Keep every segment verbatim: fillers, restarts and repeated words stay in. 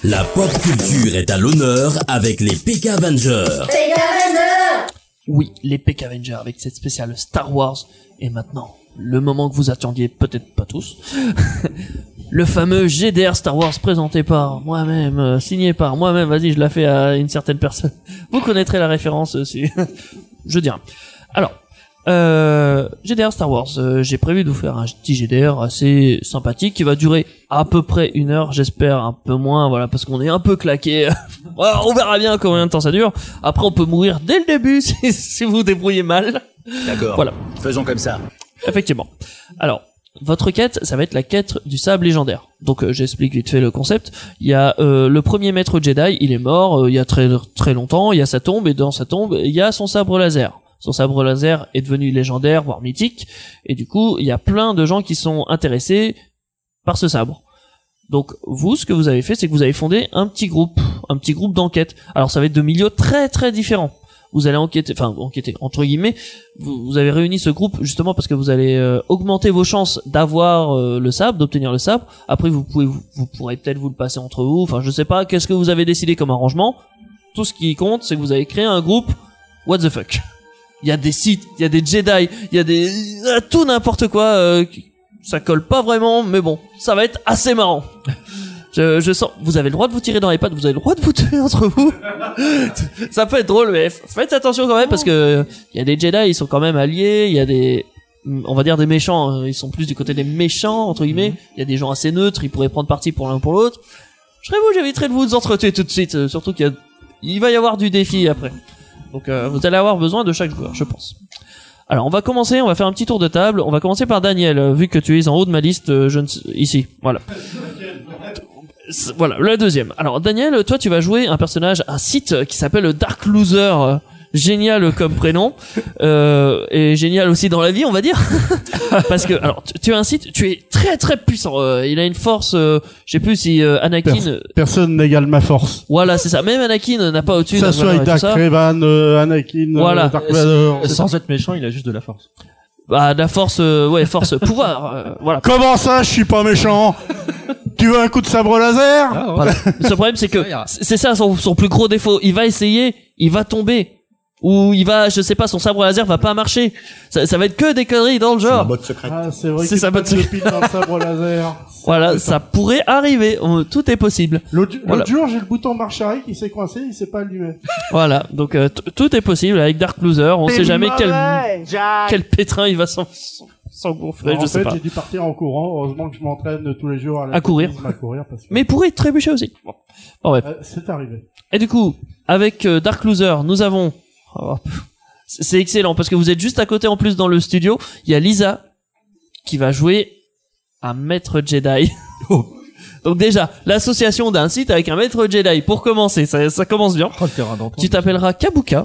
La pop culture est à l'honneur avec les P K Avengers. P K Avengers. Oui, les P K Avengers avec cette spéciale Star Wars. Et maintenant, le moment que vous attendiez, peut-être pas tous, le fameux G D R Star Wars présenté par moi-même, euh, signé par moi-même. Vas-y, je la fais à une certaine personne. Vous connaîtrez la référence aussi. Je dirais. Alors, euh, G D R Star Wars, euh, j'ai prévu de vous faire un petit G D R assez sympathique qui va durer à peu près une heure, j'espère un peu moins, voilà, parce qu'on est un peu claqué. Voilà, on verra bien combien de temps ça dure. Après, on peut mourir dès le début si, si vous vous débrouillez mal. D'accord. Voilà. Faisons comme ça. Effectivement. Alors, votre quête, ça va être la quête du sable légendaire. Donc, euh, j'explique vite fait le concept. Il y a euh, le premier maître Jedi, il est mort euh, il y a très très longtemps. Il y a sa tombe et dans sa tombe, il y a son sabre laser. Son sabre laser est devenu légendaire, voire mythique. Et du coup, il y a plein de gens qui sont intéressés par ce sabre. Donc, vous, ce que vous avez fait, c'est que vous avez fondé un petit groupe, un petit groupe d'enquête. Alors, ça va être de milieux très très différents. Vous allez enquêter, enfin enquêter entre guillemets. Vous, vous avez réuni ce groupe justement parce que vous allez euh, augmenter vos chances d'avoir euh, le sabre, d'obtenir le sabre. Après, vous pouvez, vous, vous pourrez peut-être vous le passer entre vous. Enfin, je sais pas. Qu'est-ce que vous avez décidé comme arrangement? Tout ce qui compte, c'est que vous avez créé un groupe. What the fuck? Il y a des Sith, il y a des Jedi, il y a des euh, tout n'importe quoi. Euh, ça colle pas vraiment, mais bon, ça va être assez marrant. Je, je sens, vous avez le droit de vous tirer dans les pattes, vous avez le droit de vous tuer entre vous. Ça peut être drôle, mais faites attention quand même parce que il y a des Jedi, ils sont quand même alliés, il y a des, on va dire des méchants, ils sont plus du côté des méchants entre guillemets. Il y a des gens assez neutres, ils pourraient prendre parti pour l'un ou pour l'autre. Je serais vous, j'éviterais de vous entretuer tout de suite, surtout qu'il y a, il va y avoir du défi après. Donc euh, vous allez avoir besoin de chaque joueur, je pense. Alors on va commencer, on va faire un petit tour de table. On va commencer par Daniel, euh, vu que tu es en haut de ma liste, euh, je ne sais, ici, voilà. Voilà, la deuxième. Alors Daniel, toi tu vas jouer un personnage, un Sith qui s'appelle Dark Loser. Génial comme prénom, euh, et génial aussi dans la vie, on va dire. Parce que, alors, tu, tu es un Sith, tu es très très puissant. Euh, il a une force, euh, je sais plus si euh, Anakin. Pers- personne n'égale ma force. Voilà, c'est ça. Même Anakin n'a pas au-dessus. Que ça soit avec Dark Revan, euh, Anakin, voilà. euh, Dark Vador. Sans être méchant, il a juste de la force. Bah, de la force, euh, ouais, force, pouvoir. Euh, voilà. Comment ça, je suis pas méchant? Tu veux un coup de sabre laser? Ah, ouais. Voilà. Le seul problème, c'est que c'est ça son, son plus gros défaut. Il va essayer, il va tomber. Ou il va, je sais pas, son sabre laser va pas marcher. Ça, ça va être que des conneries dans le genre. Mode secret. Ah, c'est vrai C'est qu'il sa peut botte pas de secrète. pile dans le sabre laser. Voilà, ça pourrait arriver. On- Tout est possible. L'autre Voilà. l'autre jour, j'ai le bouton marche arrière qui s'est coincé, il s'est pas allumé. Voilà, donc euh, t- tout est possible avec Dark Loser. On sait jamais quel quel pétrin il va s'en- s'en- s'engouffrer, en je sais fait, pas. j'ai dû partir en courant. Heureusement que je m'entraîne tous les jours à, À courir. à courir parce que Mais il pourrait trébucher aussi. Bon, bon bref. euh, c'est arrivé. Et du coup, avec euh, Dark Loser, nous avons. Oh, c'est c'est excellent parce que vous êtes juste à côté en plus dans le studio. Il y a Lisa qui va jouer un maître Jedi. Donc déjà, l'association d'un site avec un maître Jedi pour commencer, ça, ça commence bien. Oh, le terrain d'entente. Tu t'appelleras Kabuka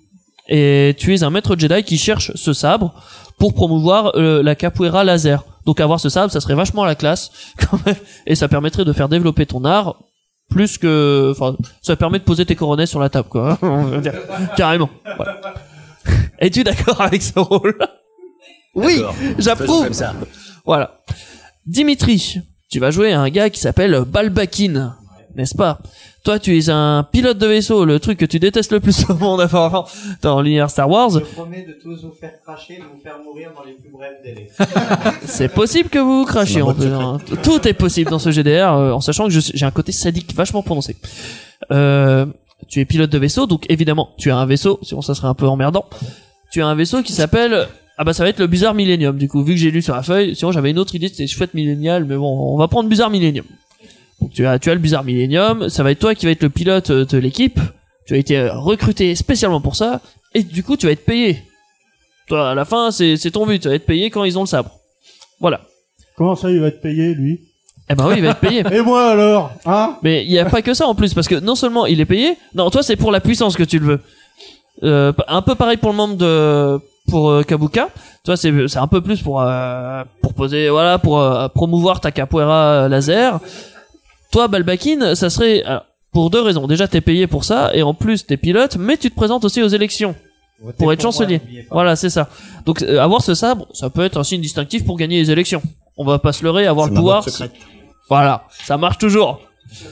et tu es un maître Jedi qui cherche ce sabre pour promouvoir euh, la capoeira laser. Donc avoir ce sabre, ça serait vachement la classe quand même, et ça permettrait de faire développer ton art plus que, enfin, ça permet de poser tes coronets sur la table, quoi. Hein, on va dire. Carrément. Voilà. Es-tu d'accord avec ce rôle? Oui, D'accord. Faisons j'approuve. comme ça. Voilà. Dimitri, tu vas jouer un gars qui s'appelle Balbakin, n'est-ce pas? Toi, tu es un pilote de vaisseau, le truc que tu détestes le plus au monde apparemment dans l'univers Star Wars. Je promets de tous vous faire cracher, de vous faire mourir dans les plus brefs délais. C'est possible que vous crachiez en plus. Hein. Tout est possible dans ce G D R, euh, en sachant que je suis- j'ai un côté sadique vachement prononcé. Euh, tu es pilote de vaisseau, donc évidemment, tu as un vaisseau, sinon ça serait un peu emmerdant. Tu as un vaisseau qui s'appelle... Ah bah ça va être le Bizarre Millennium, du coup, vu que j'ai lu sur la feuille. Sinon j'avais une autre idée, c'était chouette Millennial, mais bon, on va prendre Bizarre Millennium. Donc tu as, tu as le Bizarre Millennium, ça va être toi qui va être le pilote euh, de l'équipe. Tu as été euh, recruté spécialement pour ça, et du coup tu vas être payé. Toi, à la fin, c'est, c'est ton but, tu vas être payé quand ils ont le sabre. Voilà. Comment ça, il va être payé, lui? Eh ben oui, il va être payé. Et moi alors, hein? Mais il y a pas que ça en plus, parce que non seulement il est payé, non, toi c'est pour la puissance que tu le veux. Euh, un peu pareil pour le membre de, pour euh, Kabuka. Toi c'est, c'est un peu plus pour, euh, pour poser, voilà, pour euh, promouvoir ta capoeira laser. Toi, Balbakin, ça serait, alors, pour deux raisons. Déjà, t'es payé pour ça, et en plus t'es pilote, mais tu te présentes aussi aux élections. Pour être chancelier. Voilà, c'est ça. Donc, euh, avoir ce sabre, ça peut être un signe distinctif pour gagner les élections. On va pas se leurrer, avoir C'est le ma pouvoir. botte secrète. Voilà, ça marche toujours.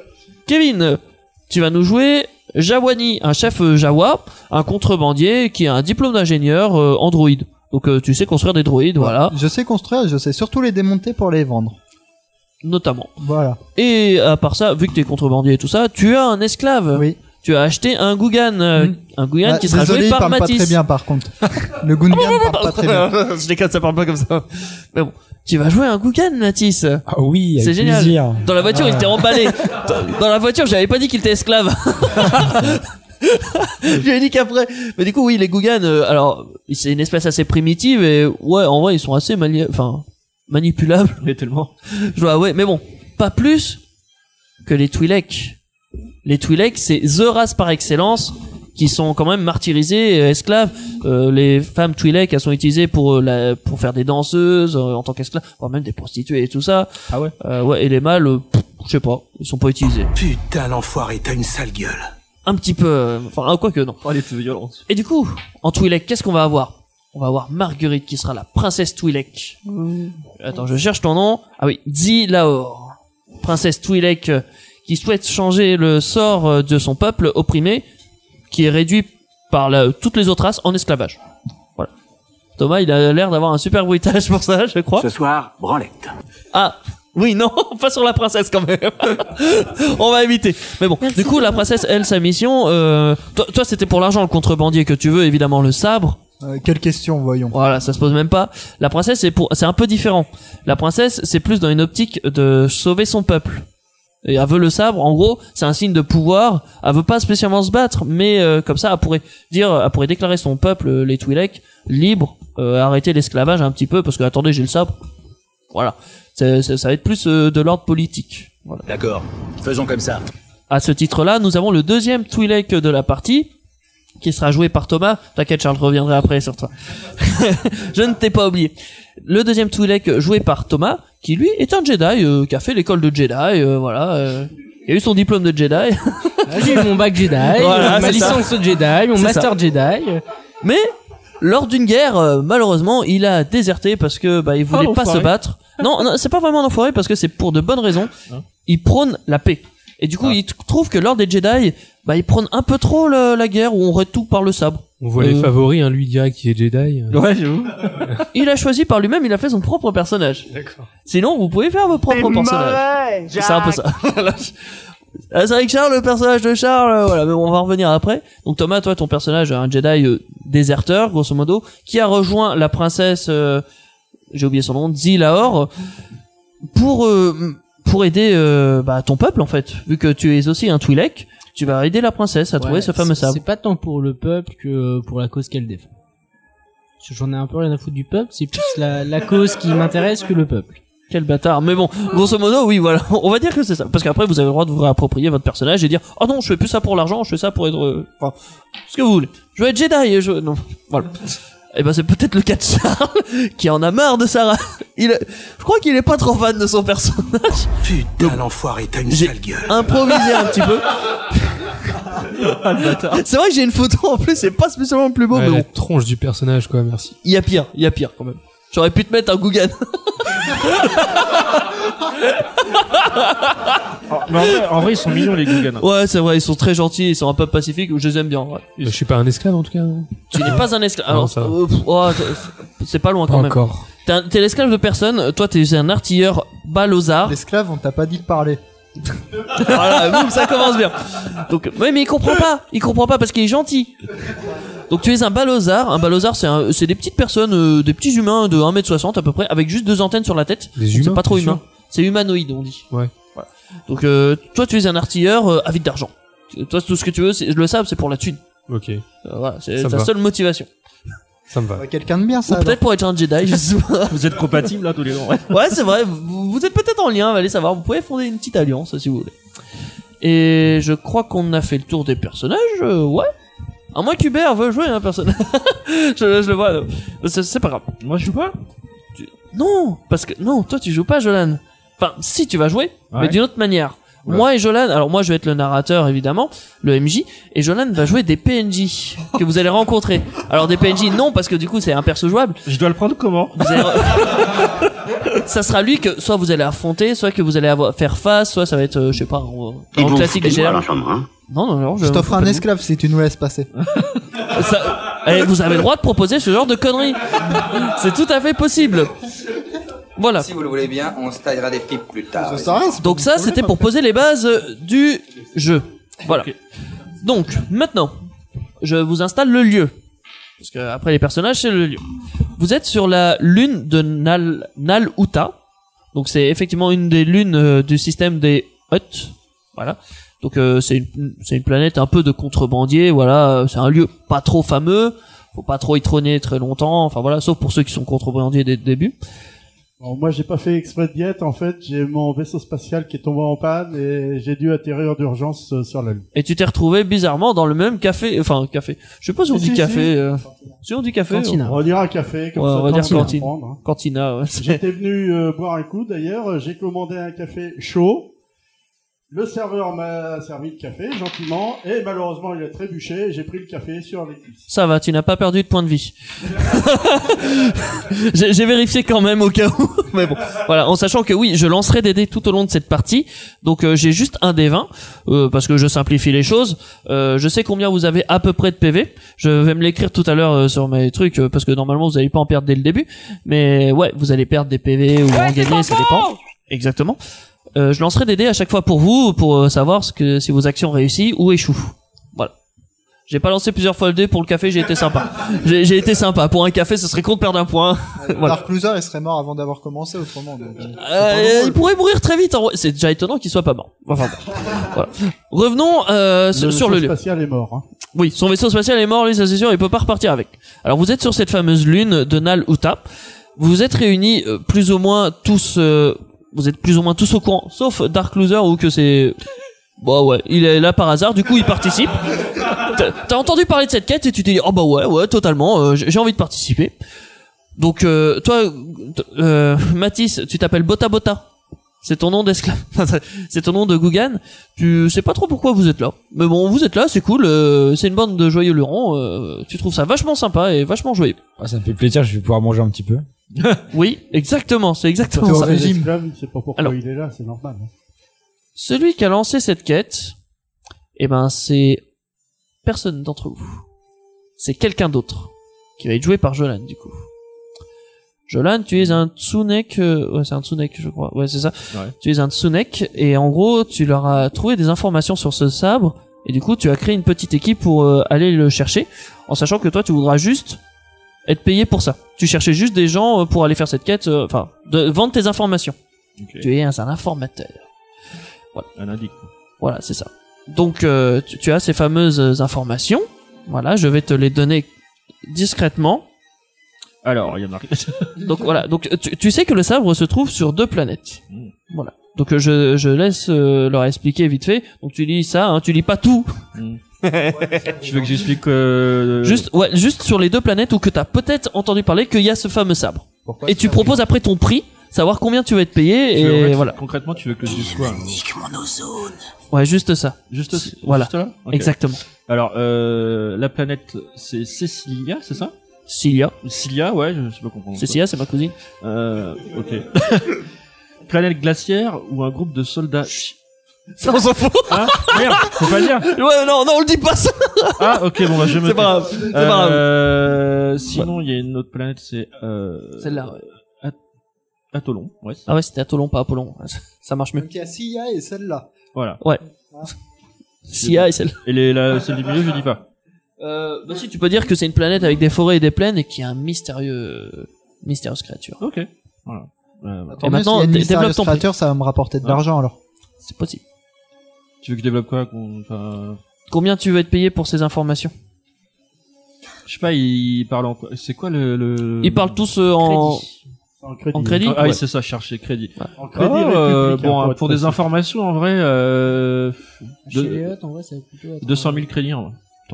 Kevin, tu vas nous jouer Jawani, un chef euh, Jawa, un contrebandier qui a un diplôme d'ingénieur euh, Android. Donc euh, tu sais construire des droïdes, ouais, voilà. Je sais construire, je sais surtout les démonter pour les vendre. Notamment. Voilà. Et à part ça, vu que t'es contrebandier et tout ça, tu as un esclave. Oui. Tu as acheté un Gougan, euh, Mm. un Gougan Ah, qui sera désolé, joué il par parle pas Matisse. très bien par contre. Le Gungan parle pas très bien. Je déconne, ça parle pas comme ça. Mais bon, tu vas jouer un Gougan, Matisse. Ah oui, avec C'est génial. plaisir. Dans la voiture, il t'est emballé. Dans- Dans la voiture, j'avais pas dit qu'il était esclave. Je lui ai dit qu'après. Mais du coup, oui, les Gougan, euh, alors, c'est une espèce assez primitive et ouais, en vrai, ils sont assez mani- enfin, manipulables. Mais tellement. Je dois avouer. Mais bon, pas plus que les Twi'lek. Les Twi'lek, c'est the race par excellence qui sont quand même martyrisés, euh, esclaves. Euh, les femmes Twi'lek, elles sont utilisées pour euh, la, pour faire des danseuses euh, en tant qu'esclaves, voire même des prostituées et tout ça. Ah ouais. Euh, ouais, et les mâles, euh, pff, je sais pas, ils sont pas utilisés. Putain, l'enfoiré, t'as une sale gueule. Un petit peu, euh, enfin, ah, quoique non. Oh, elle est violente. Et du coup, en Twi'lek, qu'est-ce qu'on va avoir? On va avoir Marguerite qui sera la princesse Twi'lek. Attends, je cherche ton nom. Ah oui, Zi Lahore. Princesse Twi'lek euh, qui souhaite changer le sort euh, de son peuple opprimé, qui est réduit par la, toutes les autres races en esclavage. Voilà. Thomas, il a l'air d'avoir un super bruitage pour ça, je crois. Ce soir, branlette. Ah, oui, non, pas sur la princesse quand même. On va éviter. Mais bon, du coup, la princesse, elle, sa mission, euh, toi, toi, c'était pour l'argent, le contrebandier que tu veux, évidemment, le sabre. Euh, quelle question, voyons. Voilà, ça se pose même pas. La princesse, c'est pour, c'est un peu différent. La princesse, c'est plus dans une optique de sauver son peuple. Et elle veut le sabre, en gros, c'est un signe de pouvoir. Elle veut pas spécialement se battre, mais euh, comme ça, elle pourrait dire, elle pourrait déclarer son peuple, euh, les Twi'lek, libre, euh, arrêter l'esclavage un petit peu, parce que attendez, j'ai le sabre. Voilà, c'est, c'est, ça va être plus euh, de l'ordre politique. Voilà. D'accord, faisons comme ça. À ce titre-là, nous avons le deuxième Twi'lek de la partie, qui sera joué par Thomas. T'inquiète, Charles, je reviendrai après sur toi. Je ne t'ai pas oublié. Le deuxième Twi'lek joué par Thomas, qui lui est un Jedi, euh, qui a fait l'école de Jedi, euh, voilà. Euh, il a eu son diplôme de Jedi. Là, j'ai eu mon bac Jedi, Voilà, ma c'est licence Jedi, mon C'est master ça. Jedi. Mais lors d'une guerre, euh, malheureusement, il a déserté parce que bah il voulait Oh, pas l'enfoiré. se battre. Non, non, c'est pas vraiment un enfoiré parce que c'est pour de bonnes raisons. Hein Il prône la paix. Et du coup, il t- trouve que lors des Jedi, bah ils prônent un peu trop le- la guerre où on règle tout par le sabre. On voit les Euh. favoris, hein, lui direct qui est Jedi. Ouais, j'avoue. Il a choisi par lui-même, il a fait son propre personnage. D'accord. Sinon, vous pouvez faire votre propre personnage. C'est un peu ça. Ah, c'est vrai que Charles, le personnage de Charles, euh, voilà, mais on va revenir après. Donc Thomas, toi, ton personnage, un Jedi euh, déserteur, grosso modo, qui a rejoint la princesse, euh, j'ai oublié son nom, Zi Lahore, pour euh, pour aider euh, bah, ton peuple en fait. Vu que tu es aussi un Twi'lek, tu vas aider la princesse à trouver Ouais, ce fameux c'est- sabre. C'est pas tant pour le peuple que pour la cause qu'elle défend. Parce que j'en ai un peu rien à foutre du peuple, c'est plus la, la cause qui m'intéresse que le peuple. Quel bâtard. Mais bon, grosso modo, oui, voilà. On va dire que c'est ça. Parce qu'après, vous avez le droit de vous réapproprier votre personnage et dire, oh non, je fais plus ça pour l'argent, je fais ça pour être, euh, enfin, ce que vous voulez. Je veux être Jedi et je, non. Voilà. Et ben, c'est peut-être le cas de Charles, qui en a marre de Sarah. Il, a- je crois qu'il est pas trop fan de son personnage. Putain, l'enfoiré, t'as une J'ai sale gueule. improvisé un petit peu. C'est vrai que j'ai une photo en plus, c'est pas spécialement le plus beau, Ouais, mais la bon. tronche du personnage, quoi, merci. Il y a pire, il y a pire quand même. J'aurais pu te mettre un Gougan. Oh, mais en, vrai, en vrai, ils sont mignons, les Gugans. Ouais, c'est vrai, ils sont très gentils, ils sont un peu pacifiques, je les aime bien. Ouais. Je suis pas un esclave en tout cas. Tu n'es pas un esclave. Non, Alors, ça va. euh, pff, oh, c'est- c'est pas loin Pas quand même. encore. T'es, un- t'es l'esclave de personne. Toi, t'es un artilleur balozard. L'esclave, on t'a pas dit de parler. Voilà, boum, ça commence bien. Donc, ouais, mais il comprend pas. Il comprend pas parce qu'il est gentil. Donc, tu es un balozard. Un balozard, c'est, un, c'est des petites personnes, euh, des petits humains de un mètre soixante à peu près, avec juste deux antennes sur la tête. Des Donc, humains, c'est pas trop t'es sûr humain. C'est humanoïde, on dit. Ouais. Voilà. Donc, euh, toi, tu es un artilleur euh, avide d'argent. Toi, tout ce que tu veux, c'est, le sable, c'est pour la thune. Ok, Euh, voilà, c'est Ça me ta va. seule motivation. ça me va. Euh, Quelqu'un de bien, Ou ça. peut-être pour être un Jedi, je sais pas. Vous êtes compatibles, là, tous les deux. Ouais. Ouais, c'est vrai, vous, vous êtes peut-être en lien, allez savoir, vous pouvez fonder une petite alliance si vous voulez. Et je crois qu'on a fait le tour des personnages, euh, ouais. À moins qu'Hubert veut jouer un personnage. je, je le vois, euh, c'est, c'est pas grave. Moi, je suis pas. Non, parce que, non, toi tu joues pas, Jolan. Enfin, si tu vas jouer, Ouais. mais d'une autre manière. Moi et Jolan, alors moi je vais être le narrateur évidemment, le M J, et Jolan va jouer des P N J que vous allez rencontrer. Alors des P N J non, parce que du coup c'est un perso jouable. Je dois le prendre comment? Vous allez... ça sera lui que soit vous allez affronter, soit que vous allez avoir... faire face, soit ça va être, euh, je sais pas, en- dans le classique des G R. Non, non, non. Je t'offre un esclave si tu nous laisses passer. Ça... Eh, vous avez le droit de proposer ce genre de conneries. C'est tout à fait possible. Voilà. Si vous le voulez bien, on se taillera des pipes plus tard. Donc ça, c'était pour poser les bases euh, du jeu. Voilà. Donc, maintenant, je vous installe le lieu. Parce que après les personnages, c'est le lieu. Vous êtes sur la lune de Nal, Nal Uta. Donc c'est effectivement une des lunes euh, du système des Hutt. Voilà. Donc euh, c'est une, c'est une planète un peu de contrebandier. Voilà. C'est un lieu pas trop fameux. Faut pas trop y trôner très longtemps. Enfin voilà, sauf pour ceux qui sont contrebandiers dès le début. Bon, moi, j'ai pas fait exprès de diète. En fait, j'ai mon vaisseau spatial qui est tombé en panne et j'ai dû atterrir d'urgence euh, sur la Lune. Et tu t'es retrouvé bizarrement dans le même café, enfin café. Je sais pas si on Si, dit si, café. si. Euh... Si on dit café. Cantina. On va dire un café, comme Ouais, ça. on va dire tant qu'à cantine. apprendre, hein. Cantina. Ouais. J'étais venu euh, boire un coup. D'ailleurs, j'ai commandé un café chaud. Le serveur m'a servi le café gentiment et malheureusement il a trébuché. J'ai pris le café sur les cuisses. Ça va, tu n'as pas perdu de points de vie. j'ai, j'ai vérifié quand même au cas où. Mais bon, voilà, en sachant que oui, je lancerai des dés tout au long de cette partie. Donc euh, j'ai juste un dé vingt euh, parce que je simplifie les choses. Euh, je sais combien vous avez à peu près de P V. Je vais me l'écrire tout à l'heure euh, sur mes trucs euh, parce que normalement vous n'allez pas en perdre dès le début. Mais ouais, vous allez perdre des P V ou en gagner, ça dépend. Exactement. Euh, je lancerai des dés à chaque fois pour vous, pour euh, savoir ce que, si vos actions réussissent ou échouent. Voilà. J'ai pas lancé plusieurs fois le dé pour le café, j'ai été sympa. J'ai, j'ai été sympa. Pour un café, ce serait con de perdre un point. Voilà. Dark Loser, il serait mort avant d'avoir commencé autrement. Donc, euh, c'est pas Euh, drôle. il pourrait mourir très vite. En vrai. C'est déjà étonnant qu'il soit pas mort. Enfin bon. Voilà. Revenons euh, sur, Le sur le vaisseau lieu. spatial est mort. Hein. Oui, son vaisseau spatial est mort, lui, ça c'est sûr, il peut pas repartir avec. Alors vous êtes sur cette fameuse lune de Nal Uta. Vous vous êtes réunis euh, plus ou moins tous... Euh, vous êtes plus ou moins tous au courant, sauf Dark Loser ou que c'est... Bah ouais, il est là par hasard, du coup il participe. T'as, t'as entendu parler de cette quête et tu t'es dit, oh bah ouais, ouais, totalement, euh, j'ai j'ai envie de participer. Donc euh, toi, euh, Mathis, tu t'appelles Bota Bota. C'est ton nom d'esclave. C'est ton nom de Gougan. Tu sais pas trop pourquoi vous êtes là. Mais bon, vous êtes là, c'est cool. Euh, c'est une bande de joyeux lurons. Euh, tu trouves ça vachement sympa et vachement joyeux. Ah, ça me fait plaisir, je vais pouvoir manger un petit peu. Oui, exactement. C'est exactement T'es au ça. régime. L'esclave, il sait pas pourquoi Alors. il est là, c'est normal. Hein. Celui qui a lancé cette quête, eh ben, c'est personne d'entre vous. C'est quelqu'un d'autre qui va être joué par Jolan, du coup. Jolan, tu es un Tsunek, euh, ouais, c'est un Tsunek, je crois. Ouais, c'est ça. Ouais. Tu es un Tsunek, et en gros, tu leur as trouvé des informations sur ce sabre, et du coup, tu as créé une petite équipe pour euh, aller le chercher, en sachant que toi, tu voudras juste être payé pour ça. Tu cherchais juste des gens euh, pour aller faire cette quête, euh, enfin, de vendre tes informations. Okay. Tu es un, un informateur. Voilà. Un indique. Voilà, c'est ça. Donc, euh, tu, tu as ces fameuses informations. Voilà, je vais te les donner discrètement. Alors, il y en a. Donc voilà, donc tu, tu sais que le sabre se trouve sur deux planètes. Mm. Voilà. Donc euh, je, je laisse euh, leur expliquer vite fait. Donc tu lis ça, hein, tu lis pas tout. Mm. Tu veux que j'explique euh... Juste, ouais, juste sur les deux planètes où que t'as peut-être entendu parler qu'il y a ce fameux sabre. Pourquoi Et tu proposes après ton prix, savoir combien tu vas être payé Tu veux- et ouais, tu- voilà. Concrètement, tu veux que je dise quoi? Nique mon ozone. Ouais, juste ça. Juste, Voilà. juste là. Ok. Exactement. Alors, euh, la planète, c'est Cecilia, c'est ça? Cilia. Cilia, ouais, je sais pas comprendre. Cecilia, c'est ma cousine. Euh, ok. Planète glaciaire ou un groupe de soldats. Ça, on s'en fout. Ah, merde, faut pas le dire. Ouais, non, non, on le dit pas ça. Ah, ok, bon, bah, je me C'est tais. pas grave. C'est pas grave. Euh, sinon, il y a une autre planète, c'est, euh, Celle-là, ouais. At- Atolon, ouais. c'est ça. Ah ouais, c'était Apollon, pas Apollon. Ça marche mieux. Donc il y a Sia et celle-là. Voilà. Ouais. Sia et celle. Et les, la, celle du milieu, je dis pas. Euh, bah si, tu peux dire que c'est une planète avec des forêts et des plaines et qui a un mystérieux, mystérieuse créature. Ok. Voilà. Euh, Tant Et mieux, maintenant, s'il y a une dé- mystérieuse développe ton prix. créature, ça va me rapporter de Ouais. l'argent alors. C'est possible. tu veux que je développe quoi qu'on- enfin, Combien tu veux être payé pour ces informations? je sais pas, ils parlent en quoi? C'est quoi le, le... Ils parlent tous euh, en, Crédit. En crédit. en crédit. Ah oui, Ouais. c'est ça, chercher crédit. En crédit Ah, euh, républicain, bon, pour être pour des précis. informations, en vrai, euh, Chez de- les Hutt, en vrai, ça va plutôt être. deux cent mille crédits, en vrai.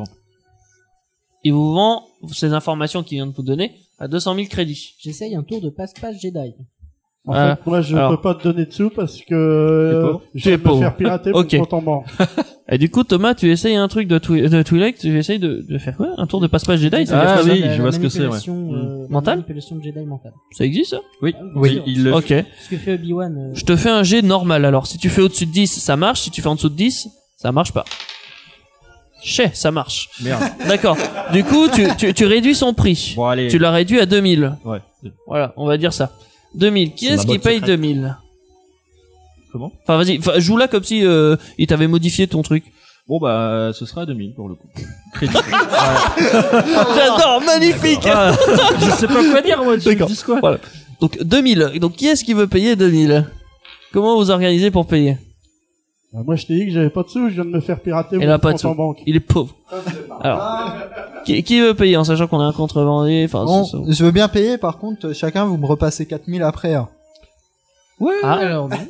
Il vous vend ces informations qu'il vient de vous donner à deux cent mille crédits. J'essaye un tour de passe-passe Jedi. En Ah, fait, moi, je alors. peux pas te donner de sous parce que Tu je es vais me pauvre. faire pirater mon Ok. compte en banque. Et du coup, Thomas, tu essayes un truc de, twi de Twi'lek, tu essayes de, de faire quoi? Un tour de passe-passe Jedi, ça veut dire Ah quoi, ça oui, La- je vois la ce que c'est, ouais. manipulation, euh, la Mental manipulation de Jedi mentale. Ça existe, ça? Oui, Oui. il, il le Ok. Ce que fait Obi-Wan. euh, Je te fais un jet normal, alors. Si tu fais au-dessus de dix, ça marche. Si tu fais en dessous de dix, ça marche pas. Chez, ça marche. Merde. D'accord. Du coup, tu, tu, tu réduis son prix. Bon, allez. Tu l'as réduit à deux mille. Ouais. Voilà, on va dire ça. deux mille. Qui C'est est-ce ma qui boîte paye secrète. deux mille? Comment? Enfin, vas-y, enfin, joue-là comme si euh, il t'avait modifié ton truc. Bon, bah, ce sera à deux mille pour le coup. Crédit. J'adore, magnifique. Ah, je sais pas quoi dire, moi. Tu me D'accord. dis quoi? Voilà. Donc deux mille. Donc qui est-ce qui veut payer deux mille? Comment vous organisez pour payer? Bah, moi, je t'ai dit que j'avais pas de sous, je viens de me faire pirater Il mon a pas de compte en sous. banque. Il est pauvre. Alors, qui, qui veut payer en sachant qu'on a un contrebandier? Enfin, Bon, c'est- c'est- je veux bien payer, par contre, chacun vous me repassez quatre mille après. hein. Ouais. Ah. Alors, non.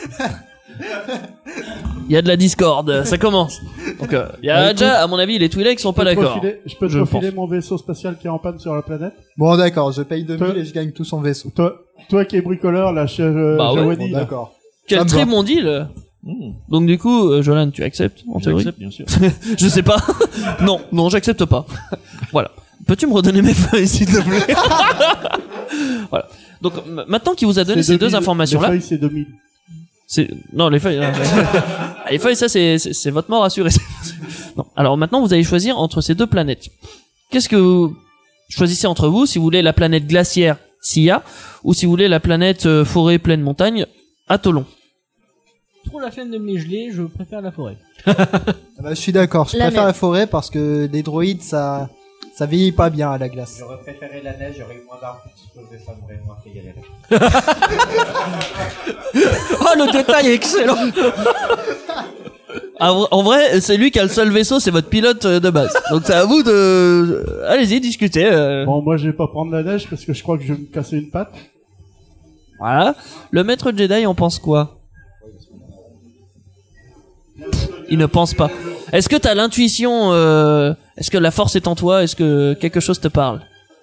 Il y a de la discorde, ça commence. Donc, euh, il y a Bah, déjà, à mon avis, les Twi'leks sont Je pas peux te d'accord. refiler- Je peux te Je refiler pense. mon vaisseau spatial qui est en panne sur la planète. Bon, d'accord, je paye deux mille Toi- et je gagne tout son vaisseau. Toi, toi qui es bricoleur, là, chez euh, Bah ouais. Jawadi, Bon, là. d'accord. Quel Ça me très va. bon deal. Mmh. Donc du coup, euh, Jolan, tu acceptes en théorie? J'accepte, bien sûr. Je sais pas. non, non, j'accepte pas. Voilà. Peux-tu me redonner mes feuilles, s'il te plaît? Voilà. Donc m- maintenant qu'il vous a donné C'est ces deux deux mille. informations-là, Les feuilles, c'est deux mille. c'est non les feuilles. non, Ah, les feuilles, ça c'est c'est c'est votre mort assurée. Non. Alors maintenant, vous allez choisir entre ces deux planètes. Qu'est-ce que vous choisissez entre vous? Si vous voulez la planète glaciaire, Sia, ou si vous voulez la planète euh, forêt pleine montagne, Atolon. Trop la flemme de me les geler, je préfère la forêt. Ah bah, je suis d'accord, je La préfère mer. la forêt parce que les droïdes, ça, ça vieillit pas bien à la glace. J'aurais préféré la neige, j'aurais eu moins d'arbres pour exploser, ça m'aurait moins fait galérer. Oh, le détail est excellent. Ah, en en vrai, c'est lui qui a le seul vaisseau, c'est votre pilote euh, de base. Donc c'est à vous de... Allez-y, discutez. euh. Bon, moi, je vais pas prendre la neige parce que je crois que je vais me casser une patte. Voilà. Le maître Jedi, on pense quoi? Il ne pense pas. Est-ce que t'as l'intuition euh... Est-ce que la force est en toi? Est-ce que quelque chose te parle?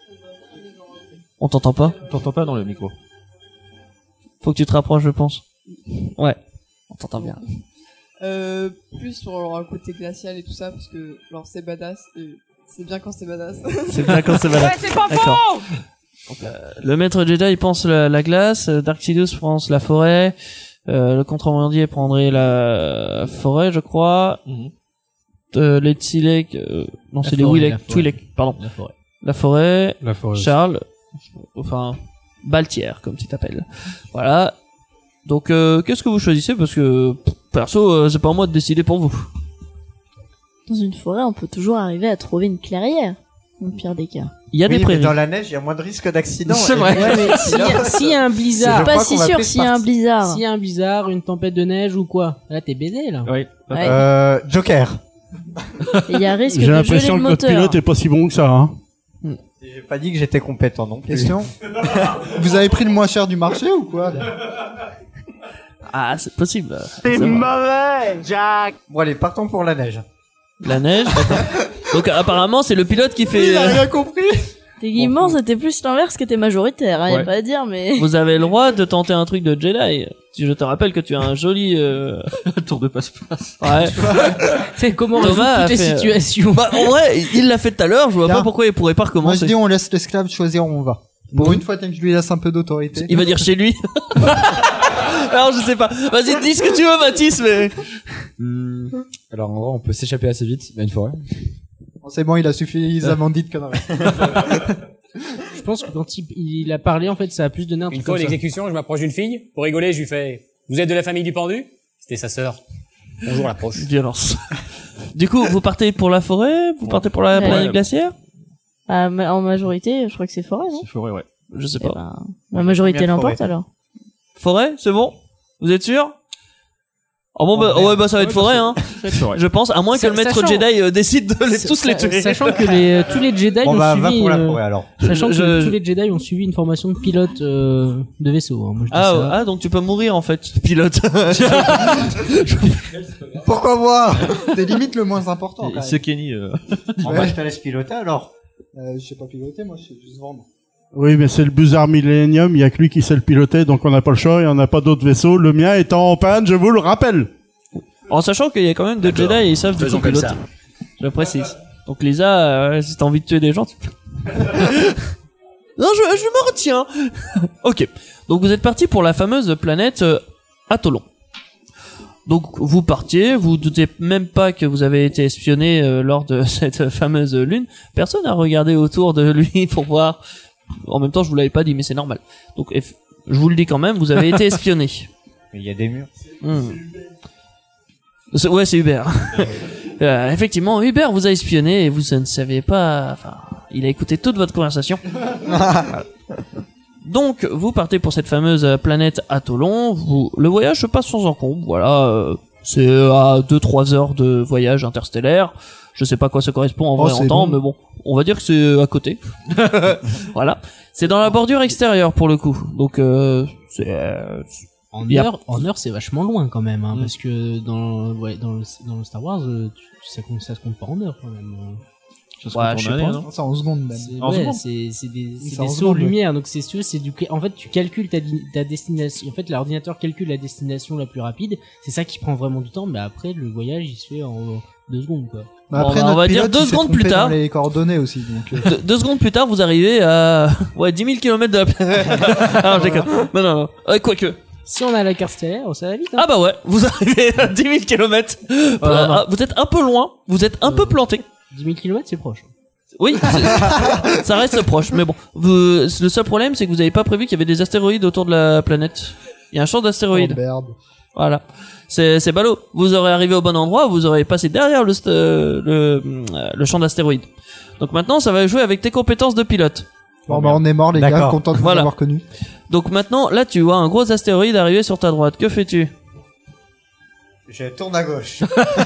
On t'entend pas? T'entends pas dans le micro. Faut que tu te rapproches, je pense. Ouais. On t'entend bien. Euh, plus sur leur côté glacial et tout ça, parce que genre c'est badass et c'est bien quand c'est badass. C'est bien quand c'est badass. Ouais, c'est pas D'accord. faux. Donc, euh, le maître Jedi pense la, la glace, euh, Dark Sidious pense la forêt, euh, le contrebandier prendrait la forêt, je crois. Mhm. Euh, les Twi'lek, euh, non La c'est les forêt, Wi'lek, la forêt. Twi'lek, pardon. La forêt. La forêt, La forêt. Charles, enfin Baltière comme tu t'appelles. Voilà. Donc euh, qu'est-ce que vous choisissez parce que pff, perso euh, c'est pas à moi de décider pour vous. Dans une forêt, on peut toujours arriver à trouver une clairière. Au pire des cas. Il y a Oui, des mais prairies. dans la neige, il y a moins de risques d'accident. C'est Et vrai. puis, Ouais, mais s'il y, là, a- s'il y a un blizzard, Je Je suis pas crois si qu'on va sûr plus s'il y a un partir. blizzard. s'il y a un blizzard, une tempête de neige ou quoi, là t'es baisé là. Oui. Ouais. Euh, Joker. Il y a risque J'ai de geler l'impression le que notre moteur. pilote est pas si bon que ça, hein. J'ai pas dit que j'étais compétent non plus. Question. Vous avez pris le moins cher du marché ou quoi? Ah c'est possible. T'es C'est vrai. mauvais, Jack. Bon allez, partons pour la neige. La neige. D'accord. Donc apparemment c'est le pilote qui fait. Il a euh, rien compris. Techniquement, c'était plus l'inverse qui était majoritaire, hein, y a Ouais. pas à dire, mais... Vous avez le droit de tenter un truc de Jedi. Si je te rappelle que tu as un joli. Euh... Tour de passe-passe. Ouais. C'est comment Thomas résoudre a toutes les fait, euh, situations. Bah en vrai, il l'a fait tout à l'heure. Je vois Tiens. pas pourquoi il pourrait pas Moi, je recommencer. dis, on laisse l'esclave choisir où on va. Pour une fois, tant que je lui laisse un peu d'autorité. Il va dire chez lui. Alors je sais pas. Vas-y, dis ce que tu veux, Mathis, mais. Hmm. Alors en vrai, on peut s'échapper assez vite. Il y a une forêt. Bon, c'est bon, il a suffisamment dit de conneries. Je pense que quand il, il a parlé, en fait, ça a plus donné un Une truc fois à comme ça. l'exécution, je m'approche d'une fille. Pour rigoler, je lui fais « Vous êtes de la famille du pendu ?» C'était sa sœur. Bonjour l'approche. Violence. Du coup, vous partez pour la forêt, vous partez pour la Ouais. planète glaciaire. Ah, ma- en majorité, je crois que c'est forêt, non? C'est forêt, ouais. Je sais Eh pas. ben, la majorité Combien de l'emporte forêts alors. Forêt, c'est bon. Vous êtes sûr? Oh bon, bah, merde. ouais, bah ça va être forêt, hein. C'est forêt. Je pense, à moins que Sa- le maître sachant- Jedi euh, décide de les, Sa- tous les sa- tuer. Sachant que les, tous les Jedi Bon ont bah va suivi, pour la euh, forêt alors. sachant Je- que je- tous les Jedi ont suivi une formation de pilote euh, de vaisseau. Hein. Moi, je dis Ah, ça. ah, donc tu peux mourir en fait, pilote. Pourquoi moi? T'es limite le moins important, Et quand ce même. Kenny. Euh... Bon bah je te laisse piloter alors. Euh, je sais pas piloter, moi, je sais juste vendre. Oui, mais c'est le Buzzard Millennium, il y a que lui qui sait le piloter, donc on n'a pas le choix et on n'a pas d'autres vaisseaux. Le mien étant en panne, je vous le rappelle. En sachant qu'il y a quand même des Jedi et ils savent du coup piloter. Je le précise. Donc Lisa, euh, si t'as envie de tuer des gens, tu... non, je, je me retiens. Ok. Donc vous êtes parti pour la fameuse planète euh, Atolon. Donc vous partiez, vous doutez même pas que vous avez été espionné euh, lors de cette fameuse lune. Personne n'a regardé autour de lui pour voir. En même temps, je vous l'avais pas dit, mais c'est normal. Donc eff- je vous le dis quand même, vous avez été espionné. Mais il y a des murs. Hmm. C'est- Ouais, c'est Hubert. Euh, effectivement, Hubert vous a espionné et vous ne savez pas. Enfin, il a écouté toute votre conversation. Voilà. Donc, vous partez pour cette fameuse planète Atolon. Vous, le voyage se passe sans encombre. Voilà, euh, c'est à deux trois heures de voyage interstellaire. Je sais pas à quoi ça correspond en Oh, vrai en c'est temps, bon. mais bon, on va dire que c'est à côté. Voilà, c'est dans la bordure extérieure pour le coup. Donc, euh, c'est euh, En y a- heure, en heure, c'est vachement loin quand même, hein, parce que dans, ouais, dans, le, dans le Star Wars, euh, tu, ça, compte, ça se compte pas en heures quand même. Ça se Ouais, compte je en sais année, pas. non C'est en secondes même. C'est, En ouais, secondes. c'est, c'est des, c'est C'est des en sauts secondes, lumière, donc c'est sûr, c'est du, en fait, tu calcules ta, di- ta destination. En fait, l'ordinateur calcule la destination la plus rapide. C'est ça qui prend vraiment du temps, mais après, le voyage, il se fait en deux secondes, quoi. Bah, Bon, après, bah, on notre va dire pilote, deux il s'est secondes trompé plus tard. dans les coordonnées aussi. Donc, euh, deux, deux secondes plus tard, vous arrivez à ouais dix mille kilomètres de la planète. Alors, j'ai non, non, non. Ouais, quoique. Si on a la carte stellaire, ça va vite, hein. Ah bah ouais, vous arrivez à dix mille kilomètres. Vous êtes un peu loin, vous êtes un peu planté. dix mille kilomètres, c'est proche. Oui, c'est- ça reste proche, mais bon. Vous, le seul problème, c'est que vous avez pas prévu qu'il y avait des astéroïdes autour de la planète. Il y a un champ d'astéroïdes. oh, merde. Voilà. C'est, c'est ballot. Vous aurez arrivé au bon endroit, vous aurez passé derrière le, st- euh, le, euh, le champ d'astéroïdes. Donc maintenant, ça va jouer avec tes compétences de pilote. Bon, bah, on est mort, les gars, D'accord. content de vous Voilà. avoir connus. Donc maintenant, là, tu vois un gros astéroïde arriver sur ta droite. Que fais-tu? Je tourne à gauche.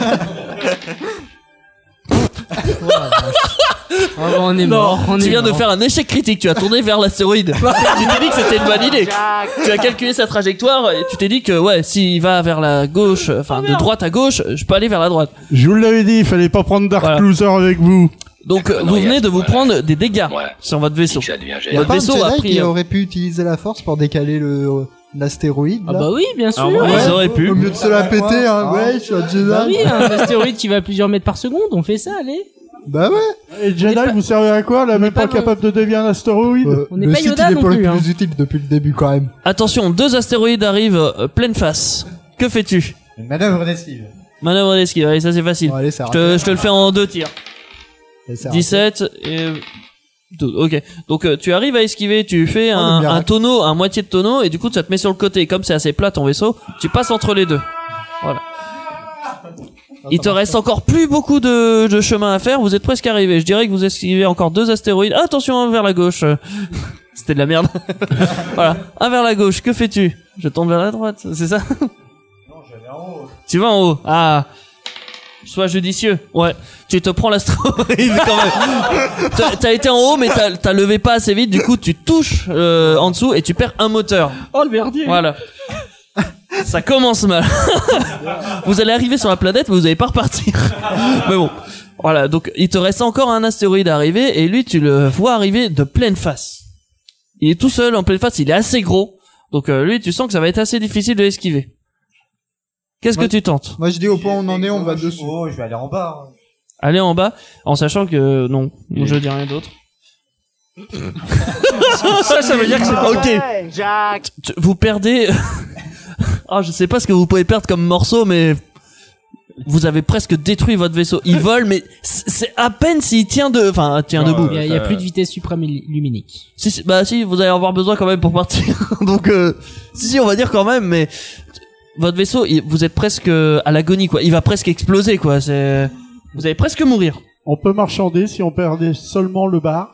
Oh, bah, on est mort, on Tu est viens de mort. faire un échec critique, tu as tourné vers l'astéroïde. Tu t'es dit que c'était une bonne idée. Tu as calculé sa trajectoire et tu t'es dit que ouais, s'il va vers la gauche, enfin de droite à gauche, je peux aller vers la droite. Je vous l'avais dit, il fallait pas prendre Dark Voilà. Cruiser avec vous. Donc euh, vous venez de vous prendre des dégâts sur votre vaisseau. Y a Votre pas un vaisseau a Jedi pris qui euh, aurait pu utiliser la force pour décaler le l'astéroïde Ah là bah oui, bien sûr. Alors, ouais. ils auraient pu. Au mieux de se la péter, hein, ouais, je suis un Jedi. Bah oui, un astéroïde qui va à plusieurs mètres par seconde, on fait ça, allez. Bah ouais. Et Jedi, vous servez à quoi là? Même pas, pas capable de dévier un astéroïde? Euh, On n'est le pas site, Yoda il est non pas plus, le hein. plus utile depuis le début quand même. Attention, deux astéroïdes arrivent euh, pleine face. Que fais-tu? Une manœuvre d'esquive. Manœuvre d'esquive, allez, ça c'est facile. Bon, allez, ça Je te, je te le fais en deux tirs. Ça sert à dix-sept et douze. Ok. Donc euh, tu arrives à esquiver, tu fais Oh, le un, miracle. un tonneau, un moitié de tonneau et du coup ça te met sur le côté. Comme c'est assez plat ton vaisseau, tu passes entre les deux. Voilà. Il te reste encore plus beaucoup de, de chemin à faire. Vous êtes presque arrivé. Je dirais que vous esquivez encore deux astéroïdes. Ah, attention, un vers la gauche. C'était de la merde. Voilà. Un vers la gauche. Que fais-tu? Je tourne vers la droite. C'est ça? Non, je vais en haut. Tu vas en haut. Ah. Sois judicieux. Ouais. Tu te prends l'astéroïde quand même. T'as- T'as été en haut, mais t'as t'as levé pas assez vite. Du coup, tu touches euh, en dessous et tu perds un moteur. Oh le merdier. Voilà. Ça commence mal. Vous allez arriver sur la planète, mais vous allez pas repartir. Mais bon. Voilà. Donc, il te reste encore un astéroïde à arriver et lui, tu le vois arriver de pleine face. Il est tout seul en pleine face. Il est assez gros. Donc, euh, lui, tu sens que ça va être assez difficile de l'esquiver. Qu'est-ce que Moi, tu tentes? Moi je dis au point où on en est, on va dessus. Oh, je vais aller en bas. hein. Aller en bas, en sachant que non, je dis rien d'autre. Ça, ça veut dire que c'est pas Ok. Tu- Vous perdez. Ah, je sais pas ce que vous pouvez perdre comme morceau, mais vous avez presque détruit votre vaisseau. Il vole, mais c- c'est à peine s'il tient de, enfin, tient Non, debout. Il y a, il y a plus de vitesse supraluminique. Si, si, bah si, vous allez avoir besoin quand même pour partir. Donc, euh, si, si, on va dire quand même, mais votre vaisseau, il- vous êtes presque à l'agonie, quoi. Il va presque exploser, quoi. C'est, vous allez presque mourir. On peut marchander si on perdait seulement le bar.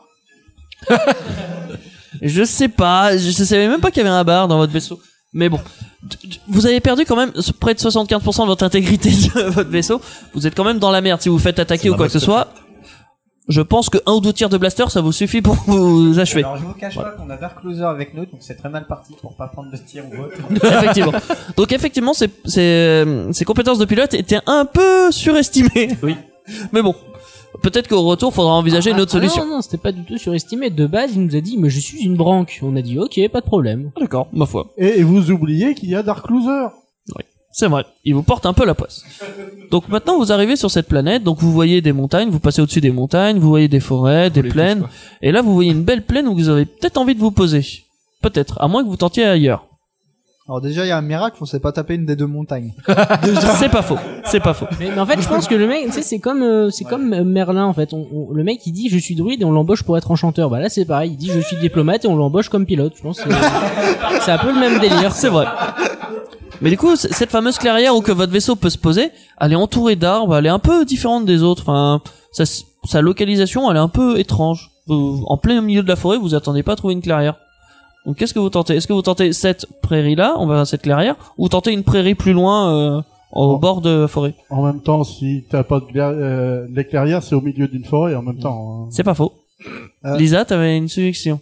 Je sais pas, je savais même pas qu'il y avait un bar dans votre vaisseau. Mais bon, vous avez perdu quand même près de soixante-quinze pour cent de votre intégrité de votre vaisseau. Vous êtes quand même dans la merde si vous faites attaquer ou quoi que ce soit. Je pense que un ou deux tirs de blaster, ça vous suffit pour vous achever. Alors, je vous cache pas qu'on a Dark Cruiser avec nous, donc c'est très mal parti pour pas prendre de tir ou autre. Effectivement. Donc effectivement, ces, ces, ces compétences de pilote étaient un peu surestimées. Oui. Mais bon, peut-être qu'au retour, faudra envisager une autre Ah, solution. Non, non, c'était pas du tout surestimé. De base, il nous a dit, mais je suis une branque. On a dit, ok, pas de problème. D'accord, ma foi. Et, et vous oubliez qu'il y a Dark Loser. Oui, c'est vrai. Il vous porte un peu la poisse. Donc maintenant, vous arrivez sur cette planète. Donc vous voyez des montagnes, vous passez au-dessus des montagnes, vous voyez des forêts, des plaines. Et là, vous voyez une belle plaine où vous avez peut-être envie de vous poser. Peut-être, à moins que vous tentiez ailleurs. Alors déjà, il y a un miracle, on s'est pas tapé une des deux montagnes. C'est pas faux. C'est pas faux. Mais, mais en fait, je pense que le mec, tu sais, c'est comme, euh, c'est comme euh, Merlin, en fait. On, on- le mec, il dit, je suis druide et on l'embauche pour être enchanteur. Bah là, c'est pareil. Il dit, je suis diplomate et on l'embauche comme pilote. Je pense que c'est c'est un peu le même délire. C'est vrai. Mais du coup, c- cette fameuse clairière où que votre vaisseau peut se poser, elle est entourée d'arbres, elle est un peu différente des autres. Enfin, sa, sa localisation, elle est un peu étrange. Vous- en plein milieu de la forêt, vous attendez pas à trouver une clairière. Donc qu'est-ce que vous tentez? Est-ce que vous tentez cette prairie-là, on va cette clairière, ou tentez une prairie plus loin, euh, au Oh. bord de la forêt? En même temps, si t'as pas de clair- euh, les clairières, c'est au milieu d'une forêt en même temps. hein. C'est pas faux. Euh. Lisa, t'avais une suggestion.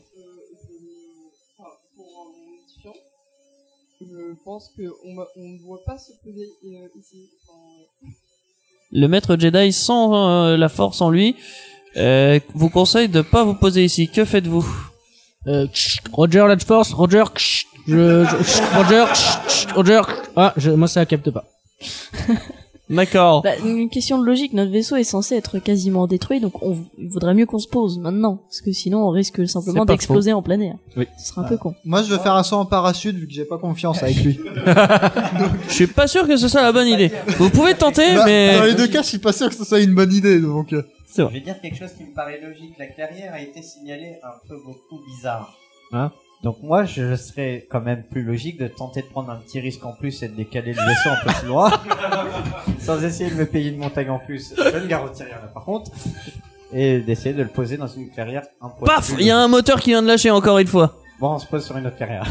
Je pense qu'on ne doit pas se poser euh, ici. Enfin, Le maître Jedi, sans euh, la force en lui, euh, vous conseille de pas vous poser ici. Que faites-vous? Euh, ksh, Roger, Ledge Force, Roger, ksh, je, je, ksh, Roger, ksh, ksh, Roger. Ah, je, moi ça capte pas. D'accord. Bah, une question de logique, notre vaisseau est censé être quasiment détruit, donc on, il vaudrait mieux qu'on se pose maintenant, parce que sinon on risque simplement C'est pas d'exploser faux. en plein air. Oui. Ce serait un peu con. Moi, je veux faire un saut en parachute vu que j'ai pas confiance avec lui. Je suis pas sûr que ce soit la bonne idée. Vous pouvez tenter, Bah, mais... Dans les deux cas, je suis pas sûr que ce soit une bonne idée, donc. euh. C'est Je vais dire quelque chose qui me paraît logique. La clairière a été signalée un peu beaucoup bizarre. Hein Donc moi, je serais quand même plus logique de tenter de prendre un petit risque en plus et de décaler le vaisseau un peu plus loin, sans essayer de me payer une montagne en plus. Je ne garantis rien là par contre. Et d'essayer de le poser dans une clairière un peu Paf, plus il y a un moteur qui vient de lâcher encore une fois. Bon, on se pose sur une autre clairière.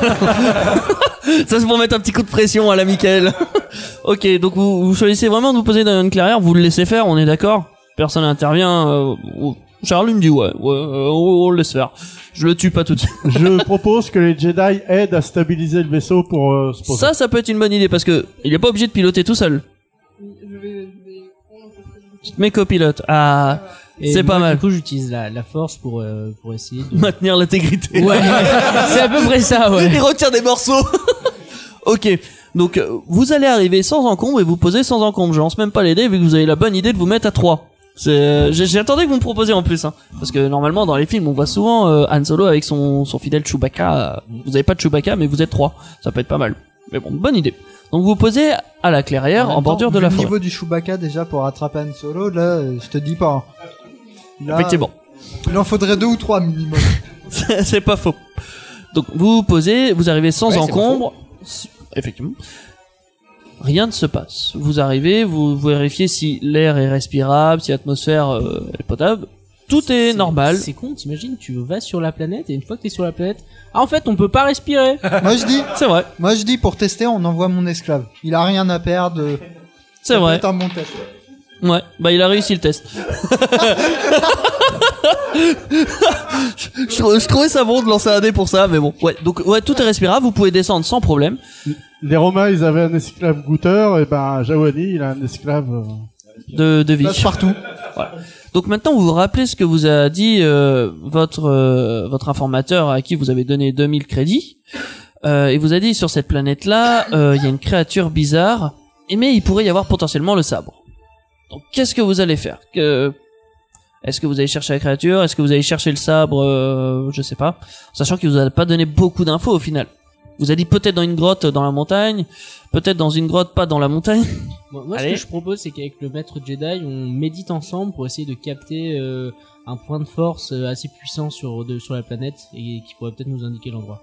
Ça c'est pour mettre un petit coup de pression à la Michael. Ok, donc vous, vous choisissez vraiment de vous poser dans une clairière, vous le laissez faire, on est d'accord? Personne n'intervient. Euh, Charles lui me dit ouais, ouais, euh, on, on le laisse faire. Je le tue pas tout de suite. Je propose que les Jedi aident à stabiliser le vaisseau pour euh, se poser. Ça, ça peut être une bonne idée parce que il est pas obligé de piloter tout seul. je vais, je vais prendre un peu de Mais copilote. Ah, Et c'est moi, pas mal. Du coup, j'utilise la, la force pour, euh, pour essayer de... Maintenir l'intégrité. Ouais, c'est à peu près ça, ouais. Il retire des morceaux. Ok. Donc, euh, vous allez arriver sans encombre et vous posez sans encombre. Je lance même pas l'idée vu que vous avez la bonne idée de vous mettre à trois. C'est, j'ai- j'attendais que vous me proposiez en plus, hein. Parce que normalement dans les films on voit souvent euh, Han Solo avec son, son fidèle Chewbacca. Vous avez pas de Chewbacca mais vous êtes trois. Ça peut être pas mal. Mais bon, bonne idée. Donc vous posez à la clairière en, même bordure temps, de vu la le forêt. niveau du Chewbacca déjà pour rattraper Han Solo, là, euh, je te dis pas. hein. Là, Effectivement. Il en faudrait deux ou trois minimum. C'est c'est pas faux. Donc vous vous posez, vous arrivez sans Ouais, c'est encombre. S- Effectivement. Rien ne se passe. Vous arrivez, vous, vous vérifiez si l'air est respirable, si l'atmosphère euh, est potable. Tout est, normal. C'est con, t'imagines, tu vas sur la planète et une fois que t'es sur la planète, ah en fait on peut pas respirer. Moi je dis, c'est vrai. Moi je dis pour tester, on envoie mon esclave. Il a rien à perdre. euh, C'est ça peut vrai. être un bon test. Ouais, bah il a réussi le test. je, trou- je trouvais ça bon de lancer un dé pour ça, mais bon. Ouais, donc ouais, tout est respirable, vous pouvez descendre sans problème. Les Romains, ils avaient un esclave goûteur, et ben Jawani, il a un esclave. euh, de, de vie. Passe partout. Voilà. Donc maintenant, vous vous rappelez ce que vous a dit euh, votre euh, votre informateur à qui vous avez donné deux mille crédits. Euh, il vous a dit sur cette planète-là, euh, il y a une créature bizarre, et mais il pourrait y avoir potentiellement le sabre. Donc qu'est-ce que vous allez faire? Que Est-ce que vous allez chercher la créature? Est-ce que vous allez chercher le sabre? euh, Je sais pas. Sachant qu'il vous a pas donné beaucoup d'infos au final. Vous a dit peut-être dans une grotte dans la montagne, peut-être dans une grotte pas dans la montagne. Moi, moi, ce Allez. que je propose, c'est qu'avec le maître Jedi, on médite ensemble pour essayer de capter euh, un point de force euh, assez puissant sur de, sur la planète et qui pourrait peut-être nous indiquer l'endroit.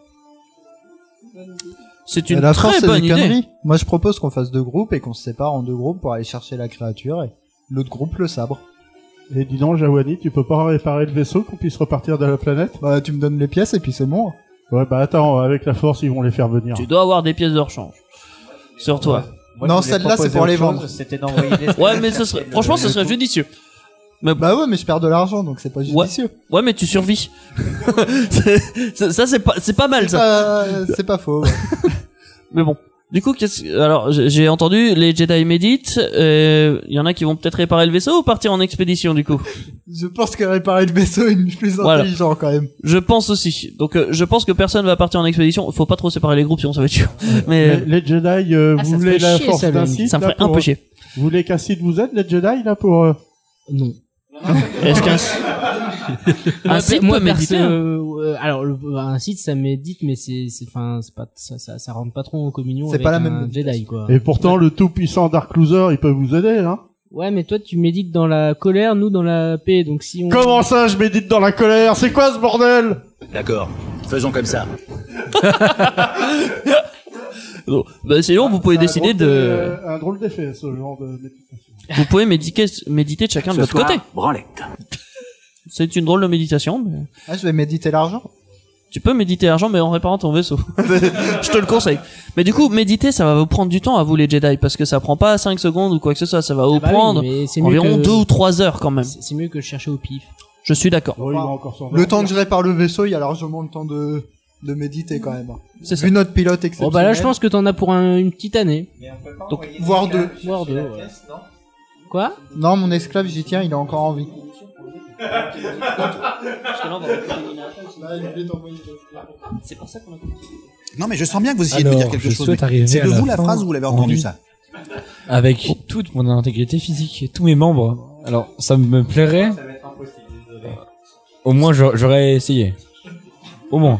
C'est Et une la France, très c'est bonne des idée. conneries. Moi je propose qu'on fasse deux groupes et qu'on se sépare en deux groupes pour aller chercher la créature et l'autre groupe le sabre. Et dis donc, Jawani, tu peux pas réparer le vaisseau qu'on puisse repartir de la planète? Bah tu me donnes les pièces et puis c'est bon. Ouais, bah attends, avec la force, ils vont les faire venir. Tu dois avoir des pièces de rechange sur toi. Moi, Non, je voulais celle-là, c'est proposer pour les autre chose, vendre. C'était d'envoyer des... Ouais, mais ce serait, franchement, ce serait judicieux. Mais Bah ouais, mais je perds de l'argent donc c'est pas Ouais. judicieux. Ouais, mais tu survis. C'est- c'est- ça, c'est pas, c'est pas mal C'est ça. pas, c'est pas faux. ouais. Mais bon, Du coup, qu'est-ce... alors j'ai j'ai entendu les Jedi méditent. Il y en a qui vont peut-être réparer le vaisseau ou partir en expédition du coup. Je pense que réparer le vaisseau est plus Voilà. intelligent quand même. Je pense aussi. Donc euh, je pense que personne va partir en expédition. Faut pas trop séparer les groupes sinon ça va être chiant. Mais Les, les Jedi, euh, Ah, ça vous me voulez ferait la chier, force ça, d'un même. Sith ça me là, ferait un pour, peu euh, chier. Vous voulez qu'un Sith vous aide, les Jedi, là, pour... euh, Non. Est-ce qu'un un Moi, site moi, peut méditer perso, hein euh, alors le- un site ça médite mais c'est c'est enfin c'est pas ça, ça ça rentre pas trop en communion C'est avec pas la un même Jedi quoi. Et pourtant, le tout-puissant Dark Loser, il peut vous aider, hein. Ouais mais toi tu médites dans la colère, nous dans la paix donc si on Comment ça, je médite dans la colère? C'est quoi ce bordel? D'accord, faisons comme ça. Bon, bah, sinon vous pouvez C'est un décider drôle de euh, Un drôle d'effet, ce genre de méditation. vous pouvez méditer méditer de chacun de Ce votre soir, côté. branlette. C'est une drôle de méditation. Mais... Ah, je vais méditer l'argent. Tu peux méditer l'argent mais en réparant ton vaisseau. Je te le conseille. Mais du coup, méditer, ça va vous prendre du temps à vous les Jedi parce que ça prend pas cinq secondes ou quoi que ce soit, ça va vous Ah bah oui, prendre mais c'est mieux environ que- deux ou trois heures quand même. c'est c'est mieux que chercher au pif. Je suis d'accord. Oh, il va encore s'en Le temps que je répare le vaisseau, il y a largement le temps de, de méditer quand même. C'est ça. Vu notre pilote Oh exceptionnel. bah là je pense que t'en as pour un- une petite année. Donc, voire deux. Voire deux. Ouais. Quoi? Non, mon esclave, j'y tiens, il est encore en vie. C'est pour ça qu'on a Non, mais je sens bien que vous essayez de Alors, me dire quelque je chose. souhaite mais arriver C'est à de la vous la fin phrase ou vous l'avez en entendu vie. ça? Avec toute mon intégrité physique et tous mes membres. Alors, ça me plairait. Ça va être impossible, désolé. Au moins, j'a- j'aurais essayé. Au moins.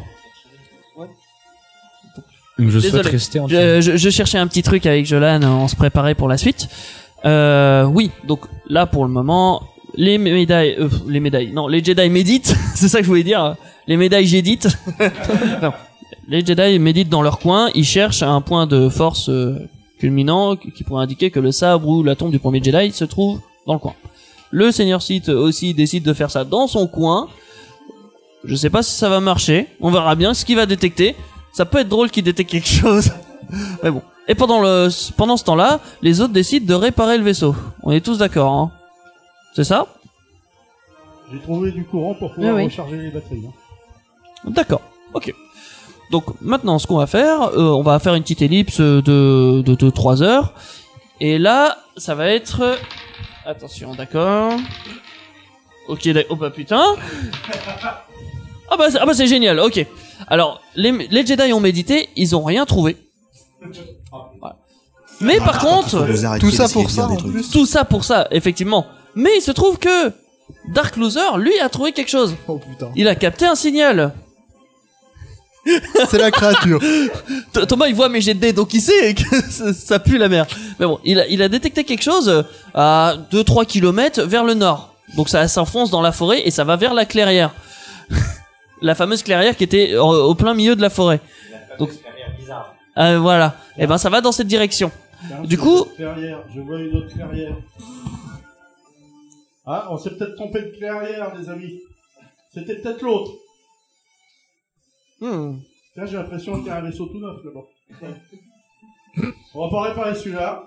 Donc, je souhaite Désolé. rester en je, je, je cherchais un petit truc avec Jolan, on se préparait pour la suite. Euh, oui, donc là pour le moment, les médailles, euh, les médailles, non, les Jedi méditent, c'est ça que je voulais dire. Les médailles j'édite. Non, les Jedi méditent dans leur coin, ils cherchent un point de force euh, culminant qui pourrait indiquer que le sabre ou la tombe du premier Jedi se trouve dans le coin. Le Seigneur Sith aussi décide de faire ça dans son coin. Je sais pas si ça va marcher, on verra bien ce qu'il va détecter. Ça peut être drôle qu'il détecte quelque chose. Mais bon. Et pendant le, pendant ce temps-là, les autres décident de réparer le vaisseau. On est tous d'accord, hein. C'est ça? J'ai trouvé du courant pour pouvoir Oui, oui. recharger les batteries. Hein. D'accord. Ok. Donc maintenant, ce qu'on va faire, euh, on va faire une petite ellipse de de, de trois heures. Et là, ça va être... Attention, d'accord. Ok, d'accord. Oh bah putain. Ah bah, c'est- ah bah c'est génial, ok. Alors, les, les Jedi ont médité, ils ont rien trouvé. Voilà. Mais par contre, vous arrêtiez Tout ça d'essayer pour de dire ça, des en trucs. plus. tout ça pour ça, effectivement. Mais il se trouve que Dark Loser, lui, a trouvé quelque chose. Oh putain. Il a capté un signal. C'est la créature. Th- Thomas, il voit mes jets de dés, donc il sait que ça, ça pue la merde. Mais bon, il a, il a détecté quelque chose à deux trois kilomètres vers le nord. Donc ça s'enfonce dans la forêt et ça va vers la clairière. La fameuse clairière qui était au, au plein milieu de la forêt. Donc, euh, voilà. Et ben ça va dans cette direction. Tiens, Du je coup- vois une clairière, je vois une autre clairière. Ah, on s'est peut-être trompé de clairière, les amis. C'était peut-être l'autre. Hmm. Tiens, j'ai l'impression qu'il y a un vaisseau tout neuf là-bas. On va pas réparer celui-là.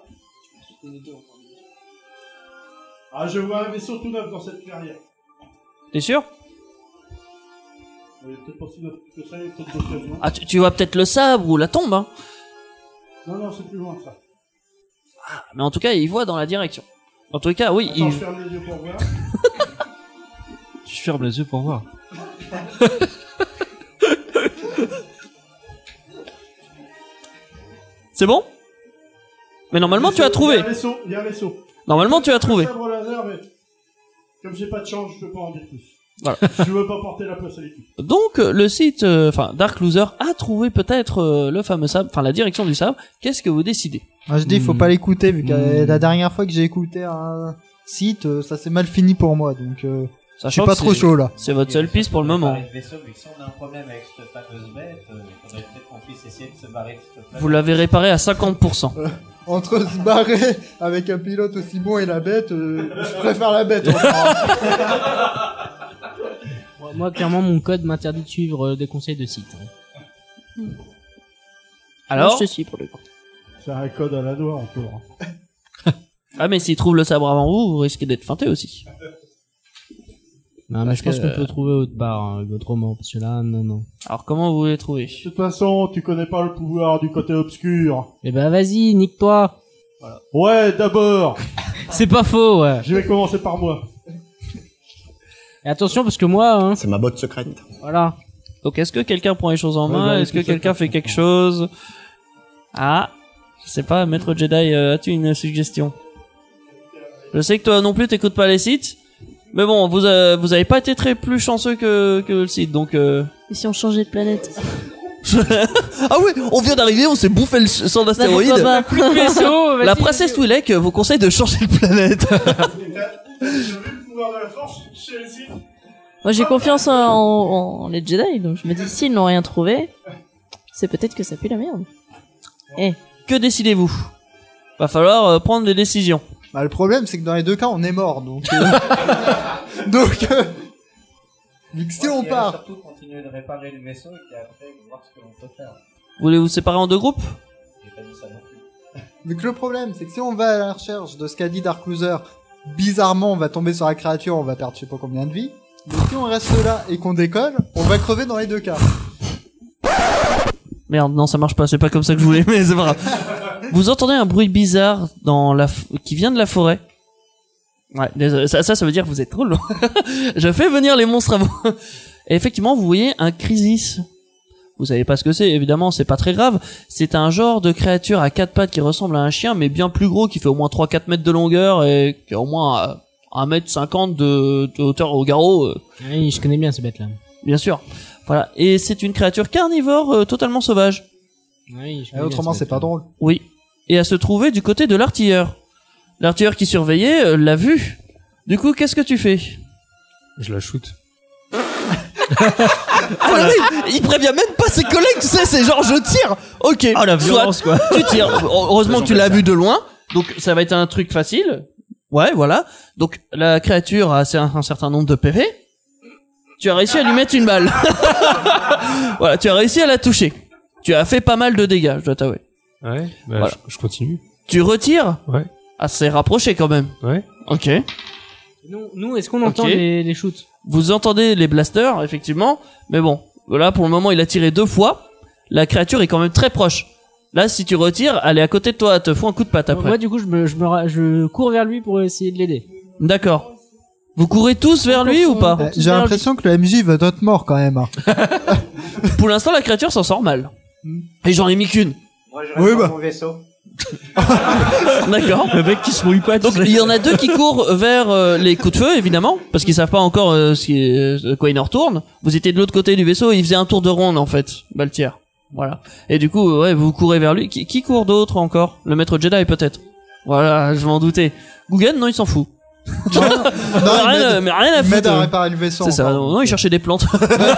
Ah, je vois un vaisseau tout neuf dans cette clairière. T'es sûr? Il est peut-être pas si neuf que ça, il est peut-être d'occasion. Ah, tu, tu vois peut-être le sabre ou la tombe, hein. Non, non, c'est plus loin que ça. Ah, mais en tout cas, il voit dans la direction. En tout cas, oui, Attends, il... je ferme les yeux pour voir. Je ferme les yeux pour voir. C'est bon? Mais normalement, tu as trouvé. Il y a un vaisseau, il y a un vaisseau. Normalement, tu as trouvé. Un sabre laser, mais comme j'ai pas de chance, je peux pas en dire plus. Voilà. Je veux pas porter la place à l'équipe. Donc euh, le site, euh, enfin Dark Loser a trouvé peut-être euh, le fameux sabre, enfin la direction du sabre. Qu'est-ce que vous décidez? Moi, je dis, faut Hmm. pas l'écouter, vu que Hmm. la dernière fois que j'ai écouté un site, euh, ça s'est mal fini pour moi, donc euh, je Sachant suis pas que trop c'est- chaud là. C'est votre seule piste pour le moment. Vu que si on a un problème avec cette fameuse bête, euh, il faudrait peut-être qu'on puisse essayer de se barrer de cette planète. Vous l'avez réparé à cinquante pour cent. Entre se barrer avec un pilote aussi bon et la bête, euh, je préfère la bête. encore. Moi, moi, clairement, mon code m'interdit de suivre euh, des conseils de site. hein. Alors Moi, je te suis pour le coup. C'est un code à la noix encore. Ah mais s'il trouve le sabre avant vous, vous risquez d'être feinté aussi. Non, mais Parce je pense que- qu'on peut trouver autre part, hein, autrement, parce que là, non, non. Alors comment vous voulez trouver? De toute façon, tu connais pas le pouvoir du côté obscur. Eh ben, vas-y, nique-toi. Ouais, d'abord. C'est pas faux, ouais. Je vais commencer par moi. Et attention, parce que moi, hein. C'est ma botte secrète. Voilà. Donc est-ce que quelqu'un prend les choses en Ouais, main? bah, Est-ce que tout ça, quelqu'un ça, fait ça, quelque ça. chose? Ah, je sais pas, Maître Jedi, euh, as-tu une suggestion? Je sais que toi non plus t'écoutes pas les sites, mais bon, vous euh, vous avez pas été très plus chanceux que que le site, donc. Euh... Et si on changeait de planète? Ah ouais, on vient d'arriver, on s'est bouffé le sang d'astéroïdes. Bah, pourquoi pas. Plus de vaisseau, La princesse Twi'lek vous conseille de changer de planète. J'ai vu le pouvoir de la force chez les Sith. Moi, j'ai confiance en, en- en les Jedi, donc je me dis, s'ils n'ont rien trouvé, c'est peut-être que ça pue la merde. Eh. Que décidez-vous? Va falloir euh, prendre des décisions. Bah, le problème, c'est que dans les deux cas, on est mort, donc. euh, donc, euh, vu que si on part. Surtout continuer de réparer le vaisseau et puis après voir ce que l'on peut faire. Voulez-vous séparer en deux groupes? J'ai pas dit ça non plus. Vu que le problème, c'est que si on va à la recherche de ce qu'a dit Dark Cruiser, bizarrement, on va tomber sur la créature, on va perdre je sais pas combien de vies. Mais si on reste là et qu'on décolle, on va crever dans les deux cas. Merde, non, ça marche pas, c'est pas comme ça que je voulais, mais c'est pas grave. Vous entendez un bruit bizarre dans la f- qui vient de la forêt. Ouais, désolé, ça, ça, ça veut dire que vous êtes trop loin. Je fais venir les monstres à vous. Et effectivement, vous voyez un Crisis. Vous savez pas ce que c'est, évidemment, c'est pas très grave. C'est un genre de créature à quatre pattes qui ressemble à un chien, mais bien plus gros, qui fait au moins trois quatre mètres de longueur et qui a au moins euh, un mètre cinquante de, de hauteur au garrot. euh, Oui, je connais bien ces bêtes-là. bien sûr. Voilà. Et c'est une créature carnivore euh, totalement sauvage. Oui, je Et connais bien autrement, ces c'est pas bêtes-là. drôle. Oui. Et à se trouver du côté de l'artilleur. L'artilleur qui surveillait euh, l'a vu. Du coup, qu'est-ce que tu fais? Je la shoot. Ah oui, il prévient même pas ses collègues, tu sais, c'est genre je tire. Ok. Ah, la violence, Soit quoi. Tu tires. Heureusement que tu l'as vu de loin, donc ça va être un truc facile. Ouais, voilà. Donc la créature a un, un certain nombre de P V. Tu as réussi à lui mettre une balle. Voilà, tu as réussi à la toucher. Tu as fait pas mal de dégâts, je dois t'avouer. Ouais, bah, Voilà. je, je continue. Tu retires? Ouais. Assez rapproché quand même. Ouais. Ok. Nous, nous est-ce qu'on entend Ok. les, les shoots? Vous entendez les blasters, effectivement, mais bon, voilà, pour le moment, il a tiré deux fois. La créature est quand même très proche. Là, si tu retires, elle est à côté de toi, elle te fout un coup de patte après. Moi, du coup, je me, je me, ra- je cours vers lui pour essayer de l'aider. D'accord. Vous courez tous vers lui ou pas? Euh, J'ai l'impression que le M J va être mort quand même. hein. Pour l'instant, la créature s'en sort mal. Et j'en ai mis qu'une. Moi, je reste Oui, dans bah. mon vaisseau. D'accord. Le mec qui se mouille pas. Donc il y en a deux qui courent vers euh, les coups de feu, évidemment, parce qu'ils savent pas encore euh, ce qui est- euh, quoi ils en retournent. Vous étiez de l'autre côté du vaisseau, et il faisait un tour de ronde en fait, Baltier. Voilà. Et du coup, ouais, vous courez vers lui. Qui, qui court d'autre encore? Le maître Jedi peut-être. Voilà, je m'en doutais. Guggen, non, il s'en fout. Non, non, mais, il rien, m'aide- mais rien à il m'aide foutre. à réparer le vaisseau. C'est ça. encore. Non, il cherchait des plantes.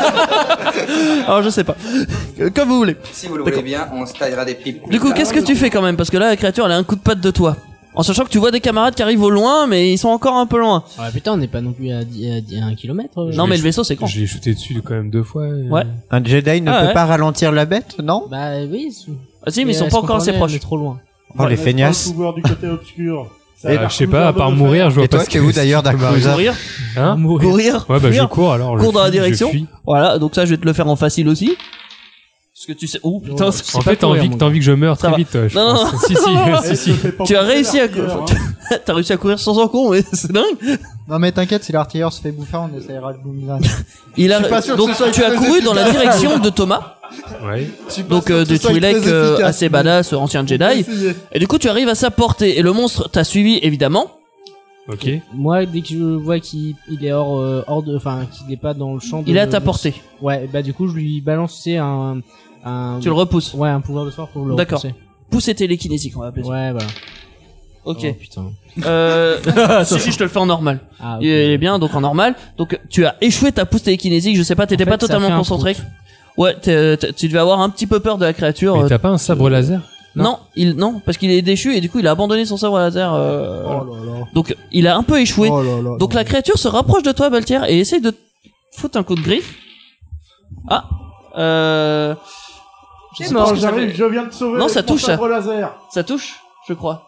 Alors je sais pas. Euh, Comme vous voulez. Si vous le voulez bien, on se taillera des pipes. plus Du coup, tard. qu'est-ce que tu fais quand même? Parce que là, la créature, elle a un coup de patte de toi. En sachant que tu vois des camarades qui arrivent au loin, mais ils sont encore un peu loin. Ah putain, on n'est pas non plus à, dix- à dix- à un kilomètre. euh. Non, mais le vaisseau, c'est grand. Je l'ai shooté dessus quand même deux fois. et- Ouais. Un Jedi ne Ah peut ouais. pas ralentir la bête, non? Bah oui. c'est- Ah si, mais ils sont est-ce pas qu'on encore assez parlait, proches. on est trop loin. Oh, les N'est-ce pas feignasses. Le pouvoir du côté obscur. Ça, Euh, Dark je sais pas, à Cruiser part veut le mourir, faire. je vois Et pas toi, ce t'es que où d'ailleurs, Dark ça Cruiser? Courir, Hein? courir, Ouais, bah je fuir, cours alors. je cours dans la fuis, je direction. fuis. Voilà, donc ça, je vais te le faire en facile aussi. Parce que tu sais. Oh putain, c'est En pas fait, t'as courir, envie, mon t'as envie que je meure Ça très va. vite. euh, je Non, non, pense. non. Si, si, Eh, si, si. te fais pas Tu as pousser réussi à. l'artilleur, hein. T'as réussi à courir sans en con, mais c'est dingue. Non mais t'inquiète, si l'artilleur se fait bouffer, on essayera de boomerang. Il a. Je suis pas sûr que Donc ce soit tu as très couru dans la efficace. direction de Thomas. Ouais. Je suis pas Donc sûr euh, que de ce soit Twi'lek très euh, efficace, assez mais- badass, ancien On peut Jedi. essayer. Et du coup, tu arrives à sa portée. Et le monstre t'a suivi évidemment. Ok. Moi, dès que je vois qu'il il est hors, euh, hors de, enfin, qu'il est pas dans le champ de. Il est à ta de- portée. Ouais, bah du coup, je lui balance, tu sais, un, un. Tu le repousses. Ouais, un pouvoir de soir pour le D'accord. repousser. Poussée télékinésique, on va appeler ça. Ouais, voilà. Ok. Oh, putain. Euh, si, si, je te le fais en normal. Ah, ok. Il est bien, donc en normal. Donc, tu as échoué ta pousse télékinésique, je sais pas, t'étais En fait, pas ça totalement fait un concentré. prout. Ouais, t'es- t'es- tu devais avoir un petit peu peur de la créature. Mais euh, t'as pas un sabre laser? non, il, non, parce qu'il est déchu et du coup, il a abandonné son sabre laser, euh, Oh là là. donc, il a un peu échoué. Oh là là. Donc, la créature se rapproche de toi, Baltier, et essaye de te foutre un coup de griffe. Ah, euh, je sais Non, pas ce que ça j'arrive, fait. je viens de sauver Non, ça mon touche, ça. sabre laser. Ça touche, je crois.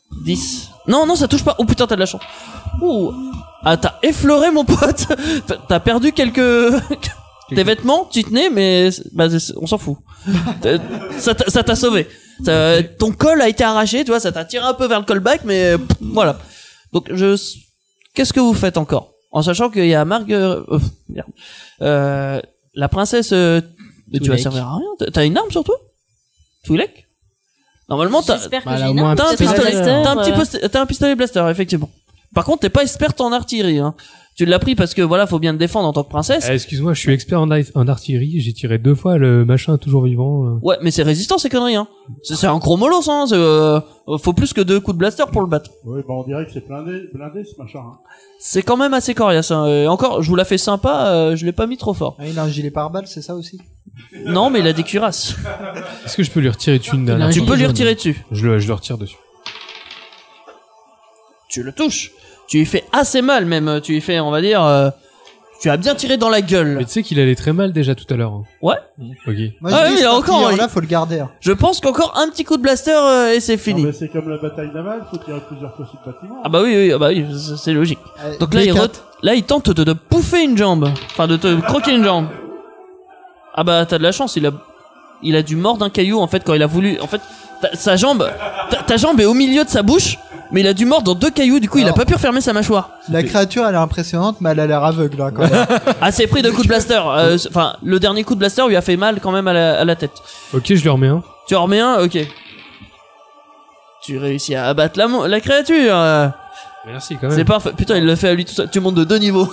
dix. Non, non, ça touche pas. Oh putain, t'as de la chance. Ouh. Ah, t'as effleuré, mon pote. T'as perdu quelques... Tes vêtements, tu tenais, mais bah, on s'en fout. ça t'a, ça t'a sauvé. Ça, ton col a été arraché, tu vois, ça t'a tiré un peu vers le callback, mais pff, voilà. Donc, je... Qu'est-ce que vous faites encore? En sachant qu'il y a Marguerite... Euh, merde. Euh, la princesse... Euh... Mais tu vas servir à rien. T'as une arme sur toi? Twi'lek? Normalement, t'as... J'espère que Bah, j'ai là, au une moins, arme. T'as un Peut-être un pistolet, blaster, t'as un petit euh. post- t'as un pistolet blaster, effectivement. Par contre, t'es pas experte en artillerie, hein. Tu l'as pris parce que voilà, faut bien te défendre en tant que princesse. Ah, excuse-moi, je suis expert en, a- en artillerie, j'ai tiré deux fois, le machin est toujours vivant. euh. Ouais, mais c'est résistant ces conneries, hein. C'est, c'est un gros molos, hein. C'est, euh, faut plus que deux coups de blaster pour le battre. Oui, bah on dirait que c'est blindé, blindé ce machin. Hein. C'est quand même assez coriace, hein. Et encore, je vous la fais sympa, euh, je l'ai pas mis trop fort. Ah, il a un gilet pare-balles, c'est ça aussi? Non, mais il a des cuirasses. Est-ce que je peux lui retirer dessus une dernière Tu fois peux lui retirer dessus. Je le, je le retire dessus. Tu le touches. Tu lui fais assez mal, même. Tu lui fais, on va dire, euh, tu as bien tiré dans la gueule. Mais tu sais qu'il allait très mal déjà tout à l'heure. hein. Ouais. Ok. Moi, Ah je oui, dis, il a cet encore- artilleur-là, faut le garder. hein. Je pense qu'encore un petit coup de blaster euh, et c'est fini. Non, mais c'est comme la bataille navale, faut tirer plusieurs fois sur le bâtiment. Ah bah oui, oui, ah bah oui, c'est- c'est logique. Euh, Donc là, il, B quatre. re- là, il tente de te bouffer une jambe. Enfin, de te croquer une jambe. Ah bah, t'as de la chance, il a, il a dû mordre un caillou, en fait, quand il a voulu, en fait, ta, sa jambe, ta, ta jambe est au milieu de sa bouche, mais il a dû mordre dans deux cailloux, du coup, il a Alors. pas pu refermer sa mâchoire. La créature, elle est impressionnante, mais elle a l'air aveugle, là, quand même. Ah, c'est pris de coups de blaster. Euh, c'est- Enfin, le dernier coup de blaster lui a fait mal quand même à la, à la tête. Ok, je lui remets un. Tu en remets un? Ok. Tu réussis à abattre la, mo- la créature. euh. Merci quand même. C'est parfait. Putain, il le fait à lui tout seul. Tu montes de deux niveaux.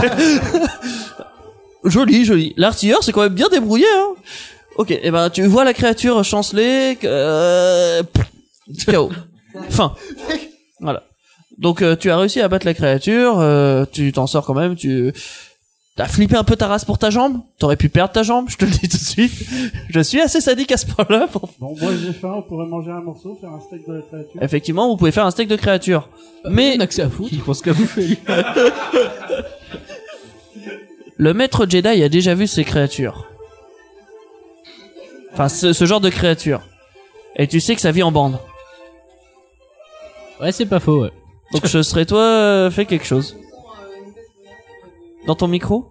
Joli, joli. L'artilleur, c'est quand même bien débrouillé, hein. Ok, et ben tu vois la créature chanceler. Euh... K O. Fin. Voilà. Donc euh, tu as réussi à battre la créature. Euh, tu t'en sors quand même. Tu t'as flippé un peu ta race pour ta jambe. T'aurais pu perdre ta jambe. Je te le dis tout de suite. Je suis assez sadique à ce point-là. Pour... Bon, moi j'ai faim, on pourrait manger un morceau, faire un steak de la créature. Effectivement, vous pouvez faire un steak de créature. Mais On a que ça à foutre. Il pense qu'à bouffer, lui. le maître Jedi a déjà vu ces créatures. Enfin, ce, ce genre de créatures. Et tu sais que ça vit en bande. Ouais, c'est pas faux, ouais. Donc je serais toi, euh, fais quelque chose. Dans ton micro?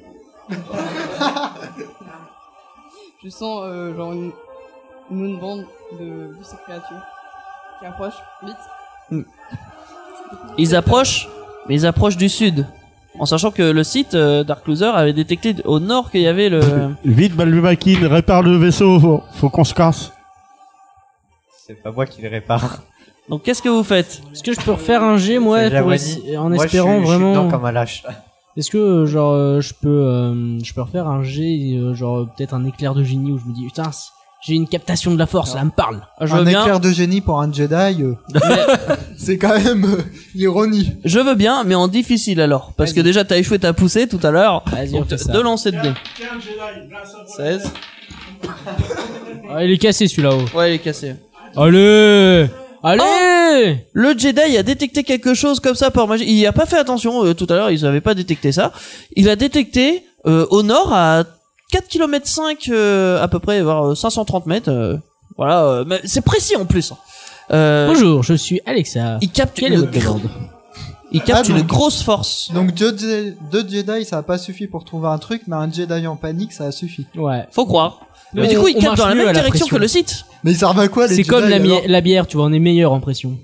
Je sens euh, genre une, une bande de, de ces créatures qui approche vite. Ils approchent, mais ils approchent du sud. En sachant que le site euh, Dark Loser avait détecté au nord qu'il y avait le... Vite, Balbumakin, répare le vaisseau, faut, faut qu'on se casse. C'est pas moi qui le répare. Donc qu'est-ce que vous faites? Est-ce que je peux refaire un G, moi, C'est pour Giovanni. essayer- en Moi, je espérant suis- je suis vraiment... dedans comme un lâche. Est-ce que, euh, genre, euh, je peux, euh, je peux refaire un G, euh, genre, peut-être un éclair de génie où je me dis, putain, c- j'ai une captation de la force, ça me parle. Je un veux bien. éclair de génie pour un Jedi, euh, c'est quand même euh, ironie. Je veux bien, mais en difficile alors. Parce que déjà t'as échoué ta poussée tout à l'heure. Vas-y, on Donc, fait ça. deux lancers de dés. seize. Ah, il est cassé celui-là, oh. Ouais, il est cassé. Allez! Allez! Le Jedi a détecté quelque chose comme ça par magie. Il a pas fait attention euh, tout à l'heure, ils avaient pas détecté ça. Il a détecté euh, au nord à quatre kilomètres cinq euh, à peu près, voire cinq cent trente mètres. euh, voilà, euh, mais c'est précis en plus. Euh, Bonjour, je suis Alexa. Il capte Quelle est une, votre demande? il capte Ah, une donc- grosse force. Donc deux, Je- deux Jedi, ça a pas suffi pour trouver un truc, mais un Jedi en panique, ça a suffi. Ouais. Faut croire. Mais On- du coup, il on capte marche dans la mieux même à la direction pression. que le site. Mais ils servent à quoi, les C'est Jedi comme la, mi- alors la bière, tu vois, on est meilleur en pression.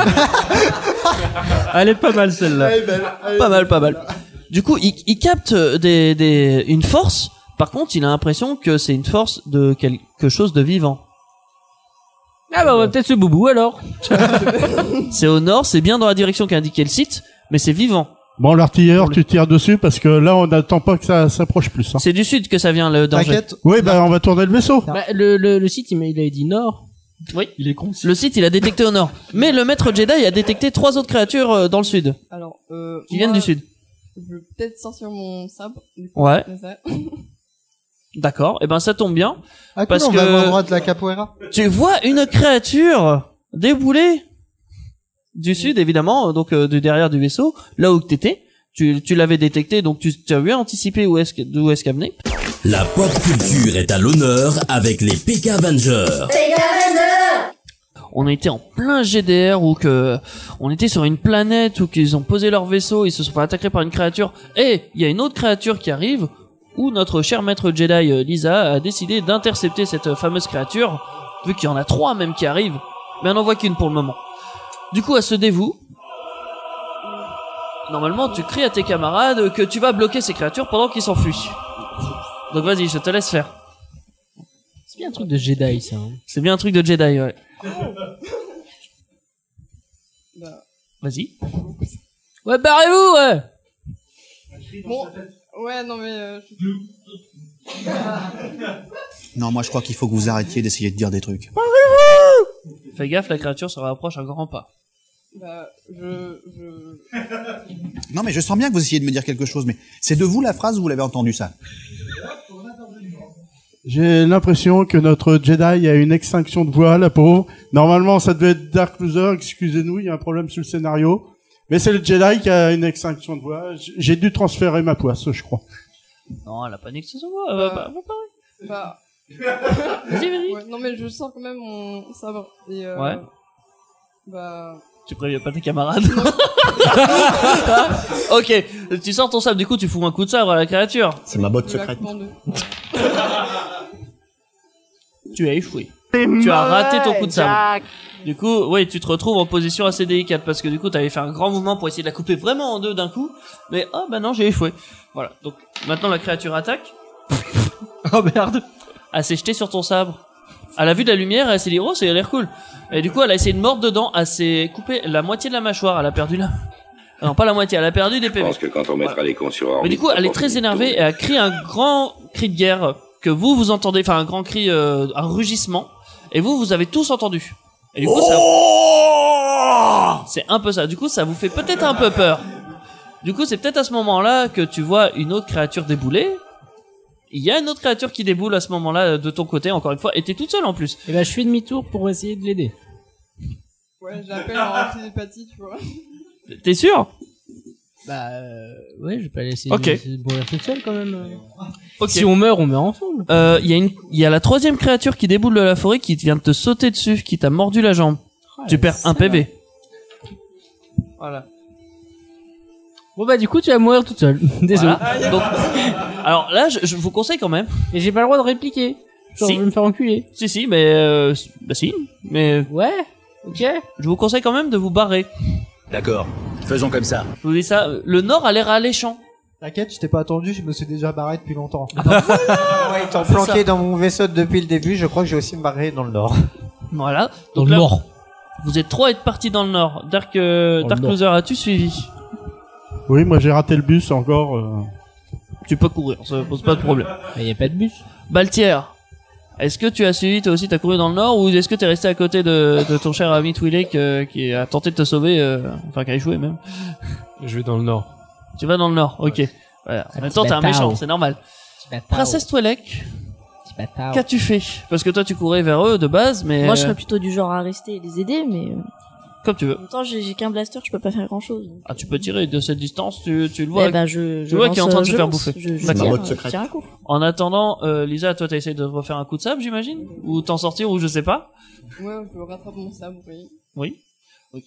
Elle est pas mal celle-là. Elle est belle, elle est Pas mal, belle. pas mal. Du coup, il, il capte des, des, une force. Par contre, il a l'impression que c'est une force de quelque chose de vivant. Ah bah, on va peut-être ce boubou alors. C'est au nord, c'est bien dans la direction qu'a indiqué le site, mais c'est vivant. Bon, l'artilleur, tu tires dessus parce que là, on n'attend pas que ça s'approche plus. Hein. C'est du sud que ça vient le danger. T'inquiète. Oui, bah on va tourner le vaisseau. Bah, le, le, le site, il, m'a- il avait dit nord. Oui. Il est con. Le site, il a détecté au nord. Mais le maître Jedi a détecté trois autres créatures euh, dans le sud. Alors, euh, Qui viennent moi, du sud. Je vais peut-être sortir mon sabre. Du coup, Ouais. c'est ça. D'accord. Et ben, ça tombe bien. Ah, cool, Parce on que- va avoir droit de la capoeira. Tu vois une créature débouler du sud, évidemment, donc euh, de derrière du vaisseau, là où t'étais. Tu, tu l'avais détecté, donc tu, tu as bien anticipé où est-ce que- d'où est-ce qu'elle venait. La pop culture est à l'honneur avec les P K Avengers. on était en plein G D R ou que on était sur une planète où qu'ils ont posé leur vaisseau, ils se sont fait attaquer par une créature et il y a une autre créature qui arrive où notre cher maître Jedi euh, Lisa a décidé d'intercepter cette euh, fameuse créature vu qu'il y en a trois même qui arrivent mais on n'en voit qu'une pour le moment. Du coup elle se dévoue. Normalement tu cries à tes camarades que tu vas bloquer ces créatures pendant qu'ils s'enfuient. Donc vas-y, je te laisse faire. C'est bien un truc de Jedi, ça. Hein. C'est bien un truc de Jedi, ouais. Bah. Vas-y. Ouais, barrez-vous, ouais. Bon, ouais, non mais... Euh, je... Non, moi je crois qu'il faut que vous arrêtiez d'essayer de dire des trucs. Fais gaffe, la créature se rapproche à grands pas. Bah, je... je... Non, mais je sens bien que vous essayez de me dire quelque chose, mais c'est de vous la phrase ou vous l'avez entendu ça? J'ai l'impression que notre Jedi a une extinction de voix, la pauvre. Normalement, ça devait être Dark Loser, excusez-nous, il y a un problème sur le scénario. Mais c'est le Jedi qui a une extinction de voix. J'ai dû transférer ma poisse, je crois. Non, elle a pas une extinction de voix, euh, bah, bah, Bah... Vas-y, vas-y. Ouais, non mais je sens quand même mon sabre. Et euh... Ouais. Bah... Tu préviens pas tes camarades. Ok, tu sors ton sabre, du coup tu fous un coup de sabre à la créature. C'est ma botte Je la secrète. coupe en deux. Tu as échoué. Tu as raté ton coup de sabre. Du coup, oui, tu te retrouves en position assez délicate parce que du coup, t'avais fait un grand mouvement pour essayer de la couper vraiment en deux d'un coup. Mais oh bah non, j'ai échoué. Voilà. Donc maintenant la créature attaque. Oh merde. Elle s'est jetée sur ton sabre. À la vue de la lumière, elle s'est dit oh, ça a l'air cool. Et du coup, elle a essayé de mordre dedans. Elle s'est coupée la moitié de la mâchoire. Elle a perdu la. Non, pas la moitié. Elle a perdu des P V. Je pense que quand on mettra Voilà. les cons sur orbite... Mais du coup, elle est très énervée et elle crie un grand cri de guerre que vous vous entendez, enfin un grand cri, euh, un rugissement, et vous vous avez tous entendu. Et du coup, ça... c'est un peu ça. Du coup, ça vous fait peut-être un peu peur. Du coup, c'est peut-être à ce moment-là que tu vois une autre créature débouler. Il y a une autre créature qui déboule à ce moment-là de ton côté, encore une fois, et t'es toute seule en plus. Et bah, je fais demi-tour pour essayer de l'aider. Ouais, j'appelle en télépathie, tu vois. T'es sûr? Bah, euh, ouais, je vais pas laisser Ok. de mourir toute seule quand même. Ok. Si on meurt, on meurt ensemble. Euh, il y a une, il y a la troisième créature qui déboule de la forêt qui vient de te sauter dessus, qui t'a mordu la jambe. Oh, tu la perds un P V. Voilà. Bon bah du coup tu vas mourir toute seule. Désolé. Voilà. Donc, alors là, je, je vous conseille quand même. Et j'ai pas le droit de répliquer. Genre, Si. je vais me faire enculer. Si si, mais euh, bah si, mais ouais. Ok. Je vous conseille quand même de vous barrer. D'accord, faisons comme ça. Je vous dis ça. Le nord a l'air alléchant. T'inquiète, je t'ai pas attendu, je me suis déjà barré depuis longtemps. Ouais, étant C'est planqué ça. dans mon vaisseau depuis le début, je crois que j'ai aussi me barré dans le nord. Voilà. Dans Donc le là, nord. vous êtes trois à être partis dans le nord. Dark, euh, Dans le Dark nord. Loser, as-tu suivi? Oui, moi j'ai raté le bus encore. euh. Tu peux courir, ça pose pas de problème. Mais y a pas de bus. Baltière, est-ce que tu as suivi, toi aussi, t'as couru dans le nord, ou est-ce que t'es resté à côté de, de ton cher ami Twi'lek euh, qui a tenté de te sauver, euh, enfin qui a échoué même? Je vais dans le nord. Tu vas dans le nord, ok. Voilà. En Un même petit temps, t'es un bâtard. méchant, c'est normal. Petit bâtard. Princesse Twi'lek, Petit bâtard. qu'as-tu fait? Parce que toi, tu courais vers eux de base, mais Moi, je euh, serais plutôt du genre à rester et les aider, mais euh, comme tu veux. en même temps, j'ai j'ai qu'un blaster, je peux pas faire grand chose. Ah, tu peux tirer de cette distance, tu, tu le vois. Eh ben, je, tu je vois lance, qu'il est en train de je se faire lance. bouffer. Je, je D'accord. tire, Mode euh, secret. je tire un coup. En attendant, euh, Lisa, toi, t'as essayé de refaire un coup de sable, j'imagine? Ou t'en sortir, ou je sais pas? Ouais, je rattrape mon sabre, oui. Oui. Ok.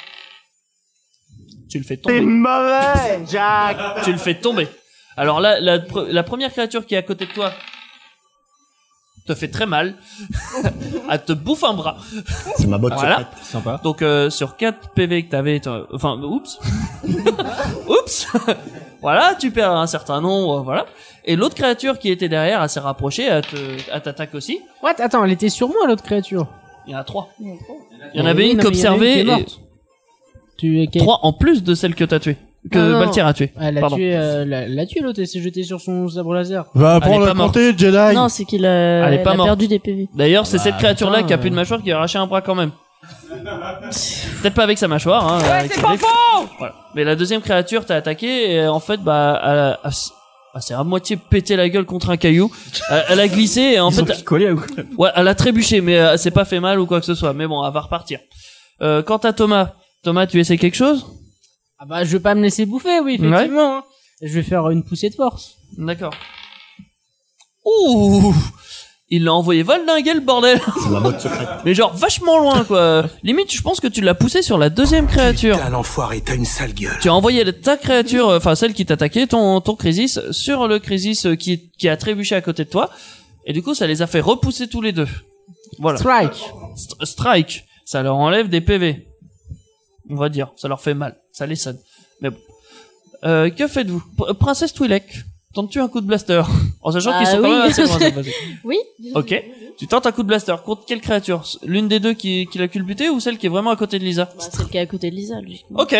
Tu le fais tomber. mauvais, Jack. Tu le fais tomber. Alors là, la, pre- la première créature qui est à côté de toi te fait très mal. Elle te bouffe un bras. C'est ma botte Voilà. secrète. Sympa. Donc euh, sur quatre P V que t'avais, t'as- enfin, oups, oups, voilà, tu perds un certain nombre, voilà. Et l'autre créature qui était derrière, elle s'est rapprochée, elle te, elle t'attaque aussi. What? Attends, elle était sur moi l'autre créature. Il y en a trois. Il y Euh, en avait oui, une non, mais il y en a qu'observée qui est et morte. Tu es trois en plus de celle que t'as tuée, que Ah, non, Baltier a tuée. Elle a Pardon. tué, euh, la, la tué l'autre, elle s'est jetée sur son sabre laser. Va Elle apprendre est à pas morte. compter, Jedi. Non, c'est qu'il a, Elle est elle pas a morte. perdu des P V. D'ailleurs, c'est Bah, cette créature-là putain, qui a plus de euh. mâchoire qui a arraché un bras quand même. Peut-être pas avec sa mâchoire, hein. avec c'est ses pas griffes. Voilà. Mais la deuxième créature t'a attaqué et en fait, bah, elle, a- elle s- elle s'est à moitié pété la gueule contre un caillou. Elle, elle a glissé et en Ils ont fait, picolé ou quoi? ouais, elle a trébuché, mais euh, elle s'est pas fait mal ou quoi que ce soit. Mais bon, elle va repartir. Euh, quant à Thomas, Thomas, tu essaies quelque chose? Ah bah, je vais pas me laisser bouffer, oui, effectivement. hein. Je vais faire une poussée de force. D'accord. Ouh, il l'a envoyé voldinguer le bordel. C'est ma botte secrète. Mais genre vachement loin quoi. Limite, je pense que tu l'as poussé sur la deuxième créature. Putain, l'enfoiré, t'as une sale gueule. Tu as envoyé ta créature, enfin celle qui t'attaquait, ton ton Crisis, sur le Crisis qui qui a trébuché à côté de toi. Et du coup, ça les a fait repousser tous les deux. Voilà. Strike. St- strike. Ça leur enlève des P V. On va dire, ça leur fait mal, ça les sonne. Mais bon. Euh, que faites-vous? P- Princesse Twi'lek, tentes-tu un coup de blaster? En sachant Bah qu'ils sont oui. quand même assez loin. cette fois-ci. Oui. Ok. Tu tentes un coup de blaster contre quelle créature? L'une des deux qui, qui l'a culbuté ou celle qui est vraiment à côté de Lisa? Bah, celle qui est à côté de Lisa, lui. Ok.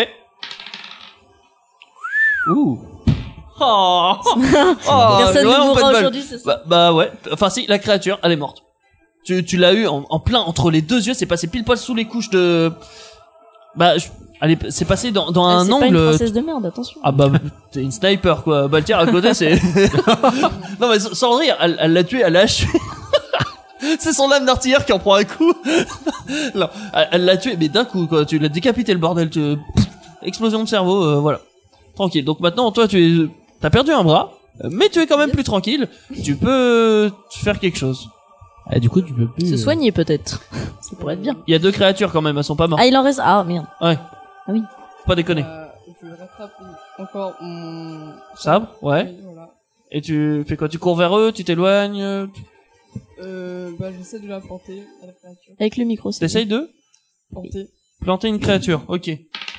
Ouh. Oh. Oh, Personne ouais, ne on peut mourra te balle. aujourd'hui, c'est ça? Bah, bah ouais. Enfin si, la créature, elle est morte. Tu, tu l'as eu en, en plein entre les deux yeux, c'est passé pile poil sous les couches de... Bah, je- elle est- c'est passé dans, dans Ah, un c'est angle... pas une princesse de merde, attention. Ah bah, t'es une sniper quoi. Bah le tir à côté c'est... non mais sans sans rire, elle elle l'a tué, elle l'a achevé. C'est son lame d'artilleur qui en prend un coup. Non, elle elle l'a tué, mais d'un coup quoi. Tu l'as décapité le bordel. Tu... Explosion de cerveau, euh, voilà. Tranquille. Donc maintenant toi tu es... T'as perdu un bras, mais tu es quand même plus tranquille. Tu peux faire quelque chose. Ah, du coup, tu peux plus. Se euh, soigner peut-être. Ça pourrait être bien. Il y a deux créatures quand même, elles sont pas mortes. Ah, il en reste. Ah, merde. Ouais. Ah oui. Faut pas déconner. Euh, je rattrape encore mon... Sabre, ouais. Oui, voilà. Et tu fais quoi? Tu cours vers eux, tu t'éloignes, euh, Euh, bah, j'essaie de la planter à la créature. Avec le micro, c'est t'essayes de Planter. planter une créature. Ok.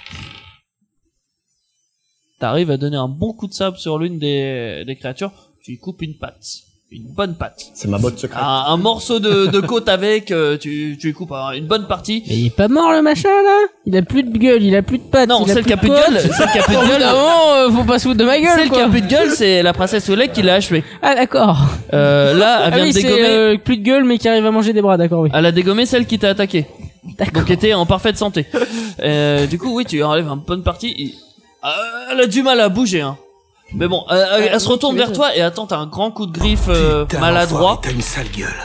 T'arrives à donner un bon coup de sabre sur l'une des, des créatures. Tu y coupes une patte. Une bonne patte. C'est ma botte secrète. Un, un morceau de, de côte avec, euh, tu, tu y coupes hein, une bonne partie. Mais il est pas mort le machin là. Il a plus de gueule, il a plus de pattes. Non, il a celle qui a plus de côte. gueule, celle qui a plus de gueule. Non, euh, faut pas se foutre de ma gueule. Celle quoi. qui a plus de gueule, c'est la princesse Twi'lek qui l'a achevée. Ah d'accord. Euh, là, elle Ah vient oui, de c'est dégommer. euh, plus de gueule mais qui arrive à manger des bras, d'accord oui. Elle a dégommé celle qui t'a attaqué. D'accord. Donc était en parfaite santé. Euh, du coup, oui, tu enlèves une bonne partie. Et- Euh, elle a du mal à bouger, hein. Mais bon, elle, elle- elle se retourne vers toi et attends, t'as un grand coup de griffe euh, Putain, maladroit. l'enfoiré, t'as une sale gueule.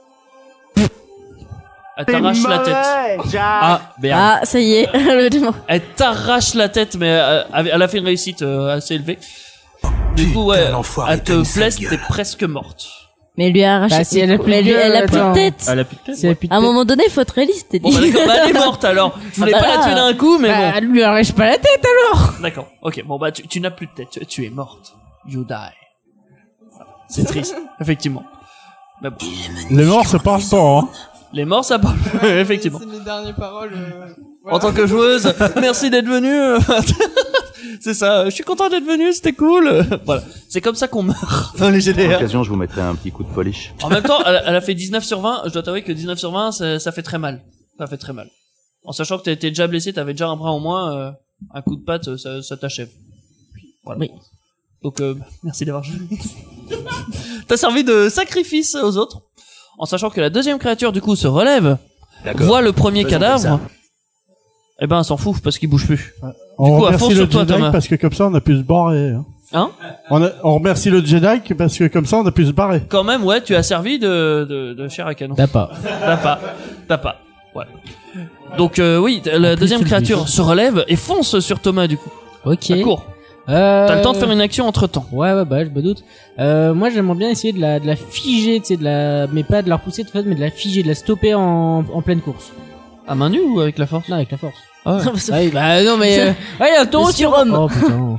Elle t'arrache la tête. Ah, merde. Ah, ça y est. Le démon. Elle t'arrache la tête, mais euh, elle a fait une réussite euh, assez élevée. Du coup, ouais, l'enfoiré, elle t'as une te sale blesse, gueule. t'es presque morte. Mais elle lui a arraché. Bah, si elle a plus mais de elle, lui- elle a gueule, plus de attends. tête. Elle a plus de tête. Si elle a plus de À un tête. moment donné, faut être réaliste. T'es Bon, dit. bah d'accord, bah, elle est morte alors. Je voulais Ah bah pas la là. tuer d'un coup, mais Bah, bon. elle lui arrache pas la tête alors. D'accord, ok, bon bah tu, tu n'as plus de tête, tu, tu es morte. You die. C'est triste, effectivement. Mais bon. Les morts, ça parle pas, hein. Les morts, ça parle, effectivement. C'est mes dernières paroles. euh, En voilà. tant que joueuse, merci d'être venue. C'est ça, je suis content d'être venu, c'était cool. Voilà, c'est comme ça qu'on meurt dans les G D À R. l'occasion, je vous mettrai un petit coup de polish. En même temps, elle, elle a fait dix-neuf sur vingt, je dois t'avouer que dix-neuf sur vingt, ça, ça fait très mal. Ça fait très mal. En sachant que t'étais déjà blessé, t'avais déjà un bras en moins, euh, un coup de patte, ça, ça t'achève. Voilà. Oui. Donc, euh, merci d'avoir joué. T'as servi de sacrifice aux autres. En sachant que la deuxième créature, du coup, se relève, D'accord. voit le premier Faisons comme cadavre. ça. Eh ben, elle s'en fout parce qu'il bouge plus. On coup, à fond remercie sur le toi, Jedi Thomas. parce que comme ça on a pu se barrer. Hein. Hein on, a- on remercie le Jedi parce que comme ça on a pu se barrer. Quand même, ouais, tu as servi de, de, de chair à canon. T'as pas. T'as pas. T'as pas. Ouais. Donc, euh, oui, t- la plus, deuxième tu le créature dis. se relève et fonce sur Thomas, du coup. Ok. Elle court. Euh... T'as le temps de faire une action entre temps. Ouais, ouais, bah, je me doute. Euh, moi, j'aimerais bien essayer de la, de la figer, tu sais, de la, mais pas de la repousser de fait, mais de la figer, de la stopper en, en pleine course. À main nue ou avec la force? Non, avec la force. Ah ouais. Ah oui, bah, non, mais, euh... ouais, il y a un taureau Le sur surhomme. Oh, putain.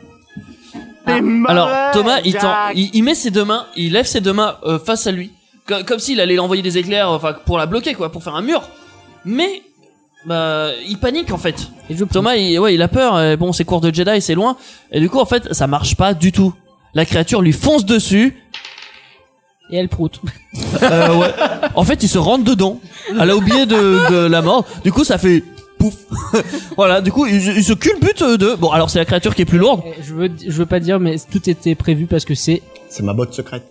Alors, Thomas, il, t'en- il, il met ses deux mains, il lève ses deux mains euh, face à lui, co- comme s'il allait l'envoyer des éclairs, enfin, pour la bloquer, quoi, pour faire un mur. Mais, bah, il panique, en fait. Et je Thomas, il, ouais, il a peur, et bon, c'est cours de Jedi, c'est loin. Et du coup, en fait, ça marche pas du tout. La créature lui fonce dessus. Et elle proute. Euh, ouais. En fait, il se rentre dedans. Elle a oublié de, de la mort. Du coup, ça fait pouf. Voilà. Du coup, il, il se culbute de. Bon, alors c'est la créature qui est plus lourde. Je veux, je veux pas dire, mais tout était prévu parce que c'est. C'est ma botte secrète.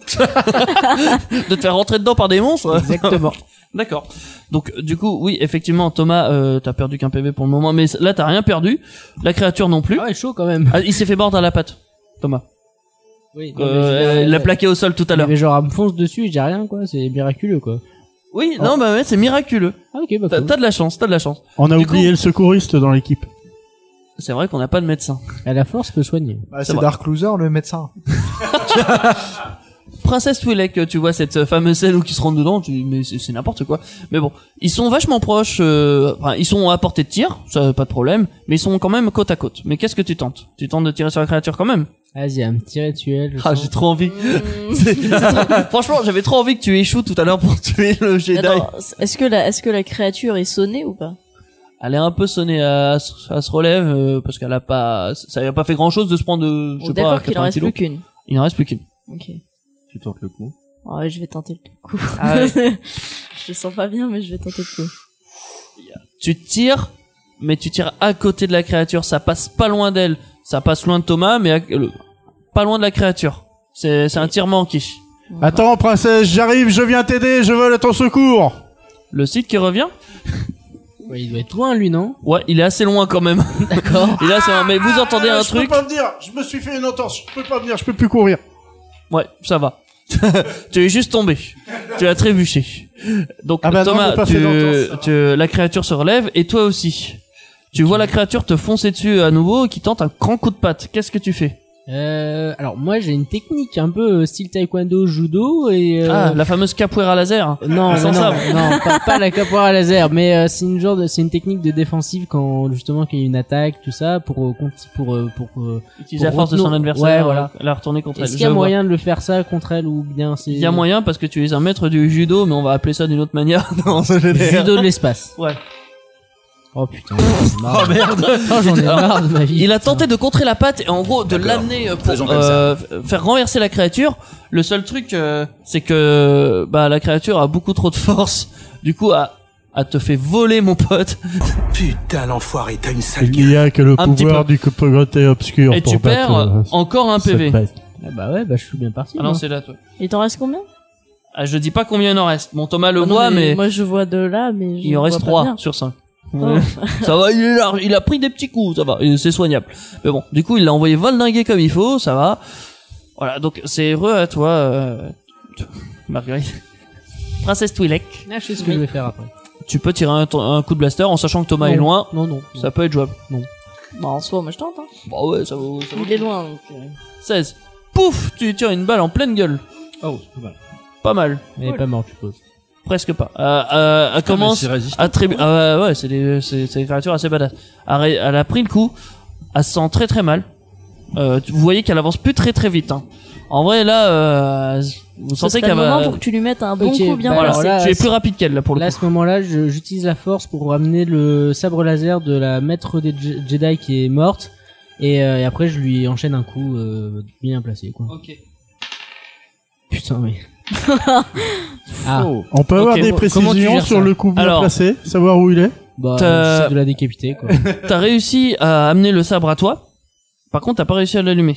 De te faire rentrer dedans par des monstres. Exactement. D'accord. Donc, du coup, oui, effectivement, Thomas, euh, t'as perdu qu'un P V pour le moment, mais là, t'as rien perdu. La créature non plus. Ah ouais, chaud quand même. Ah, il s'est fait mordre à la patte, Thomas. Oui. non, mais je- Euh, il l'a plaqué au sol tout à l'heure. Mais genre, elle me fonce dessus et j'ai rien, quoi. C'est miraculeux, quoi. Oui, Oh. non, bah ouais, c'est miraculeux. Ah, ok, bah, T'as cool. t'as de la chance, t'as de la chance. On a Du oublié coup- le secouriste dans l'équipe. C'est vrai qu'on n'a pas de médecin. À la force peut soigner. Bah, C'est c'est vrai. Dark Loser, le médecin. Princesse Twi'lek, tu vois cette fameuse scène où ils se rentrent dedans, tu dis mais c'est, c'est n'importe quoi. Mais bon, ils sont vachement proches, euh, enfin ils sont à portée de tir, ça pas de problème, mais ils sont quand même côte à côte. Mais qu'est-ce que tu tentes? Tu tentes de tirer sur la créature quand même? Vas-y, un petit rituel. Ah, j'ai trop envie. C'est- c'est trop- Franchement, j'avais trop envie que tu échoues tout à l'heure pour tuer le Jedi. Attends, est-ce que la, est-ce que la créature est sonnée ou pas? Elle est un peu sonnée, à, à se relève euh, parce qu'elle a pas, ça a pas fait grand chose de se prendre de, je sais Bon, pas, d'accord qu'il en quatre-vingts reste kilos. plus qu'une. Il en reste plus qu'une. Ok. Tu tentes le coup. Ah ouais, je vais tenter le coup. Ah ouais. Je le sens pas bien, mais je vais tenter le coup. Tu tires, mais tu tires à côté de la créature. Ça passe pas loin d'elle. Ça passe loin de Thomas, mais à- le- pas loin de la créature. C'est, c'est un tir manqué. Attends, princesse, j'arrive, je viens t'aider, je vole à ton secours. Le site qui revient? Ouais, il doit être loin, lui, non? Ouais, il est assez loin quand même. D'accord. Il est assez loin. Mais vous entendez Ah, un je truc? peux pas venir, je me suis fait une entorse, je peux pas venir, je peux plus courir. Ouais, ça va. Tu es juste tombé. Tu as trébuché. Donc Ah bah non, Thomas, j'ai pas tu, fait d'entorse. tu- la créature se relève et toi aussi. Tu vois la créature te foncer dessus à nouveau et qui tente un grand coup de patte. Qu'est-ce que tu fais? Euh, alors moi j'ai une technique un peu euh, style taekwondo, judo et euh, Ah, la fameuse capoeira laser. non, Sans non, non, sabre. non, pas, pas la capoeira laser, mais euh, c'est une genre de, c'est une technique de défensive quand justement qu'il y a une attaque, tout ça, pour euh, cont- pour euh, pour, euh, Utiliser la pour force de son retenir- adversaire, Ouais, voilà. la retourner contre elle. Est-ce qu'il y a Je vois. moyen de le faire ça contre elle ou bien c'est Il y a moyen parce que tu es un maître du judo, mais on va appeler ça d'une autre manière. Non, ça G D R. judo de l'espace? Ouais. Oh putain, j'en ai marre. Oh merde. Oh, j'en ai marre de ma vie. Il a tenté de contrer la patte et en gros de l'amener euh, pour Faisons comme euh, faire renverser la créature. Le seul truc, euh, c'est que bah la créature a beaucoup trop de force. Du coup, a, a te fait voler mon pote. Putain, l'enfoiré, t'as une sale Il gueule. n'y a que le Un petit pouvoir peu. du côté obscur Et pour tu battre, perds euh, encore un P V. cette bête. Ah bah ouais, bah je suis bien parti. Ah non, moi. c'est là toi. Il t'en reste combien? Ah, je dis pas combien il en reste. Bon, Thomas le Ah non, voit, mais, moi je vois de là, mais je il en reste vois pas trois bien. sur cinq. Oh. Ça va, il est large, il a pris des petits coups, ça va, et c'est soignable. Mais bon, du coup, il l'a envoyé voldinguer comme il faut, ça va. Voilà, donc c'est heureux à toi, euh, Marguerite. Princesse Twi'lek. Ah, je sais ce que je vais faire après. Tu peux tirer un, un coup de blaster en sachant que Thomas Non. est loin. Non, non. Ça peut être jouable. Non. Bah en soi, moi je tente. Hein. Bah ouais, ça vaut. Ça vaut Il est loin. Donc, euh... seize. Pouf, tu tires une balle en pleine gueule. Oh, c'est pas mal. Pas mal. Elle est pas morte, je suppose. Presque pas. Euh, euh, elle commence c'est résistant. à tribu- ah ouais, ouais, c'est des, c'est, c'est des créatures assez badass. Elle, ré- elle a pris le coup. Elle se sent très très mal. Euh, tu- vous voyez qu'elle avance plus très très vite. Hein. En vrai, là, euh, vous ça sentez serait le qu'elle moment va. pour que tu lui mettes un bon Ok, coup bien bah placé. alors là, tu es c'est- plus rapide qu'elle là pour le Là, à coup. ce moment-là, je- j'utilise la force pour ramener le sabre laser de la maître des Je- Jedi qui est morte. Et, euh, et après, je lui enchaîne un coup euh, bien placé, quoi. Ok. Putain, oui. Ah. Oh. On peut avoir Ok, des comment tu précisions gères sur ça le coup bien Alors- placé, savoir où il est. Bah, T'as- j'essaie de la décapiter, quoi. T'as réussi à amener le sabre à toi. Par contre, t'as pas réussi à l'allumer.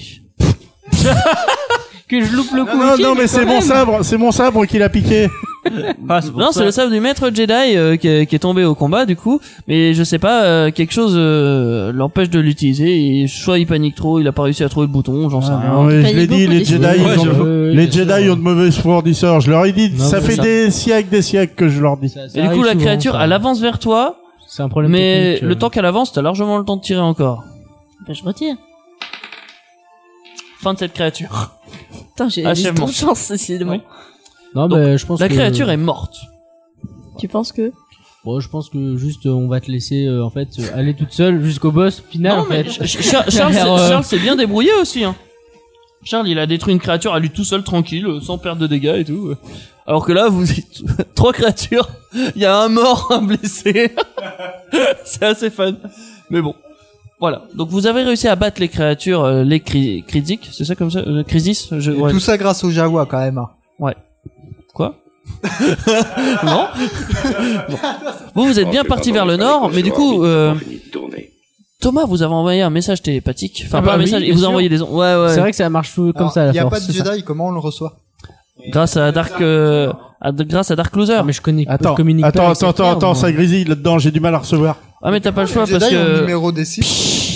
Que je loupe le coup. Non, non, utile, non, mais quand c'est mon même. sabre, c'est mon sabre qui l'a piqué. Ah, c'est pour Non, ça. c'est le sabre du maître Jedi euh, qui, est, qui est tombé au combat du coup, mais je sais pas, euh, quelque chose euh, l'empêche de l'utiliser. Et soit il panique trop, il a pas réussi à trouver le bouton, j'en sais Ah, rien. non, mais je Panique l'ai dit, beaucoup, les les Jedi, Jedi. ils Ouais, ont, j'avoue. les Bien sûr. Jedi ont de mauvaises fournisseurs. Je leur ai dit, Non, ça mais fait ça- des siècles, des siècles que je leur dis. Ça- ça Et du coup, arrive la souvent, créature, ça. elle avance vers toi, C'est un problème mais technique, le euh. temps qu'elle avance, t'as largement le temps de tirer encore. Bah, je retire. Fin de cette créature. Putain, j'ai j'ai Achèvement. trop de chance, décidément. Ouais. Non, Donc, bah, je pense La que... créature est morte. Tu penses que Bon, je pense que juste, euh, on va te laisser, euh, en fait, euh, aller toute seule jusqu'au boss final, Non, en mais fait. Ch- Char- Charles, Alors, euh, Charles s'est bien débrouillé aussi. Hein. Charles, il a détruit une créature à lui tout seul, tranquille, euh, sans perdre de dégâts et tout. Alors que là, vous êtes trois créatures. Il y a un mort, un blessé. C'est assez fun. Mais bon. Voilà. Donc vous avez réussi à battre les créatures, euh, les cri- critiques, c'est ça comme ça, euh, crisis. Je, Et ouais. Tout ça grâce au Jawa quand même. hein. Ouais. Quoi? Non. Bon. Vous, vous êtes bien parti vers le nord, mais du coup, euh, Thomas, vous avez envoyé un message télépathique. Enfin, Ah pas bah un oui, message, bien il vous a sûr. envoyé des ondes. Ouais, ouais. C'est vrai que ça marche tout comme Alors, ça, la y a force. pas de c'est ça. Jedi, comment on le reçoit Grâce à Dark, euh, à- grâce à Dark Loser. Ah, mais je connais, Attends, je communique attends, pas avec attends, cette attends, merde, attends, moi. ça grésille là-dedans, j'ai du mal à recevoir. Ah, mais t'as pas le choix Les parce Jedi ont le que. numéro des sites.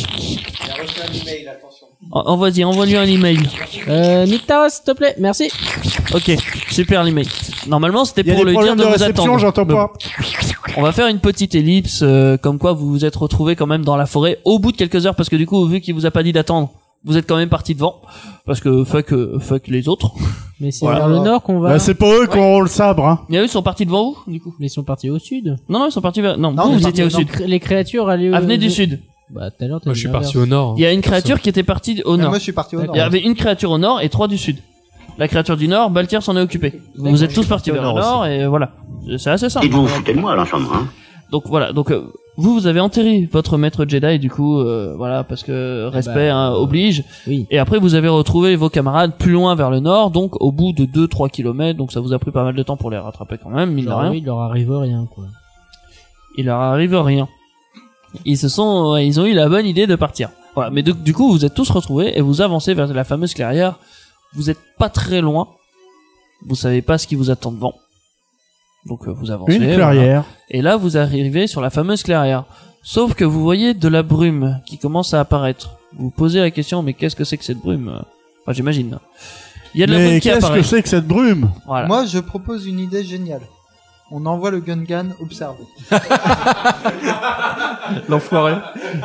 En- Envoie-y, envoie-lui un email. Euh, nique ta race, s'il te plaît, merci. Ok, super l'email. Normalement, c'était Il y a pour des lui dire problèmes de de vous réception, attendre. j'entends Mais pas. On va faire une petite ellipse, euh, comme quoi vous vous êtes retrouvé quand même dans la forêt au bout de quelques heures, parce que du coup, vu qu'il vous a pas dit d'attendre, vous êtes quand même parti devant parce que fuck euh, fuck les autres. Mais c'est Voilà. vers le nord qu'on va. Bah, c'est pas eux qui ont le sabre, hein. Et eux, ils sont partis devant vous, du coup. Mais ils sont partis au sud. Non, non, ils sont partis vers. Non, Non, vous, mais vous non, étiez au non, sud. cré- les créatures allaient. Ah, au- venez du sud. Bah, tout à l'heure, t'as Moi, dit je suis l'inverse. parti au nord. Il y a une créature qui était partie au Mais nord. moi, je suis parti au nord. Il y avait une créature au nord et trois du sud. La créature du nord, Baltier s'en est occupé. Vous êtes tous partis vers le nord et voilà. C'est assez simple. Et vous vous foutez de moi, l'enchantement, hein. Donc voilà, donc euh, vous vous avez enterré votre maître Jedi du coup euh, voilà parce que respect bah, hein, oblige. Oui. Et après vous avez retrouvé vos camarades plus loin vers le nord, donc au bout de deux trois kilomètres, donc ça vous a pris pas mal de temps pour les rattraper quand même, mine de Genre, rien. oui, il leur arrive rien, quoi. Il leur arrive rien. Ils se sont euh, ils ont eu la bonne idée de partir. Voilà, mais de- du coup vous êtes tous retrouvés et vous avancez vers la fameuse clairière. Vous êtes pas très loin. Vous savez pas ce qui vous attend devant. Donc euh, vous avancez. Une voilà. clairière. Et là, vous arrivez sur la fameuse clairière. Sauf que vous voyez de la brume qui commence à apparaître. Vous vous posez la question, mais qu'est-ce que c'est que cette brume Enfin, j'imagine. Il y a de la Mais brume qui qu'est-ce apparaît. que c'est que cette brume? Voilà. Moi, je propose une idée géniale. On envoie le Gungan observer. L'enfoiré.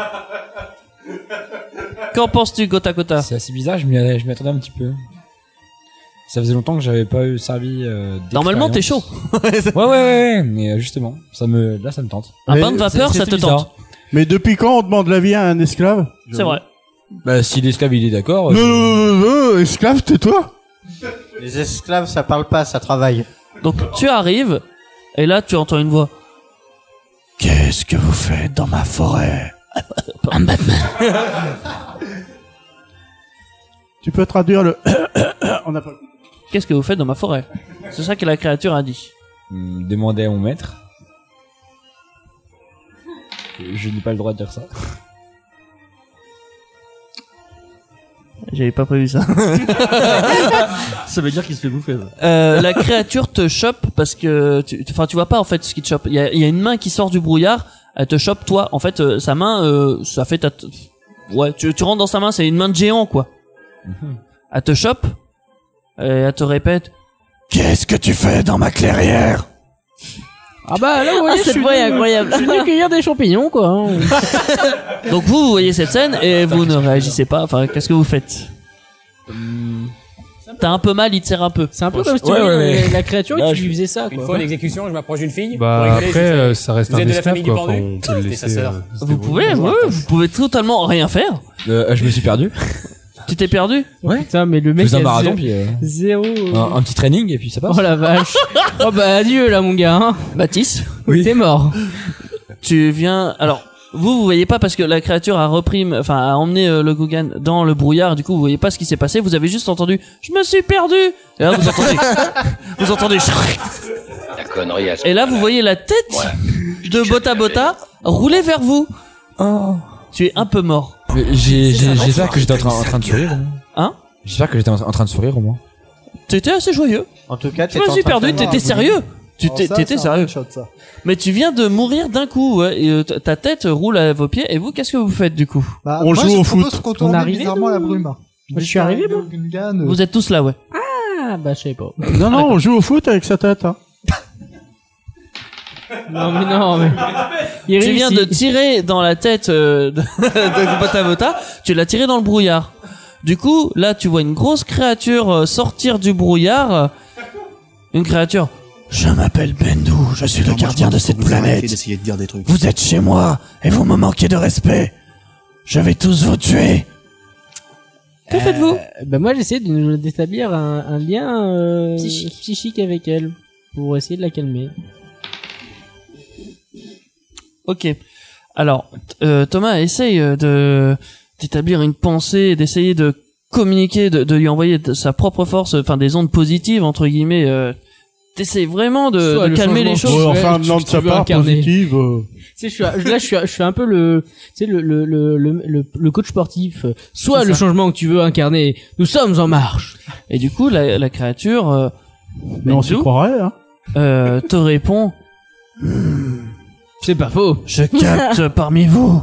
Qu'en penses-tu, Gota Gota? C'est assez bizarre, je m'y je m'y attendais un petit peu. Ça faisait longtemps que j'avais pas eu servi euh, d'expérience. Normalement, t'es chaud. ouais, ouais, ouais, ouais, mais euh, justement, ça me, là, ça me tente. Un Mais bain de vapeur, c'est- ça c'est te bizarre. tente. Mais depuis quand on demande l'avis à un esclave? C'est vrai. Bah, si l'esclave il est d'accord. Non, euh, non, non, non, esclave, tais-toi. Les esclaves, ça parle pas, ça travaille. Donc, tu arrives, et là, tu entends une voix. Qu'est-ce que vous faites dans ma forêt? Un Batman. Tu peux traduire le... On n'a pas... Qu'est-ce que vous faites dans ma forêt? C'est ça que la créature a dit. hum, demander à mon maître. Je n'ai pas le droit de dire ça. J'avais pas prévu ça. Ça veut dire qu'il se fait bouffer. là. Euh, la créature te chope parce que tu, enfin, tu vois pas en fait ce qui te chope. Il y a, il y a une main qui sort du brouillard, elle te chope toi. En fait, euh, sa main, euh, ça fait ta, t- ouais, tu, tu rentres dans sa main, c'est une main de géant quoi. Elle te chope et elle te répète. Qu'est-ce que tu fais dans ma clairière? Ah bah là, vous voyez, Ah, je cette suis voix est venu- incroyable. Je suis venu cueillir des champignons, quoi. hein. Donc vous, vous voyez cette scène et vous ne réagissez pas. Enfin, qu'est-ce que vous faites? T'as un peu mal, il te serre un peu. C'est un peu comme si tu Ouais, voyais ouais, la- ouais. la créature Là, qui je- lui faisait ça, Une quoi. fois l'exécution, je m'approche d'une fille. Bah pour rigoler, après, je fais, euh, ça reste vous un êtes de la esclave famille du quoi. Enfin, pendu on peut le C'était sa laisser. sœur. euh, se Vous débrouiller. pouvez, ouais, vous pouvez totalement rien faire. Euh, je me suis perdu. Tu t'es perdu? Ouais. Putain, mais le Je mec. faisais un a marathon, zéro- puis euh, Zéro. un, un petit training, et puis ça passe. Oh la vache. Oh bah adieu là, mon gars. Hein. Baptiste? Oui. T'es mort. Tu viens. Alors, vous, vous voyez pas parce que la créature a repris, enfin, a emmené euh, le Gougan dans le brouillard. Du coup, vous voyez pas ce qui s'est passé. Vous avez juste entendu. Je me suis perdu. Et là, vous entendez. vous entendez. La connerie, elle se- Et là, vous voyez la tête de Bota Bota rouler vers vous. Oh. Tu es un peu mort. Mais j'ai- j'ai- J'espère que j'étais en train, en train de sourire. au moins. Hein? J'espère que j'étais en, en train de sourire au moins. T'étais assez joyeux. En tout cas, Je t'étais me en suis train de perdu. faire T'étais un sérieux. Tu Alors t'es- ça, t'étais c'est un sérieux. one-shot, ça. Mais tu viens de mourir d'un coup, ouais, et euh, ta ta tête roule à vos pieds. Et vous, qu'est-ce que vous faites du coup? Bah, On moi, joue je au propose foot. qu'on On tourne est arrivé, bizarrement à la nous brume. Bah, je suis arrivé, moi. au Gungan, euh, Vous êtes tous là, ouais. Ah bah je sais pas. Non, non, on joue au foot avec sa tête. Hein. Non mais non mais. Il Tu viens réussit. de tirer dans la tête euh, de, de Bota Bota, tu l'as tiré dans le brouillard. Du coup, là, tu vois une grosse créature euh, sortir du brouillard. Une créature. Je m'appelle Bendu, je suis le Non, moi, gardien je de pense cette qu'il faut arrêter planète. d'essayer de dire des trucs. Vous êtes chez moi et vous me manquez de respect. Je vais tous vous tuer. Que faites-vous? Bah moi j'essaie de nous- d'établir un, un lien euh, Psychique. psychique avec elle pour essayer de la calmer. Ok. Alors, t- euh, Thomas essaye euh, de d'établir une pensée, d'essayer de communiquer, de, de lui envoyer de sa propre force, enfin des ondes positives entre guillemets. Euh, T'essayes vraiment de, Soit de le calmer les changement choses. Ouais, Ouais, enfin, tu- venant de tu sa veux part incarner. positive. euh, Tu sais, je suis, à- là, je suis, à- je suis un peu le, tu sais, le, le, le, le, le, le coach sportif. Soit C'est le ça. changement que tu veux incarner. Nous sommes en marche. Et du coup, la, la créature, euh, Mais on s'y Bendu, croirait, hein. euh, te répond. C'est pas faux. Je capte parmi vous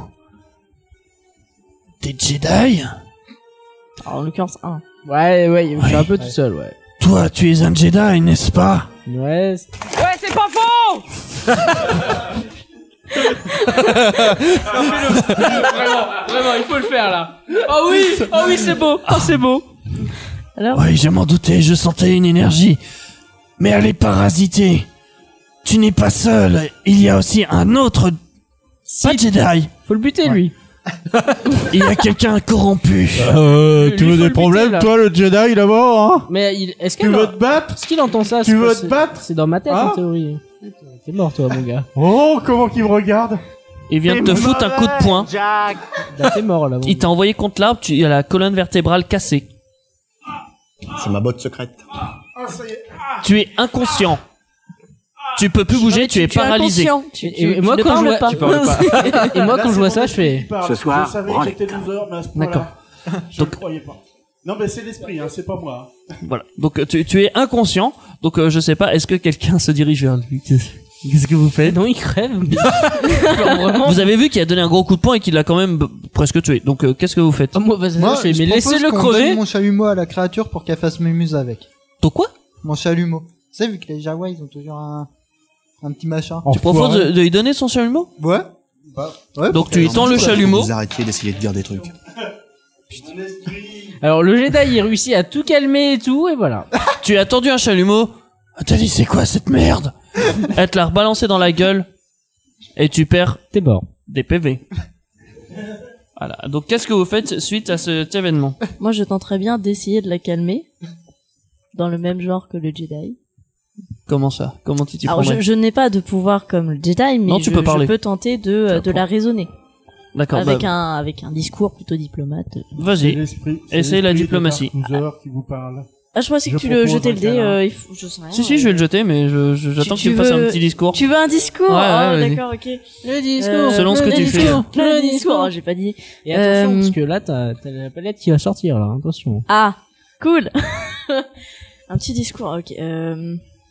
des Jedi. Alors, en l'occurrence, un. Ouais, ouais, je suis Oui. un peu tout seul, ouais. Toi, tu es un Jedi, n'est-ce pas? Ouais. c'est- Ouais, c'est pas faux. Vraiment, vraiment, il faut le faire là. Oh oui, oh oui, c'est beau, oh c'est beau. Alors Oui, je m'en doutais, je sentais une énergie. Mais elle est parasitée. Tu n'es pas seul, il y a aussi un autre... Pas Jedi. Faut le buter, lui. Il y a quelqu'un corrompu. Euh, tu Lui, veux faut des le problèmes, buter, là. toi, le Jedi, là-bas, hein? Mais il, est-ce Tu qu'il veux te battre? Est-ce qu'il entend ça? Tu c'est veux pas- te c'est- battre? C'est dans ma tête, Hein en théorie. T'es mort, toi, mon gars. Oh, comment qu'il me regarde? Il vient de te foutre un coup de poing. Là, t'es mort, là. mon Il gars. t'a envoyé contre l'arbre, tu as la colonne vertébrale cassée. C'est ma botte secrète. Tu es inconscient. Tu peux plus bouger, tu es tu es paralysé. inconscient. Tu, tu, Et, et moi, tu ne quand je parles vois, pas. tu parles pas. Et moi, Là, quand je c'est vois mon ça, je esprit fais. qui parle. Ce soir, je savais que branlette. j'étais loser, mais à ce point-là, D'accord. je ne croyais pas. Non, mais c'est l'esprit, hein, c'est pas moi. Voilà. Donc euh, tu, tu es inconscient. Donc euh, je sais pas, est-ce que quelqu'un se dirige vers lui? Qu'est-ce que vous faites? Non, il crève. Genre, vraiment. Vous avez vu qu'il a donné un gros coup de poing et qu'il l'a quand même b- presque tué. Donc euh, qu'est-ce que vous faites? Ah, moi, vas-y, Moi, je fais, je mais propose laissez-le qu'on crever. donne mon chalumeau à la créature pour qu'elle fasse mémuse avec. Ton quoi? Mon chalumeau. Tu sais, vu que les Jawa, ils ont toujours un, un petit machin. Tu proposes de, de lui donner son chalumeau? Ouais. Bah, ouais. Donc tu lui tends le chalumeau. Vous arrêtiez d'essayer de dire des trucs. Alors, le Jedi, il réussit à tout calmer et tout, et voilà. Tu as tendu un chalumeau. Ah, t'as dit c'est quoi cette merde? Elle te l'a rebalancé dans la gueule. Et tu perds T'es mort. des P V. Voilà. Donc qu'est-ce que vous faites suite à cet événement? Moi, je tenterais bien d'essayer de la calmer. Dans le même genre que le Jedi. Comment ça? Comment tu t'y Alors, prendrais? je, je n'ai pas de pouvoir comme le Jedi, mais Non, tu je, peux parler. je peux tenter de, euh, de la raisonner. D'accord. Avec bah, un, avec un discours plutôt diplomate. C'est Vas-y. l'esprit. c'est Essaye la l'esprit de diplomatie. Dark Cruiser qui vous parle. Ah, je pensais que Je tu le propose jetais un le dé, câlin. euh, il faut, je sais rien. Si, si, je vais le jeter, mais je, je- j'attends que tu me fasses un petit discours. Tu veux un discours? Ouais, ouais, Ah, vas-y. d'accord, ok. Le discours. Euh, Selon ce que le tu fais. discours, Le Le discours, discours. ah, j'ai pas dit. Et attention, Euh, parce que là, t'as, t'as la palette qui va sortir, là. Attention. Ah, cool. Un petit discours, ok. Euh...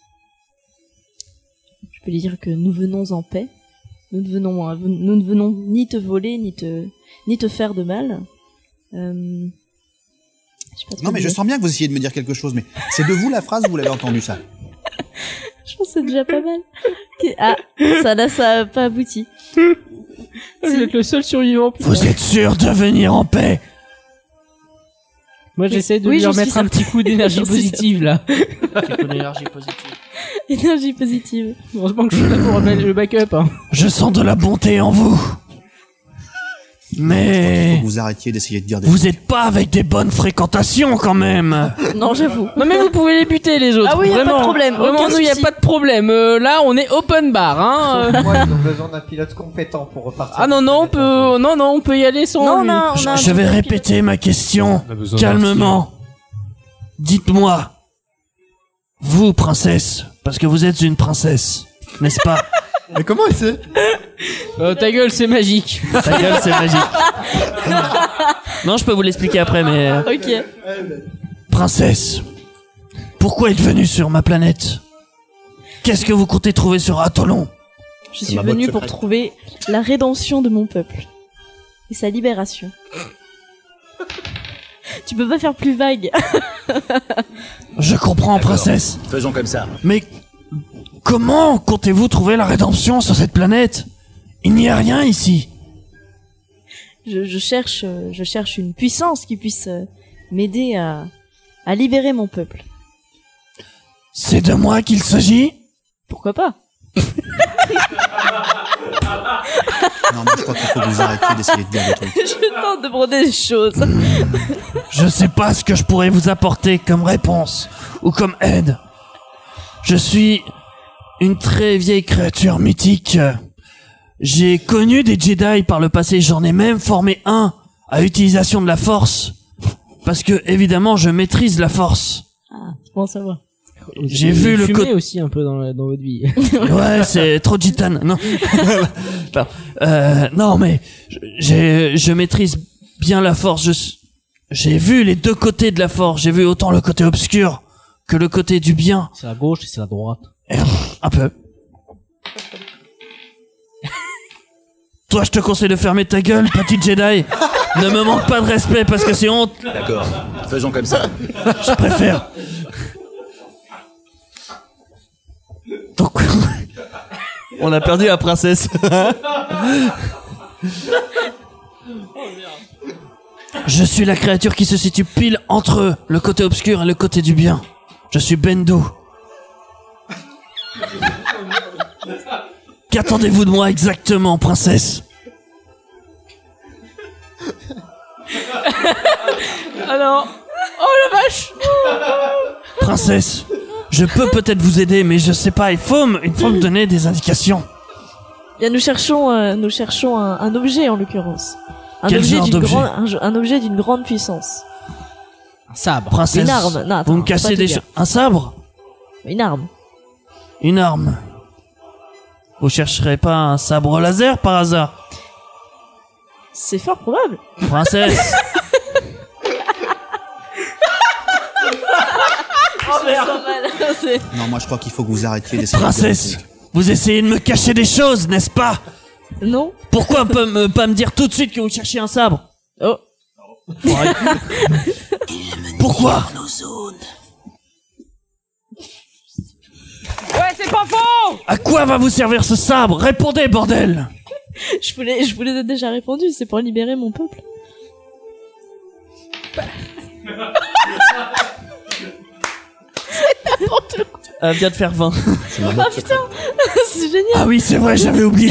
Je peux lui dire que nous venons en paix. Nous ne venons, nous ne venons ni te voler, ni te, ni te faire de mal. Euh... je sais pas trop Non, mais je dire. sens bien que vous essayez de me dire quelque chose, mais c'est de vous la phrase ou vous l'avez entendu ça? Je pense que c'est déjà pas mal. Ok. Ah, ça là, ça a pas abouti. Vous êtes le seul survivant. putain. Vous êtes sûr de venir en paix? Moi, j'essaie de Oui, lui j'en remettre suis un petit coup d'énergie J'en suis positive, là. L'énergie positive. Énergie positive. Heureusement que je suis là pour remettre le backup, hein. Je sens de la bonté en vous. Mais Vous arrêtiez d'essayer de dire des vous êtes pas avec des bonnes fréquentations quand même. Non, j'avoue. Non, mais vous pouvez les buter, les autres. Ah oui, y a pas de Vraiment. problème, Vraiment, aucun nous, y a souci. pas de problème. Euh, là, on est open bar, hein. euh. Moi, ils ont besoin d'un pilote compétent pour repartir. Ah non, non, on peut, non, non, on peut y aller sans Non, lui. non, on Je, a un je vais pilote. répéter ma question On a besoin calmement. Dites-moi, vous, princesse, parce que vous êtes une princesse, n'est-ce pas? Mais comment il sait? Euh, ta gueule, c'est magique. Ta gueule, c'est magique. Non, je peux vous l'expliquer après, mais... euh, Ok. Princesse, pourquoi êtes venue sur ma planète? Qu'est-ce que vous comptez trouver sur Atolon? Je suis venue pour trouver la rédemption de mon peuple. Et sa libération. Tu peux pas faire plus vague. Je comprends, princesse. Faisons comme ça. Mais comment comptez-vous trouver la rédemption sur cette planète? Il n'y a rien ici. Je, je cherche, euh, je cherche une puissance qui puisse euh, m'aider à, à libérer mon peuple. C'est de moi qu'il s'agit? Pourquoi pas? Non, mais je crois qu'il faut que vous arrêtiez d'essayer de dire des trucs. Je tente de broder des choses. Je sais pas ce que je pourrais vous apporter comme réponse ou comme aide. Je suis une très vieille créature mythique. J'ai connu des Jedi par le passé, j'en ai même formé un à utilisation de la Force. Parce que, évidemment, je maîtrise la Force. Ah, bon, ça va. J'ai vu le côté côté... aussi un peu dans, la- dans votre vie. Ouais, c'est trop gitane. Non. Pardon. Euh, non, mais j'ai, je maîtrise bien la Force. Je, j'ai vu les deux côtés de la Force. J'ai vu autant le côté obscur que le côté du bien. C'est la gauche et c'est la droite. Et, un peu. Toi, je te conseille de fermer ta gueule, petit Jedi. Ne me manque pas de respect parce que c'est honte. D'accord. Faisons comme ça. Je préfère. Donc, On a perdu la princesse. Je suis la créature qui se situe pile entre le côté obscur et le côté du bien. Je suis Bendu. Qu'attendez-vous de moi exactement, princesse? Alors... Oh la vache! Princesse, je peux peut-être vous aider, mais je sais pas, il faut me, il faut me donner des indications. Bien, nous cherchons, euh, nous cherchons un, un objet en l'occurrence. Un Quel objet genre d'une d'objet? grande, un, un objet d'une grande puissance. Un sabre. Princesse, Une arme. Non, attends, vous me faut cassez pas des tout choses. dire. Un sabre? Une arme. Une arme. Vous chercherez pas un sabre laser par hasard? C'est fort probable. Princesse. Oh merde. C'est... Non, moi je crois qu'il faut que vous arrêtiez d'essayer. Princesse, vous essayez de me cacher des choses, n'est-ce pas? Non. Pourquoi pas me, pas me dire tout de suite que vous cherchez un sabre? Oh. Pourquoi? Ouais, c'est pas faux! À quoi va vous servir ce sabre? Répondez, bordel! Je voulais, je voulais déjà répondu, c'est pour libérer mon peuple. C'est n'importe quoi. Elle vient de faire vingt. Ah putain, c'est génial. Ah oui, c'est vrai, j'avais oublié.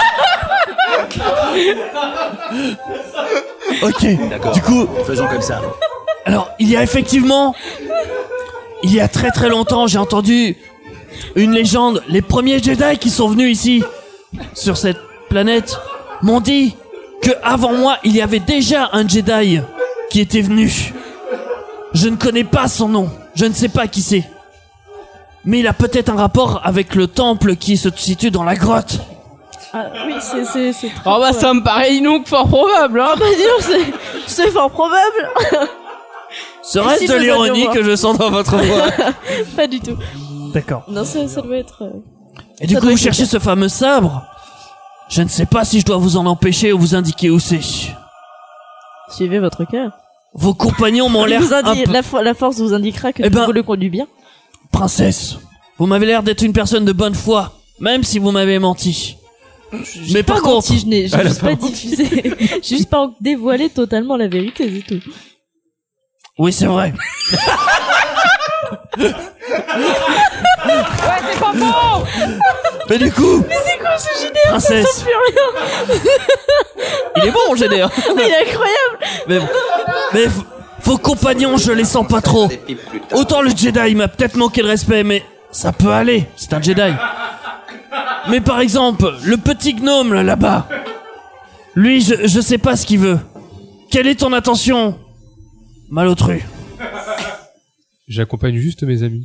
Ok, D'accord. du coup... Faisons comme ça. Alors, il y a effectivement... Il y a très très longtemps, j'ai entendu une légende. Les premiers Jedi qui sont venus ici, sur cette planète, m'ont dit que avant moi, il y avait déjà un Jedi qui était venu. Je ne connais pas son nom, je ne sais pas qui c'est. Mais il a peut-être un rapport avec le temple qui se situe dans la grotte. Ah oui, c'est, c'est, c'est très Oh bah ça me paraît donc fort probable, hein. Ah bah dis donc, c'est, c'est fort probable. Serait-ce Si de besoin de l'ironie moi. que je sens dans votre voix? Pas du tout. D'accord. Non, ça, ça doit être... euh, Et du ça coup, doit vous être cherchez le cas. ce fameux sabre. Je ne sais pas si je dois vous en empêcher ou vous indiquer où c'est. Suivez votre cœur. Vos compagnons m'ont l'air Vous indi- un peu... la, fo- la force vous indiquera que Eh ben- vous le conduit bien. Princesse, vous m'avez l'air d'être une personne de bonne foi, même si vous m'avez menti. J'ai Mais pas par menti, contre... je n'ai j'ai Elle a juste pas pas menti. diffusé, j'ai juste pas dévoilé totalement la vérité, c'est tout. Oui, c'est vrai. Ouais, c'est pas faux! Mais du coup... Mais c'est quoi ce G D R? Princesse. Ça sent plus rien. Il est bon, mon G D R. Il est incroyable. Mais, mais v- vos compagnons, je les sens pas trop. Autant le Jedi m'a peut-être manqué de respect, mais ça peut aller. C'est un Jedi. Mais par exemple, le petit gnome là, là-bas, lui, je, je sais pas ce qu'il veut. Quelle est ton intention, malotru? J'accompagne juste mes amis.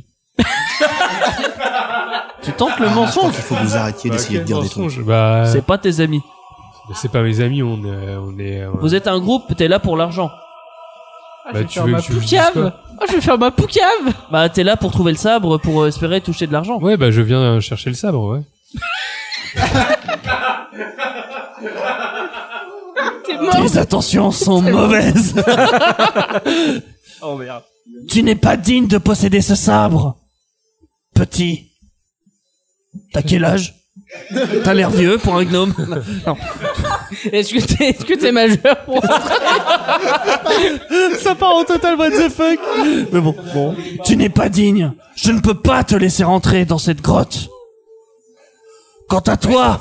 Tu tentes le Ah, je crois mensonge. qu'il faut que vous arrêtiez d'essayer de dire des trucs. Mensonge, bah... C'est pas tes amis. C'est pas mes amis, on est... On est euh, Vous êtes un groupe, t'es là pour l'argent. Ah, Bah, je vais tu faire veux- ma tu veux que je dise poucave. quoi Oh, je vais faire ma poucave. Bah, t'es là pour trouver le sabre, pour euh, espérer toucher de l'argent. Ouais, bah je viens euh, chercher le sabre, ouais. T'es mort. Tes intentions sont mauvaises. Oh merde. Tu n'es pas digne de posséder ce sabre. Petit. T'as quel âge? T'as l'air vieux pour un gnome. Non. Est-ce que t'es, est-ce que t'es majeur pour Ça part en total what the fuck. Mais bon, bon. Tu n'es pas digne. Je ne peux pas te laisser rentrer dans cette grotte. Quant à toi,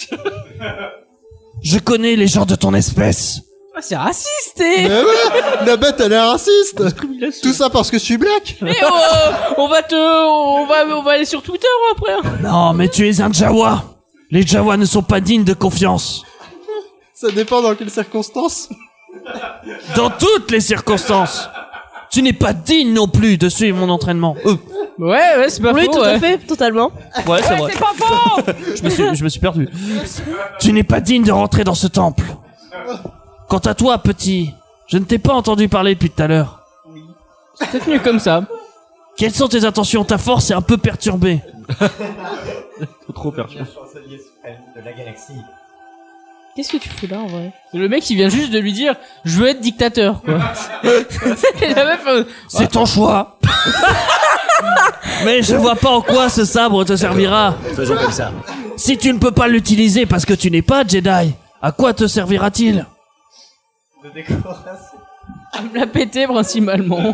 je connais les gens de ton espèce. Ah, c'est raciste, eh. Mais ouais, la bête elle est raciste. Tout ça parce que je suis black. Eh, oh, on va te, on va, on va aller sur Twitter après. Non, mais tu es un Jawa. Les Jawas ne sont pas dignes de confiance. Ça dépend dans quelles circonstances. Dans toutes les circonstances. Tu n'es pas digne non plus de suivre mon entraînement. Euh. Ouais, ouais, c'est pas Oui, faux. tout ouais. à fait, totalement. Ouais, c'est Ouais, vrai. c'est pas faux! Je me suis, je me suis perdu. Tu n'es pas digne de rentrer dans ce temple. Quant à toi, petit, je ne t'ai pas entendu parler depuis tout à l'heure. C'est peut-être mieux comme ça. Quelles sont tes intentions? Ta force est un peu perturbée. Trop perturbé. Chancelier suprême de la galaxie. Qu'est-ce que tu fous là en vrai? Le mec, il vient juste de lui dire, je veux être dictateur, quoi. Et la meuf, euh, C'est ton choix. Mais je vois pas en quoi ce sabre te servira. Faisons comme ça. Si tu ne peux pas l'utiliser parce que tu n'es pas Jedi, à quoi te servira-t-il? De décoration. À me la péter principalement.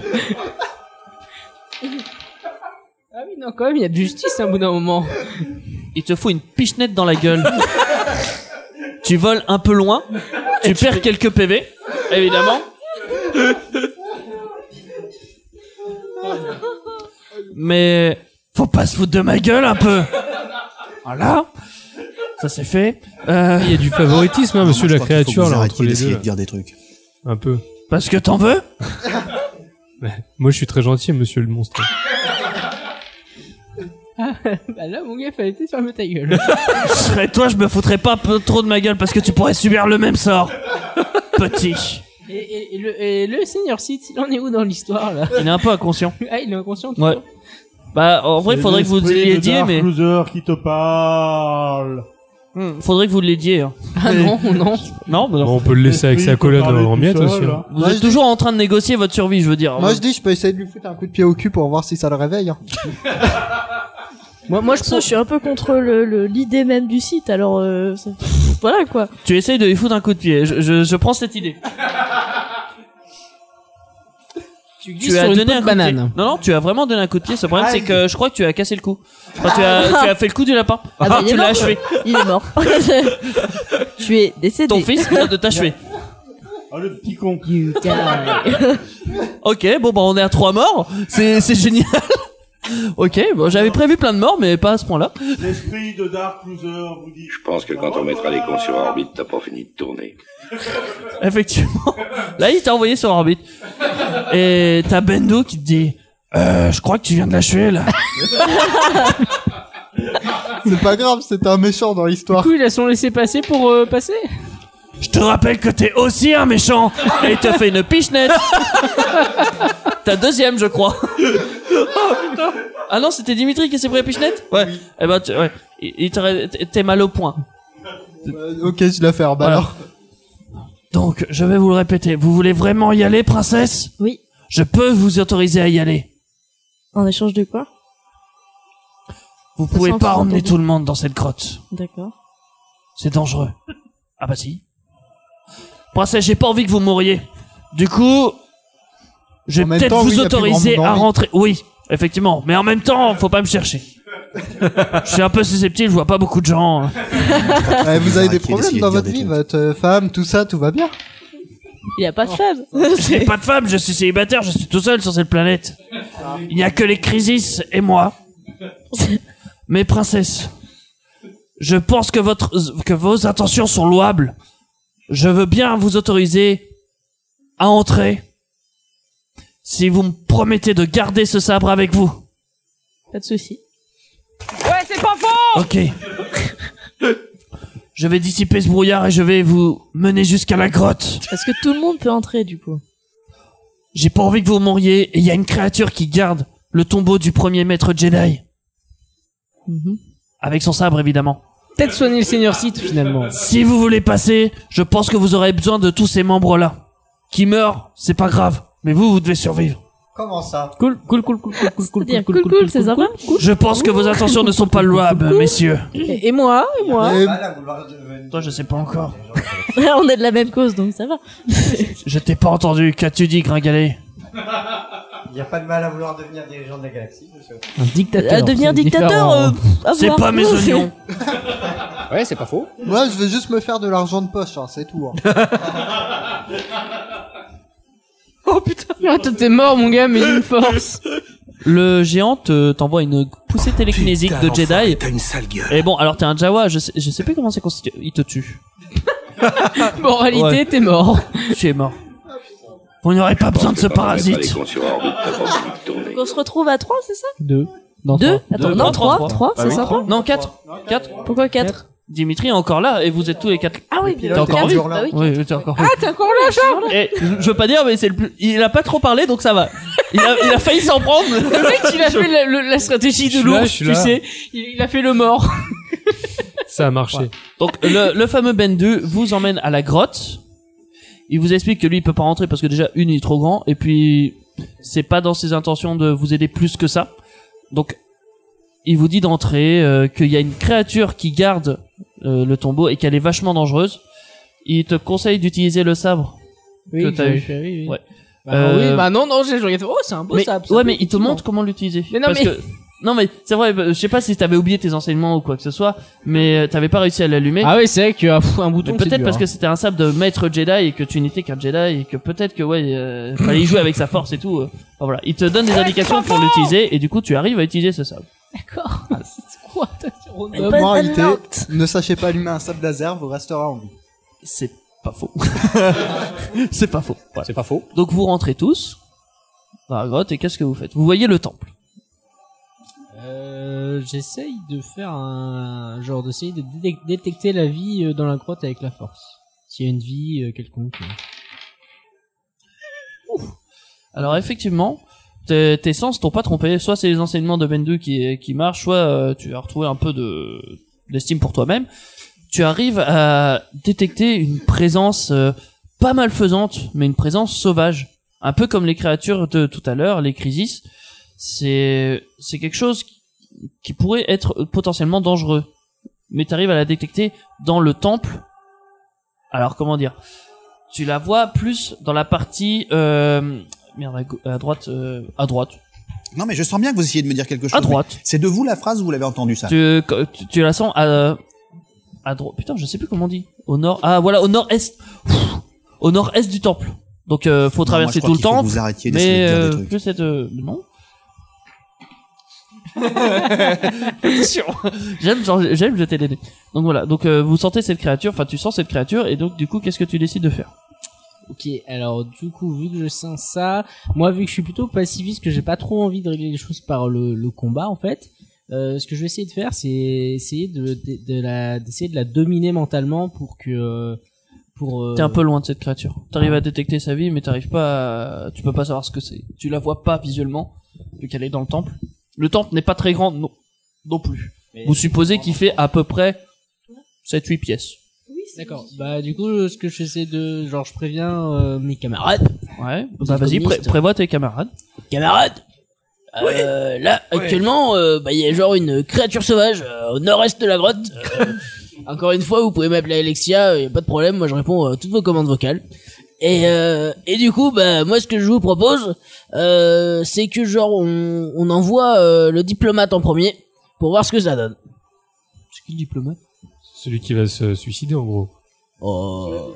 Ah oui, non, quand même, il y a de justice à un bout d'un moment. Il te fout une pichenette dans la gueule. Tu voles un peu loin, tu perds quelques P V, évidemment. Mais faut pas se foutre de ma gueule un peu. Voilà. Ça c'est fait. Euh... Il y a du favoritisme, hein, Non, monsieur moi, je la crois qu'il faut que créature, vous là, arrêtiez entre les d'essayer deux. de dire des trucs. Un peu. Parce que t'en veux? Ouais. Moi, je suis très gentil, monsieur le monstre. Ah, bah là, mon gars, fallait être fermer ta gueule. Je serais toi, je me foutrais pas peu trop de ma gueule parce que tu pourrais subir le même sort. Petit. Et, et, et le, et le seigneur Sith, il en est où dans l'histoire, là? Il est un peu inconscient. Ah, il est inconscient, tu Ouais. vois. Bah, en vrai, il faudrait que vous l'aidiez, mais... Loser qui te parle. Hmm, faudrait que vous l'aidiez. Hein. Ah non, non. Non, bah non. Bon, on peut le laisser avec sa colonne en miettes aussi. hein. Vous êtes toujours en train de négocier votre survie, je veux dire. Moi je dis, je peux essayer de lui foutre un coup de pied au cul pour voir si ça le réveille. Hein. Moi, moi, je, je suis un peu contre le, le- l'idée même du site, alors euh, c'est- voilà quoi. Tu essayes de lui foutre un coup de pied. Je, je, je prends cette idée. Tu Tu glisses as sur une donné peau un de coup de pied. banane. Non, non, tu as vraiment donné un coup de pied. Ce problème, c'est Aïe. que je crois que tu as cassé le cou. Enfin, tu as, tu as fait le coup du lapin. Ah bah, il est tu l'as mort. achevé. Il est mort. Tu es décédé. Ton fils vient de t'achever. Oh, le petit con. You die. Ok, bon, bah, on est à trois morts. C'est, c'est génial. Ok, bon, j'avais prévu plein de morts, mais pas à ce point-là. L'esprit de Dark Loser vous dit. Je pense que quand on mettra les cons sur orbite, t'as pas fini de tourner. Effectivement. Là, il t'a envoyé sur orbite. Et t'as Bendo qui te dit, euh, je crois que tu viens de l'achever, là. C'est pas grave, c'était un méchant dans Du l'histoire. coup, il a son laissé-passer pour euh, passer. Je te rappelle que t'es aussi un méchant. Et il te fait une pichenette. Ta deuxième, je crois. Oh, putain. Ah non, c'était Dimitri qui s'est pris la pichenette? Ouais. Eh ben, tu, ouais. Il, il te- t'es mal au point. Euh, ok, je la ferme Voilà. alors. Donc, je vais vous le répéter. Vous voulez vraiment y aller, princesse? Oui. Je peux vous autoriser à y aller. En échange de quoi? Vous Ça pouvez sent pas sous-entendu. emmener tout le monde dans cette grotte. D'accord. C'est dangereux. Ah bah si. Princesse, j'ai pas envie que vous mouriez. Du coup, je En vais même peut-être temps, vous oui, y a plus autoriser grand à envie. rentrer. Oui, effectivement. Mais en même temps, faut pas me chercher. Je suis un peu susceptible, je vois pas beaucoup de gens. Eh, vous avez des Arrêtez problèmes d'essayer dans de dire votre des vie, trucs. votre euh, femme, tout ça, tout va bien? Il y a pas de femme. J'ai pas de femme, je suis célibataire, je suis tout seul sur cette planète. Il n'y a que les Crisis et moi. Mais princesse, je pense que votre que vos intentions sont louables. Je veux bien vous autoriser à entrer si vous me promettez de garder ce sabre avec vous. Pas de souci. Ouais, c'est pas faux! Ok. Je vais dissiper ce brouillard et je vais vous mener jusqu'à la grotte. Est-ce que tout le monde peut entrer du coup? J'ai pas envie que vous mouriez et il y a une créature qui garde le tombeau du premier maître Jedi. Mhm. Avec son sabre, évidemment. Peut-être soigner le seigneur Sith, finalement. Si vous voulez passer, je pense que vous aurez besoin de tous ces membres-là. Qui meurent, c'est pas grave. Mais vous, vous devez survivre. Comment ça? Cool, cool, cool, cool, cool, cool, cool, C'est-à-dire cool, cool, cool, c'est sympa. Je pense que vos intentions ne sont pas louables, messieurs. Et, et moi, et moi. Et- Mal à vouloir devenir- Toi, je sais pas encore. On est de la même cause, donc ça va. Je t'ai pas entendu. Qu'as-tu dit, Gringalet? Il n'y a pas de mal à vouloir devenir dirigeant de la galaxie, monsieur. Un dictateur. À devenir c'est dictateur, différent. euh, à C'est voir. pas mes oignons. Ouais, c'est pas faux. Moi, je vais juste me faire de l'argent de poche, hein, c'est tout. Hein. Oh putain. Ah, toi, t'es mort, mon gars, mais d'une force. Le géant te- t'envoie une poussée télékinésique Putain, de l'enfoiré, Jedi. T'as une sale gueule. Et bon, alors t'es un Jawa, je sais, je sais plus comment c'est constitué. Il te tue. Moralité, Ouais. t'es mort. Tu es mort. Vous n'aurez pas besoin de ce Quand on mettra les parasite. cons sur orbite, t'as pas fini de tourner. Donc on se retrouve à trois, c'est ça? Deux. Dans Deux? trois. Attends, Deux, non, non, trois, trois. trois, Bah c'est oui, sympa. trois. Non, quatre. Quatre. Pourquoi quatre? Dimitri est encore là et vous êtes tous les quatre. Ah oui, T'es bien encore quatre. vivant? Bah oui. Oui, t'es encore Ah, t'es encore là, Charles? Et je je veux pas dire, mais c'est le plus. Il a pas trop parlé, donc ça va. Il a, il a failli s'en prendre. Le mec, il a fait la, le- la stratégie Je de suis là, l'ours, je suis tu là. sais. Il, il a fait le mort. Ça a marché. Donc le, le fameux Bendu vous emmène à la grotte. Il vous explique que lui il peut pas rentrer parce que déjà une il est trop grand et puis c'est pas dans ses intentions de vous aider plus que ça. Donc il vous dit d'entrer, euh, qu'il y a une créature qui garde euh, le tombeau et qu'elle est vachement dangereuse. Il te conseille d'utiliser le sabre Oui, que t'as j'ai eu. fait, oui, oui. Ouais. Bah, Euh, oui, bah non, non, j'ai regardé. Oh, c'est un beau mais, sabre. ouais, mais il te montre comment l'utiliser. Mais non, Parce mais- que non, mais c'est vrai. Je sais pas si t'avais oublié tes enseignements ou quoi que ce soit, mais euh, t'avais pas réussi à l'allumer. Ah oui, c'est vrai que pff, un bouton. Mais c'est peut-être dur, parce hein. que c'était un sabre de maître Jedi et que tu n'étais qu'un Jedi et que peut-être que ouais, euh, fallait y jouer avec sa force et tout. euh. Enfin, voilà, il te donne des indications pour l'utiliser et du coup tu arrives à utiliser ce sabre. D'accord. C'est quoi ta Euh, moralité, ne sachez pas allumer un sable laser, vous resterez en vie. C'est pas faux. C'est pas faux. C'est pas faux. Donc vous rentrez tous dans la grotte et qu'est-ce que vous faites? Vous voyez le temple. Euh, j'essaye de faire un genre d'essayer de dé- détecter la vie euh, dans la grotte avec la force. S'il y a une vie euh, quelconque. Alors effectivement, tes, tes sens t'ont pas trompé. Soit c'est les enseignements de Bendu qui, qui marchent, soit euh, tu as retrouvé un peu de d'estime pour toi-même. Tu arrives à détecter une présence euh, pas malfaisante, mais une présence sauvage. Un peu comme les créatures de tout à l'heure, les Crisis. C'est c'est quelque chose qui, qui pourrait être potentiellement dangereux. Mais tu arrives à la détecter dans le temple. Alors comment dire? Tu la vois plus dans la partie euh, merde à, gau- à droite euh, à droite. Non, mais je sens bien que vous essayez de me dire quelque chose. À droite. mais C'est de vous la phrase ou vous l'avez entendu ça? Tu, tu, tu la sens à à droite. Putain, je sais plus comment on dit. Au nord. Ah voilà, au nord-est. Pff, au nord-est du temple. Donc euh, faut Non, traverser moi, je crois tout le qu'il faut que temple. vous arrêtiez d'essayer mais de dire des euh, trucs. plus cette euh, non. Attention. J'aime genre, j'aime jeter les dés. Donc voilà, donc euh, vous sentez cette créature, enfin tu sens cette créature et donc du coup qu'est-ce que tu décides de faire? Ok, alors du coup, vu que je sens ça, moi vu que je suis plutôt pacifiste, que j'ai pas trop envie de régler les choses par le, le combat en fait, euh, ce que je vais essayer de faire, c'est essayer de, de, de la, d'essayer de la dominer mentalement pour que, euh, pour. Euh... T'es un peu loin de cette créature. T'arrives à détecter sa vie, mais t'arrives pas, à... tu peux pas savoir ce que c'est. Tu la vois pas visuellement vu qu'elle est dans le temple. Le temple n'est pas très grand, non, non plus. Mais vous supposez qu'il fait à peu près sept huit pièces. D'accord. Bah du coup, ce que je fais, c'est de, genre, je préviens euh, mes camarades. Ouais. Bah vas-y, pré- prévois tes camarades. Camarades. Euh, là, actuellement, euh, bah il y a genre une créature sauvage euh, au nord-est de la grotte. Euh, encore une fois, vous pouvez m'appeler Alexia, y a pas de problème. Moi, je réponds à toutes vos commandes vocales. Et euh, et du coup, bah moi, ce que je vous propose, euh, c'est que genre on, on envoie euh, le diplomate en premier pour voir ce que ça donne. C'est qui le diplomate? Celui qui va se suicider en gros. Oh.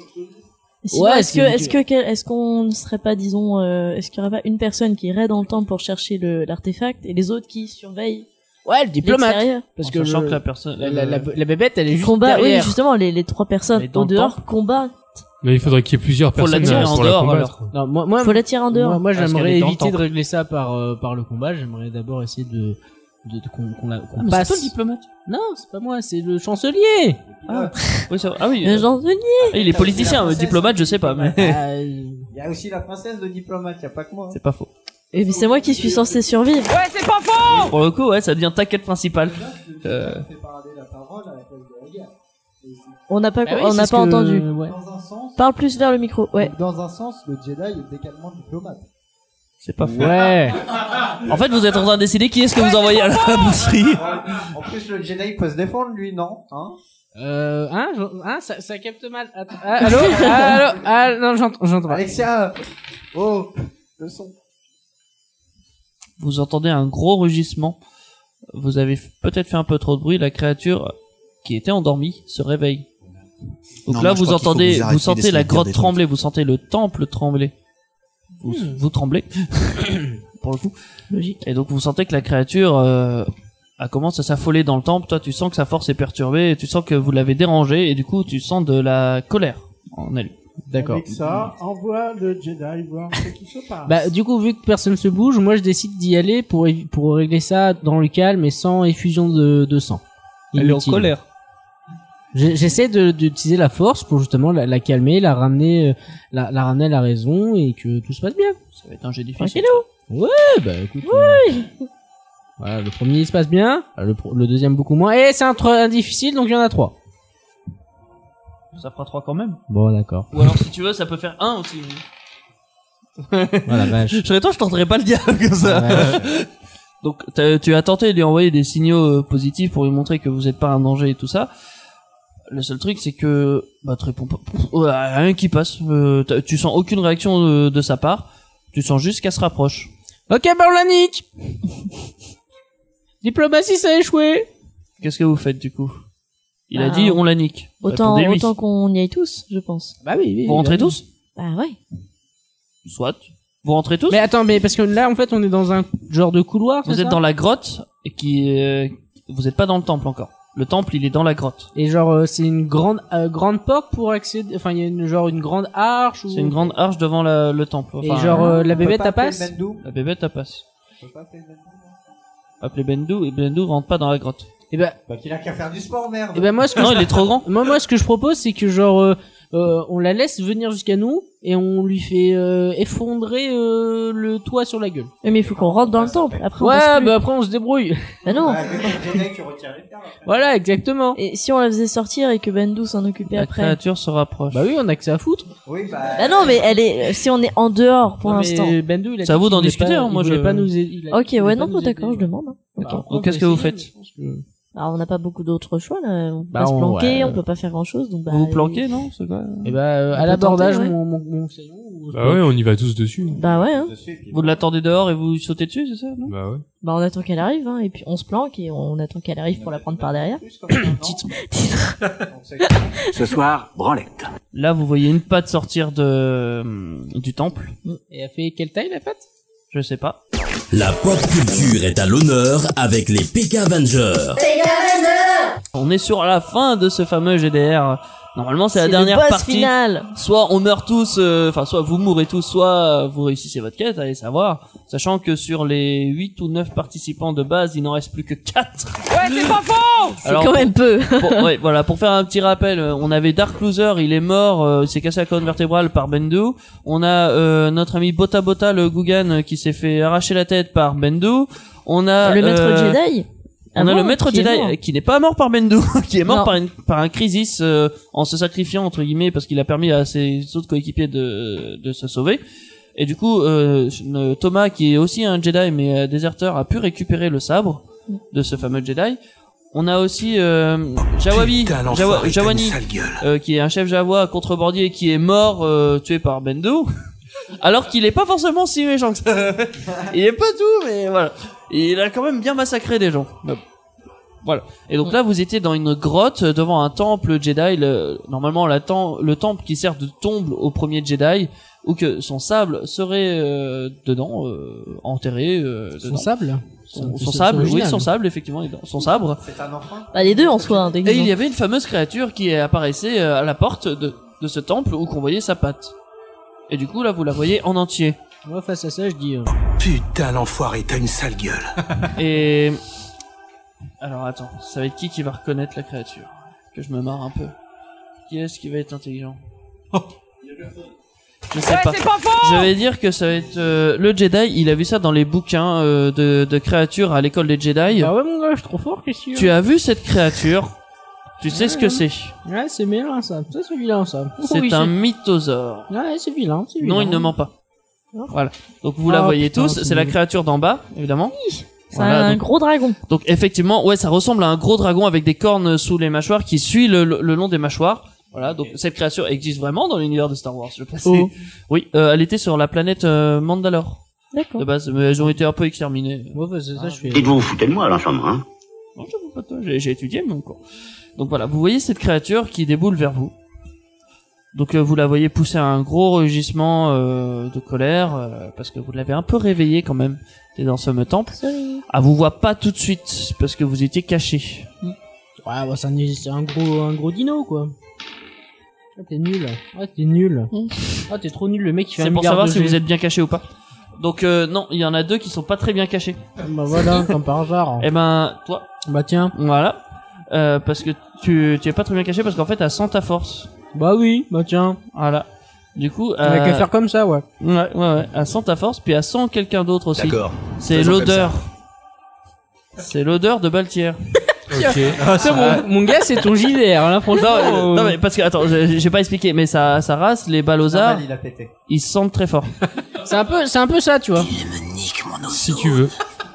Sinon, Ouais, est-ce c'est que, une- est-ce que, quel- est-ce qu'on ne serait pas, disons, euh, est-ce qu'il y aurait pas une personne qui irait dans le temple pour chercher le, l'artefact et les autres qui surveillent? Ouais, le diplomate. l'extérieur Parce En que sachant le- que la personne, la, la, la, la bébête, elle est juste Combat, oui, derrière. justement, les, les trois personnes Mais dans au le dehors temple combattent. Mais il faudrait qu'il y ait plusieurs Faut la personnes tirer euh, en pour la dehors, combattre. Non, moi, moi, Faut la tirer en dehors. Moi, moi Parce qu'elle j'aimerais est dans le éviter de temple. régler ça par euh, par le combat. J'aimerais d'abord essayer de de, de- qu'on qu'on la- qu'on Ah, mais passe. c'est toi le diplomate? Non, c'est pas moi, c'est le chancelier. Ah, oui, ça va. Ah oui. Le euh, chancelier. ah, il est politicien, euh, diplomate, je sais pas, mais Ah, Il y a aussi la princesse de diplomate, y a pas que moi. c'est pas faux. Et puis c'est moi qui suis censé survivre. Ouais, c'est pas faux. Pour le coup, ouais, ça devient ta quête principale. Euh, fait parader la parole à la place de la guerre. On n'a pas, Bah oui, on c'est n'a ce pas que- entendu. ouais. Dans un sens, Parle plus vers le micro, ouais. dans un sens, le Jedi est décalement diplomate. c'est pas faux. Ouais. En fait, vous êtes en train de décider qui est-ce que vous envoyez à la boucherie. En plus, le Jedi peut se défendre, lui, non? Hein? Euh, hein, je- hein, ça, ça capte mal. Attends, ah, allô, ah, allô, ah, non, j'entends, j'entends pas. Alexia! Oh! Le son. Vous entendez un gros rugissement. Vous avez f- peut-être fait un peu trop de bruit. La créature qui était endormie se réveille. Donc Non, là, moi, je vous crois qu'il faut entendez, que vous vous, arrêtiez sentez d'essayer la de dire grotte des trucs. trembler, vous sentez le temple trembler. Vous, vous tremblez, pour le coup. Logique. Et donc vous sentez que la créature euh, a commence à s'affoler dans le temple. Toi, tu sens que sa force est perturbée, et tu sens que vous l'avez dérangée, et du coup, tu sens de la colère en elle. D'accord. Avec ça, envoie le Jedi voir ce qui se passe. Bah, du coup, vu que personne se bouge, moi, je décide d'y aller pour, évi- pour régler ça dans le calme et sans effusion de, de sang. Elle est en Inutile. colère. J'ai- J'essaie de d'utiliser la force pour justement la, la calmer, la ramener, euh, la, la ramener à la raison et que tout se passe bien. Ça va être un jet difficile. Tranquillou. Ouais, bah écoute. euh, voilà, le premier il se passe bien, le, pro- le deuxième beaucoup moins. Et c'est un, tr- un difficile, donc il y en a trois. Ça fera trois quand même. Bon, d'accord. Ou alors, si tu veux, ça peut faire un aussi. Voilà, vache. Je serais toi, je tenterais pas le diable comme ça. Ah, vache. Donc t'as- tu as tenté de lui envoyer des signaux euh, positifs pour lui montrer que vous n'êtes pas un danger et tout ça. Le seul truc c'est que bah te réponds pas. Ouais, rien qui passe. Euh, t'as- tu sens aucune réaction de, de sa part. Tu sens juste qu'elle se rapproche. Ok, bah on la nique. Diplomatie, ça a échoué. Qu'est-ce que vous faites du coup? Il a Bah, dit on la nique. Autant, Répondez-lui. autant qu'on y aille tous, je pense. Bah oui, oui. Vous rentrez tous? Bah ouais. Soit. Vous rentrez tous? Mais attends, mais parce que là, en fait, on est dans un genre de couloir. Vous c'est êtes ça dans la grotte et qui euh, vous êtes pas dans le temple encore. Le temple, il est dans la grotte. Et genre, euh, c'est une grande euh, grande porte pour accéder. Enfin, il y a une genre une grande arche. Ou... C'est une grande arche devant la- le temple. Et Enfin, genre, euh, la On peut bébête pas tapasse. appeler Bendou La bébête tapasse. On peut pas appeler Bendou Appelez Bendou et Bendou rentre pas dans la grotte. Et ben, Bah, qu'il a qu'à faire du sport, merde. et ben moi, ce que Non, je... il est trop grand. moi, moi, ce que je propose, c'est que genre, euh, euh, on la laisse venir jusqu'à nous et on lui fait euh, effondrer euh, le toit sur la gueule. Mais il faut qu'on rentre dans le temple. Après, on Ouais, passe plus. bah après on se débrouille. Bah non. Bah, avec les Jedi, tu retires les pierres, après. Voilà, exactement. Et si on la faisait sortir et que Bendou s'en occupait La après? créature se rapproche. Bah oui, on a que ça à foutre. Oui, bah. Bah non, mais elle est, si on est en dehors pour Non, l'instant. mais Bendou, il a C'est à dit vous qu'il d'en voulait discuter, pas- hein, moi, il voulait je- pas nous aider. il a dit Ok, qu'il ouais, voulait non, pas non, nous d'accord, aider. je demande. hein. Ok. Bah, Donc qu'est-ce que vous faites? Alors, on n'a pas beaucoup d'autres choix, là. On peut Bah, pas se on- planquer, ouais. on peut pas faire grand chose, donc bah. Vous vous planquez, non? C'est quoi? Et bah, euh, On à peut l'abordage, tenter, ouais. mon, mon, mon saillon, ou- Bah ouais, on y va tous dessus. Bah ouais, hein. Vous l'attendez dehors et vous sautez dessus, c'est ça, non? Bah ouais. Bah on attend qu'elle arrive, hein, et puis on se planque et on attend qu'elle arrive pour la prendre par derrière. Titre. Ce soir, branlette. Là, vous voyez une patte sortir de du temple. Et elle fait quelle taille la patte? Je sais pas. La pop culture est à l'honneur avec les P K Avengers. On est sur la fin de ce fameux G D R. Normalement, c'est la C'est le dernière boss partie. final. Soit on meurt tous, euh, enfin, soit vous mourrez tous, soit euh, vous réussissez votre quête, allez savoir. Sachant que sur les huit ou neuf participants de base, il n'en reste plus que quatre. Ouais, c'est pas faux! C'est quand même peu. Pour, ouais, voilà, pour faire un petit rappel, euh, on avait Dark Loser, il est mort, euh, il s'est cassé la colonne vertébrale par Bendu. On a euh, notre ami Bota Bota, le Guggan, euh, qui s'est fait arracher la tête par Bendu. On a Le maître euh, Jedi. On a Avant, le maître qui est Jedi mort. qui n'est pas mort par Bendu, qui est mort Non. par, une, par un crisis euh, en se sacrifiant entre guillemets parce qu'il a permis à ses autres coéquipiers de, de se sauver. Et du coup, euh, Thomas, qui est aussi un Jedi mais euh, déserteur, a pu récupérer le sabre de ce fameux Jedi. On a aussi euh, Jawabi, Putain, Jawa, l'enfoiré, t'as une Jawani, sale gueule. euh, qui est un chef Jawa contrebandier qui est mort euh, tué par Bendu. Alors qu'il est pas forcément si méchant que ça. Il est pas tout, mais voilà. Il a quand même bien massacré des gens. Voilà. Et donc là, vous étiez dans une grotte devant un temple Jedi. Le, normalement, la tem- le temple qui sert de tombe au premier Jedi, ou que son sable serait euh, dedans, euh, enterré. Euh, Son dedans. sable Son, C'est- son c'est sable, oui, original. son sable, effectivement, il est dedans. Son sabre. C'est un enfant. Bah les deux en soi, hein, Et techniquement. il y avait une fameuse créature qui apparaissait euh, à la porte de, de ce temple où qu'on voyait sa patte. Et du coup, là, vous la voyez en entier. Moi, face à ça, je dis. Euh... Putain, l'enfoiré, t'as une sale gueule. Et alors attends, ça va être qui qui va reconnaître la créature? Que je me marre un peu. Qui est-ce qui va être intelligent? Je sais Ouais, pas. c'est pas faux! Je vais dire que ça va être euh, le Jedi. Il a vu ça dans les bouquins euh, de, de créatures à l'école des Jedi. Ah ouais, mon gars, je suis trop fort, qu'est-ce que Tu as vu cette créature? Tu sais ce que c'est? Ouais, c'est vilain ça. Ça, c'est vilain ça. C'est Oui, un mythosaure. Ouais, c'est vilain, c'est vilain. Non, il ne ment pas. Voilà. Donc vous la Ah, voyez putain, tous. c'est C'est la nul. créature d'en bas, évidemment. C'est Voilà, un donc- gros dragon. Donc effectivement, ouais, ça ressemble à un gros dragon avec des cornes sous les mâchoires qui suit le, le, le long des mâchoires. Voilà, donc cette créature existe vraiment dans l'univers de Star Wars. Je pense. Oh. Oui, euh, elle était sur la planète euh, Mandalore D'accord. de base, mais elles ont été un peu exterminées. Ouais, bah, c'est ça, je fais. Dites-vous, vous foutez de moi, l'ensemble, hein? Non, je vous pas de toi, j'ai j'ai étudié mon cours. Donc voilà, vous voyez cette créature qui déboule vers vous. Donc euh, vous la voyez pousser un gros rugissement euh, de colère euh, parce que vous l'avez un peu réveillée quand même. T'es dans ce fameux temple. Ah, vous voit pas tout de suite parce que vous étiez caché. Ouais, bah, c'est un, c'est un gros, un gros dino, quoi. Ah, t'es nul. Ah, t'es nul. Ah, t'es trop nul, le mec, il fait un C'est pour milliard savoir de si jets. vous êtes bien caché ou pas. Donc euh, non, il y en a deux qui sont pas très bien cachés. Bah voilà, comme par hasard. Eh ben toi. Bah tiens. Voilà. Euh, parce que tu tu es pas très bien caché parce qu'en fait elle sent ta force. Bah oui, bah tiens. Voilà. Du coup, T'avais euh, qu'à faire comme ça, ouais. Ouais, ouais, ouais. Elle sent ta force, puis elle sent quelqu'un d'autre aussi. D'accord. C'est Faisons comme l'odeur. C'est l'odeur de Baltière. Ok. Ça, mon, mon gars, c'est ton J D R, là, franchement. Non, euh, non, mais parce que attends, j'ai j'ai pas expliqué, mais sa sa race, les Balozars, Normal, il a pété. ils se sentent très fort. C'est un peu, c'est un peu ça, tu vois. Si tu veux.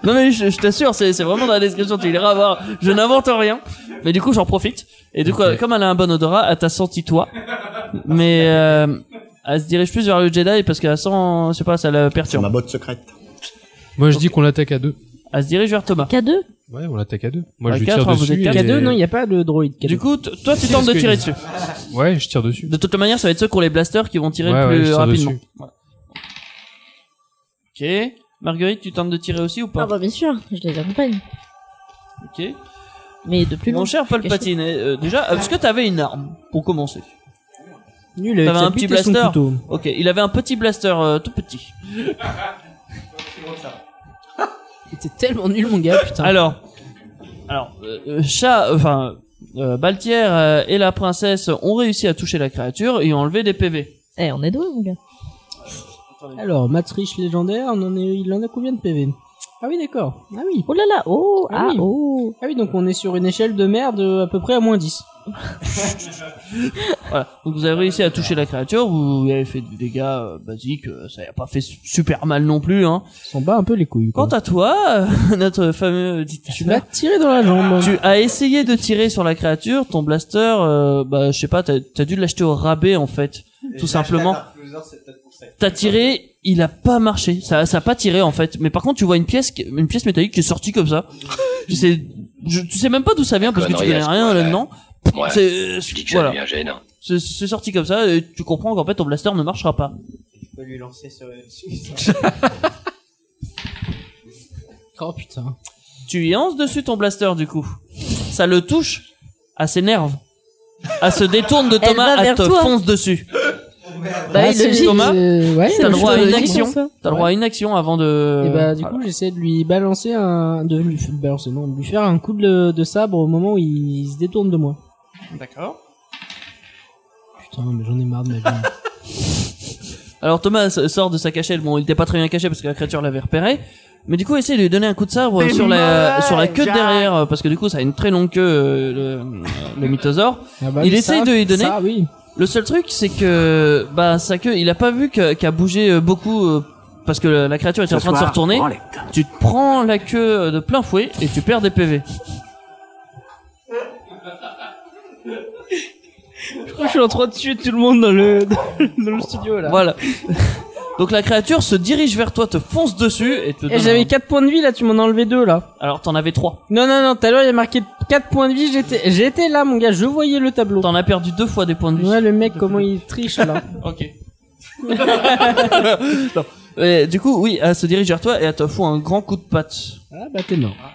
Non mais je, je t'assure, c'est, c'est vraiment dans la description, tu iras voir. Je n'invente rien. Mais du coup, j'en profite. Et du coup, Ok. comme elle a un bon odorat, elle t'a senti toi. Mais euh, elle se dirige plus vers le Jedi parce qu'elle sent, je sais pas, ça la perturbe. Ma botte secrète. Moi, je dis qu'on l'attaque à deux. Elle se dirige vers Thomas. K deux Ouais, on l'attaque à deux. Moi, À je lui quatre, tire hein, vous dessus. êtes quatre. et- K deux, Non, il n'y a pas de droïde. Du coup, t- toi, tu Si, tentes parce de que- tirer dessus. Ouais, je tire dessus. De toute manière, ça va être ceux qui ont les blasters qui vont tirer Ouais, le ouais, plus je tire rapidement. dessus. Ouais. Ok. Marguerite, tu tentes de tirer aussi ou pas? Ah bah bien sûr, je les accompagne. Ok. Mais de plus Mon loin. cher Palpatine, euh, déjà, est-ce que t'avais une arme pour commencer? Nul avec T'avais sa un petit bite et son blaster. couteau. Ok, il avait un petit blaster euh, tout petit. T'es tellement nul, mon gars, putain. Alors, alors, euh, euh, chat, enfin, euh, Baltière euh, et la princesse ont réussi à toucher la créature et ont enlevé des P V. Eh, on est doué, mon gars. Alors, Matriche légendaire, on en est, il en a combien de P V? Ah oui, d'accord. Ah oui. Oh là là, oh, ah, ah, oui. oh. Ah oui, donc on est sur une échelle de merde euh, à peu près à moins dix. Voilà. Donc vous avez réussi à toucher la créature, vous avez fait des dégâts euh, basiques, euh, ça n'a pas fait su- super mal non plus, hein. S'en bat un peu les couilles, quoi. Quant à toi, euh, notre fameux dictateur, Tu vas tirer dans la jambe. tu as essayé de tirer sur la créature, ton blaster, euh, bah je sais pas, t'as, t'as dû l'acheter au rabais en fait, tout simplement. T'as tiré, il a pas marché, ça, ça a pas tiré en fait. Mais par contre, tu vois une pièce, qui- une pièce métallique qui est sortie comme ça. Je sais, je, tu sais même pas d'où ça vient parce que tu Connerie à connais ce rien point-là. là-dedans. Ouais. C'est, Tu dis que voilà. ça devient gênant. C'est, c'est sorti comme ça et tu comprends qu'en fait ton blaster ne marchera pas. Je peux lui lancer sur dessus. Oh putain. Tu y lances dessus ton blaster du coup. Ça le touche, elle s'énerve. Elle se détourne de Elle Thomas, va elle vers te toi. fonce dessus. Bah, Ah, oui, c'est- logique. Thomas, euh, ouais, t'as le je droit à fais une logique, action. ça. T'as le droit à une action avant de. Et bah, du Voilà. coup, j'essaie de lui balancer un, de lui balancer, non, de lui faire un coup de, de sabre au moment où il se détourne de moi. D'accord. Putain, mais j'en ai marre de ma vie. Alors Thomas sort de sa cachette. Bon, il était pas très bien caché parce que la créature l'avait repéré. Mais du coup, essaye de lui donner un coup de sabre T'es sur la mauvais, sur la queue de Jack. derrière euh, parce que du coup, ça a une très longue queue euh, le, le mythosaure. Ah bah, il oui, essaye ça, de lui donner. Ça, oui. Le seul truc, c'est que bah sa queue, il a pas vu que- qu'elle bougeait euh, beaucoup euh, parce que la créature était Ce en train de se soir, retourner. branlette. Tu te prends la queue de plein fouet et tu perds des P V. Je crois que je suis en train de tuer tout le monde dans le, dans le studio, là. Voilà. Donc la créature se dirige vers toi, te fonce dessus et te Et donne j'avais un- quatre points de vie, là, tu m'en as enlevé deux, là. Alors t'en avais trois. Non, non, non, tout à l'heure, il y a marqué quatre points de vie, j'étais, j'étais là, mon gars, je voyais le tableau. T'en as perdu deux fois des points de vie. Ouais, le mec, comment il triche, là. Ok. Non. Et du coup, oui, elle se dirige vers toi et elle te fout un grand coup de patte. Ah, bah, t'es mort.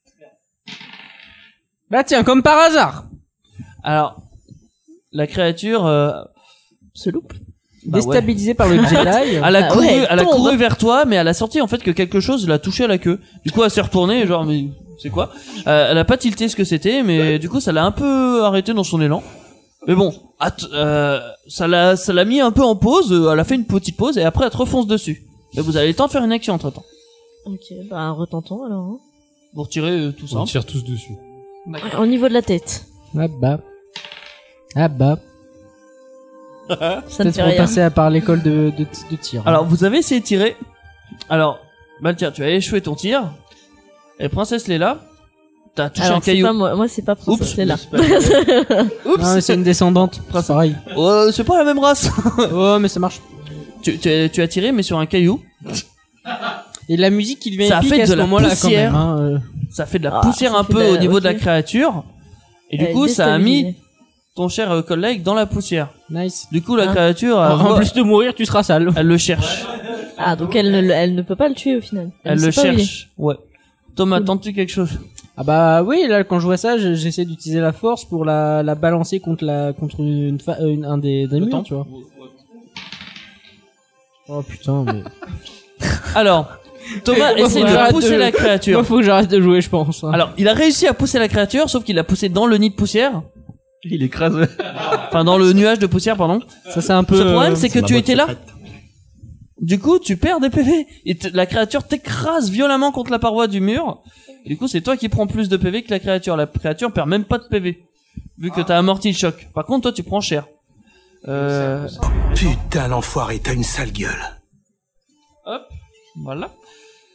Bah, tiens, comme par hasard. Alors, la créature euh, se loupe. Bah ouais. Déstabilisée par le Jedi. Elle a Ah couru, ouais, elle a tombe. couru vers toi, mais elle a senti en fait que quelque chose l'a touché à la queue. Du coup, elle s'est retournée, genre mais c'est quoi euh, Elle a pas tilté ce que c'était, mais du coup, ça l'a un peu arrêté dans son élan. Mais bon, att- euh, ça l'a, ça l'a mis un peu en pause. euh, Elle a fait une petite pause et après elle te refonce dessus. Mais vous avez le temps de faire une action entre temps. Ok, bah retentons alors. Hein. Vous retirez euh, tout ça. On tire tous dessus. Au niveau de la tête. Ah bah. Ah bah. Ça ne Peut-être fait rien. repasser à part l'école de, de, de tir. Alors, vous avez essayé de tirer. Alors, bah tiens, tu as échoué ton tir. Et Princesse Léla, t'as touché Alors, un c'est caillou. pas moi, moi c'est pas Oups, Princesse Léla. c'est pas- Oups, Ah, mais c'est une descendante. C'est pareil. Euh, c'est pas la même race. Ouais, mais ça marche. tu, tu, as- tu as tiré, mais sur un caillou. Et la musique qui devient Ça a épique fait à de ce la moment-là quand poussière. même. Hein, euh. Ça fait de la Ah, poussière ça un fait peu de la- au niveau de la ok. créature. Et du Elle coup, est ça a mis déstabilisée. ton cher euh, collègue dans la poussière. Nice. Du coup, la Ah. créature, En, elle, en voit- plus de mourir, tu seras sale. elle le cherche. Ah, donc elle ne, le- elle ne peut pas le tuer au final. Elle ne le sait pas où il est. cherche. Ouais. Thomas, Cool. tentes-tu quelque chose? Ah bah oui, là quand je vois ça, je- j'essaie d'utiliser la force pour la, la balancer contre la contre une, fa- euh, une- un des, des murs, Attends. tu vois. Oh putain, mais Alors, Thomas Moi, essaie faut que de j'arrête pousser de- la créature. moi faut que j'arrête de jouer, je pense. hein. Alors, il a réussi à pousser la créature, sauf qu'il l'a poussé dans le nid de poussière. Il écrase. Enfin, dans le nuage de poussière, pardon. Ça c'est un peu. Ce problème, euh, c'est que ma tu botte étais là. secrète. Du coup, tu perds des P V. Et t- la créature t'écrase violemment contre la paroi du mur. Et du coup, c'est toi qui prends plus de P V que la créature. La créature perd même pas de P V. Vu que t'as amorti le choc. Par contre, toi, tu prends cher. Euh... Putain, l'enfoiré, t'as une sale gueule. Hop. Voilà.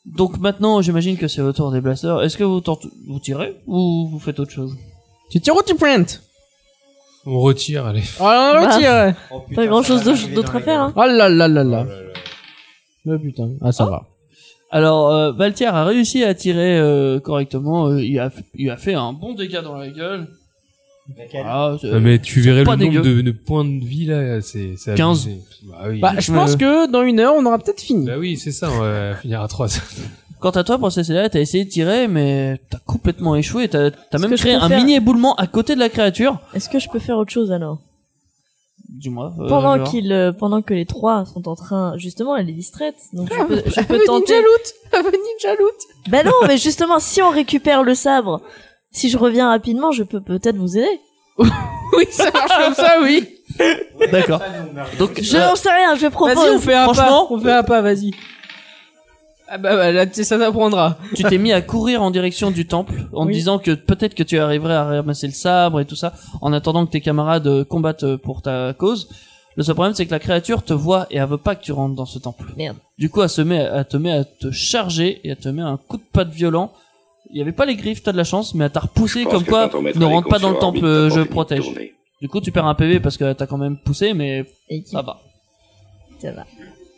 Donc maintenant, j'imagine que c'est au tour des blasters. Est-ce que vous, tente- vous tirez ou vous faites autre chose? Tu tires ou tu pointes? On retire, allez. Oh, on retire. Oh, pas grand chose d'autre à faire, hein. Oh là là là là. Oh putain, ah ça va. Alors, euh, Valtier a réussi à tirer euh, correctement. Euh, il, a, il a fait un bon dégât dans la gueule. Ah, c'est- Ah, mais tu verrais le pas nombre dégueu. de, de points de vie là, c'est c'est quinze. abusé. Bah, oui. Bah, je pense que dans une heure, on aura peut-être fini. Bah oui, c'est ça, on va finir à trois. Quant à toi, Princesse Leia, t'as essayé de tirer, mais t'as complètement échoué. T'as t'as même que je créé peux un faire- mini éboulement à côté de la créature. Est-ce que je peux faire autre chose alors? Dis-moi. euh, Pendant Gérard. qu'il, euh, pendant que les trois sont en train, justement, elle est distraite, donc je peux, je Elle peux veut tenter. Ninja Loot. Elle veut Ninja Loot. Ben non, mais justement, si on récupère le sabre, si je reviens rapidement, je peux peut-être vous aider. Oui, ça marche comme ça, oui. D'accord. Donc, Je euh, n'en sais rien, je propose. Vas-y, on fait un pas. franchement- On fait un pas, vas-y. Ah bah, bah là, tu sais, ça t'apprendra. tu t'es mis à courir en direction du temple en Oui. te disant que peut-être que tu arriverais à ramasser le sabre et tout ça en attendant que tes camarades euh, combattent euh, pour ta cause. Le seul problème c'est que la créature te voit et elle veut pas que tu rentres dans ce temple. Merde. Du coup elle se met, elle te met à te charger et elle te met un coup de patte violent. Il y avait pas les griffes, t'as de la chance, mais elle t'a repoussé Je pense comme que quoi quand on mettra ne les rentre pas dans le cons sur temple, orbite, euh, t'as je pas fini de protège. tourner. Du coup tu perds un P V parce que t'as quand même poussé, mais Et qui- ça va. Ça va.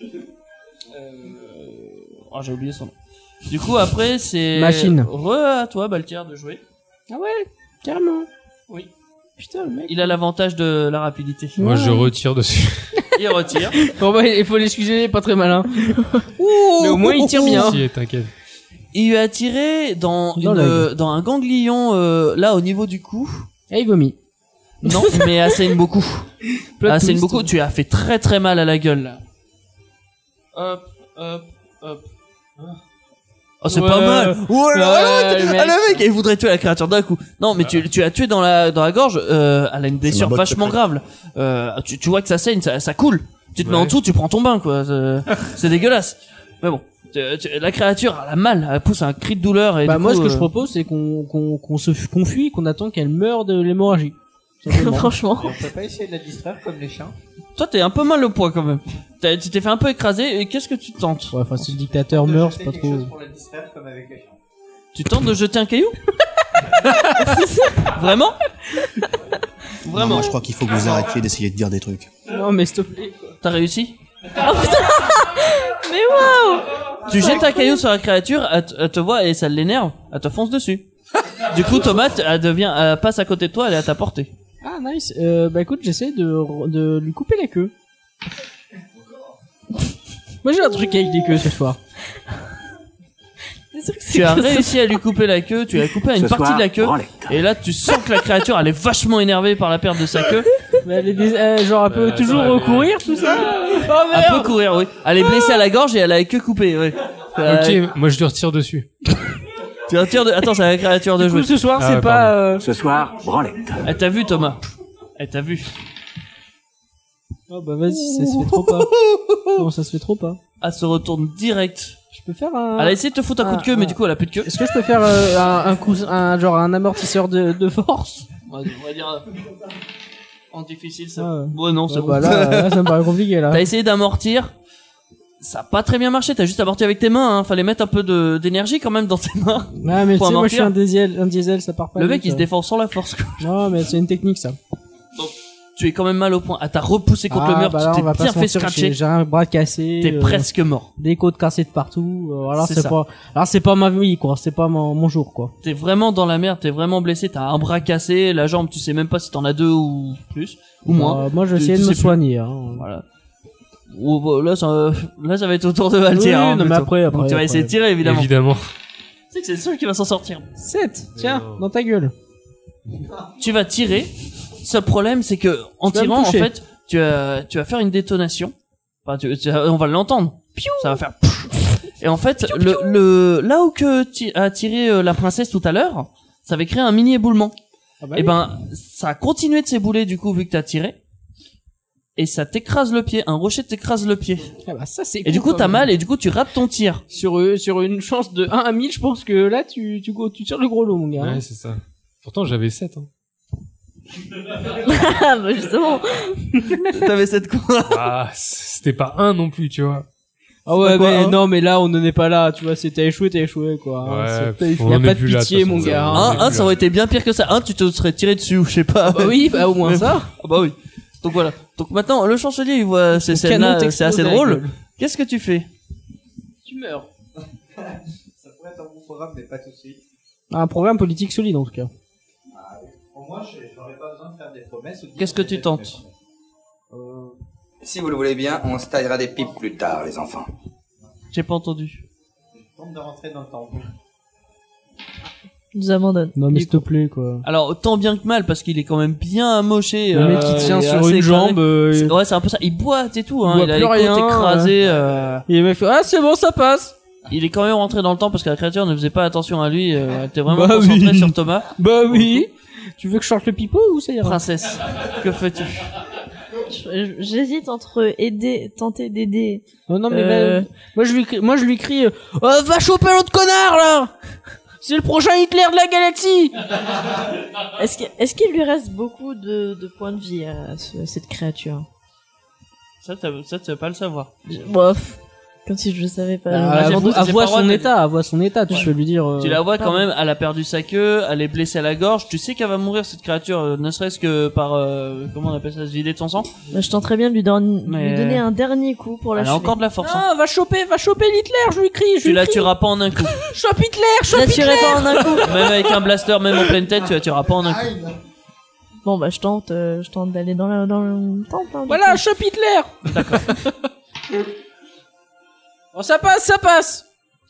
Oh, j'ai oublié son nom. Du coup après c'est Machine. Re à toi Baltier de jouer. Ah ouais, carrément. Oui. Putain, le mec. Il a l'avantage de la rapidité. Moi, je retire dessus. Il retire. Bon bah, il faut l'excuser, il est pas très malin. Mais au moins, il tire bien. Si, t'inquiète. Il lui a tiré dans, Dans une, l'œil. euh, dans un ganglion euh, là au niveau du cou. Et il vomit. Non, mais elle saigne beaucoup. Plot Elle saigne twist. beaucoup. Tu as fait très très mal à la gueule là. Hop, hop, hop. Oh, c'est Ouais. pas mal. Ouais, Ouais, ouais, le mec. ah, le mec, il voudrait tuer la créature d'un coup. Non, mais tu, tu as tué dans la, dans la gorge. Euh, elle a une blessure botte vachement secrète. grave. Euh, tu, tu vois que ça saigne, ça, ça coule. Tu te mets Ouais. en dessous, tu prends ton bain, quoi. C'est- C'est dégueulasse. Mais bon, tu- tu- la créature, elle a mal. Elle pousse un cri de douleur et Bah, du moi, coup, ce que je euh, propose, c'est qu'on qu'on qu'on se qu'on fuit, qu'on attend qu'elle meure de l'hémorragie. Simplement. Franchement. Et on peut pas essayer de la distraire comme les chiens? Toi, t'es un peu mal au poids quand même. T'as- Tu t'es fait un peu écraser. Et qu'est-ce que tu tentes? Ouais, enfin, si le dictateur meurt, c'est pas trop. Pour la distraire comme avec les chiens. Tu tentes de jeter un caillou? Vraiment? Non, Vraiment? moi, je crois qu'il faut que vous arrêtiez d'essayer de dire des trucs. Non, mais s'il te plaît. T'as réussi? Mais waouh! Tu jettes un caillou sur la créature, elle, te- elle te voit et ça l'énerve, elle te fonce dessus. Du coup, Tomate, elle devient, elle passe à côté de toi, elle est à ta portée. Ah, nice. Euh, bah, écoute, j'essaie de, de lui couper la queue. Moi, j'ai un truc avec les queues ce soir. C'est sûr que c'est Tu as comme ça. réussi à lui couper la queue, tu lui as coupé une Ce partie soir, de la queue, branlette. et là, tu sens que la créature, elle est vachement énervée par la perte de sa queue. Mais elle est des- euh, genre, elle peut Euh, toujours attends, recourir, tout ça. Oh Elle peut merde! courir, oui. Elle est blessée à la gorge et elle a la queue coupée, oui. Euh, Ok, moi, je lui retire dessus. Tu retires de... Attends, c'est la créature de Du jouer. coup, ce soir, Ah, c'est ouais, pas. euh, Ce soir, branlette. Elle t'a vu, Thomas. Elle t'a vu. Oh bah vas-y, ça se fait trop pas. Non, ça se fait trop pas. Elle se retourne direct. Je peux faire un. Elle a essayé de te foutre un coup de queue, Ah, mais ah. du coup, elle a plus de queue. Est-ce que je peux faire euh, un, un coup, un genre un amortisseur de, de force? On va on va dire... euh, En difficile, ça... Ah ouais. Bon, non, c'est Ouais, bon. bah là, là, ça me paraît compliqué là. T'as essayé d'amortir. Ça a pas très bien marché, t'as juste amorti avec tes mains, hein. Fallait mettre un peu de, d'énergie quand même dans tes mains. Ouais, mais tu Pour sais, moi je suis amortir. un diesel, un diesel, ça part pas. Le vite, mec, il se ça. défend sans la force, quoi. Non, mais c'est une technique ça. Tu es quand même mal au point. Ah, t'as repoussé contre Ah, le mur, bah là, tu on va t'es pas bien se fait mentir, scratcher. j'ai- J'ai un bras cassé. T'es euh, presque mort. Des côtes cassées de partout. euh, alors C'est c'est ça. pas, alors c'est pas ma vie quoi, c'est pas mon, mon jour quoi. T'es vraiment dans la merde, t'es vraiment blessé, t'as un bras cassé, la jambe, tu sais même pas si t'en as deux ou plus, ou moins. Euh, moi je vais Tu- essayer tu de me sais plus. soigner. Hein. Voilà. Ou, bah, là, ça, là, ça va être au tour de Valtier. Oui, hein, non, mais plutôt. après, après, Donc tu vas après. essayer de tirer, évidemment. Évidemment. Tu sais que c'est le seul qui va s'en sortir. sept, tiens, dans ta gueule. Tu vas tirer. Seul problème, c'est que en Tu vas me tirant, en toucher. fait, tu vas, tu vas faire une détonation. Enfin, tu, tu- on va l'entendre. Ça va faire. Et en fait, le, le, là où que tu as tiré euh, la princesse tout à l'heure, ça avait créé un mini éboulement. Ah bah Et oui. ben, ça a continué de s'ébouler du coup vu que t'as tiré. Et ça t'écrase le pied. Un rocher t'écrase le pied. Ah bah ça c'est. Et cool, du coup, quand t'as même. mal et du coup, tu rates ton tir. Sur euh, sur une chance de un à mille, je pense que là tu tu tu tires le gros lot mon gars. hein. Ouais, c'est ça. Pourtant, j'avais sept. Hein. Ah, bah justement. T'avais cette quoi? Ah, c'était pas un non plus, tu vois. Ah ouais, quoi, mais hein non, mais là, on n'en est pas là, tu vois, c'est t'as échoué, t'as échoué, quoi. Ouais, Hein, c'est- on y a en pas est de plus là, de pitié, toute mon façon. gars. On hein. est Un, un, plus ça là. aurait été bien pire que ça. Un, tu te serais tiré dessus ou je sais pas. Bah oui, bah au moins Mais- ça. Ah bah oui. Donc voilà. Donc maintenant, le chancelier, il voit ces Son canon scènes-là, t'explose c'est assez à la drôle. gueule. Qu'est-ce que tu fais? Tu meurs. Ça pourrait être un bon programme, mais pas tout de suite. Un programme politique solide, en tout cas. Ah, oui. Pour moi, je n'aurais pas besoin de faire des promesses. ou de dire Qu'est-ce que tu des tentes? promesses. Euh, Si vous le voulez bien, on se taillera des pipes plus tard, les enfants. J'ai pas entendu. je tente de rentrer dans le temple. Nous abandonne. Non, mais s'il te plaît, quoi. Alors, tant bien que mal, parce qu'il est quand même bien amoché. Le mec qui tient et sur assez une écrasé. jambe, euh, C'est- Ouais, c'est un peu ça. Il boite et tout, Il hein. voit Il a plus les côtes rien, écrasées. euh. Et le mec fait, ah, c'est bon, ça passe. Il est quand même rentré dans le temps parce que la créature ne faisait pas attention à lui. euh, Elle était vraiment Bah concentrée oui. sur Thomas. Bah oui. Tu veux que je sorte le pipeau ou ça ira? Princesse, que fais-tu? Je- J'hésite entre aider, tenter d'aider. Non, non, mais Euh, va- moi je lui crie, moi je lui crie, euh, oh, va choper l'autre connard là. C'est le prochain Hitler de la galaxie. Est-ce qu'il est-ce qu'il lui reste beaucoup de, de points de vie à, ce- à cette créature? Ça, t'as- ça, tu vas pas le savoir. Bof. Comme si je le savais pas. Bah, Ah, avant j'avoue, de- c'est à voir pas vrai, son mais- état, à voir son état, tu peux lui dire. euh, Tu la vois quand pardon. même, elle a perdu sa queue, elle est blessée à la gorge. Tu sais qu'elle va mourir cette créature, euh, ne serait-ce que par euh, comment on appelle ça, se vider de son sang. Bah, je tenterais bien de lui, don- Mais- lui donner un dernier coup pour Elle a l'achever. encore de la force. hein. Ah, va choper, va choper l'Hitler, je lui crie, je Tu lui la crie. tueras pas en un coup. Chope Hitler, Je chope la Hitler. tuerai pas en un coup. Même avec un blaster, même en pleine tête, tu la tueras pas en un coup. Bon bah je tente, euh, je tente d'aller dans, la, dans le temple. hein, du Voilà, coup. chope Hitler. D'accord. Oh, ça passe, ça passe.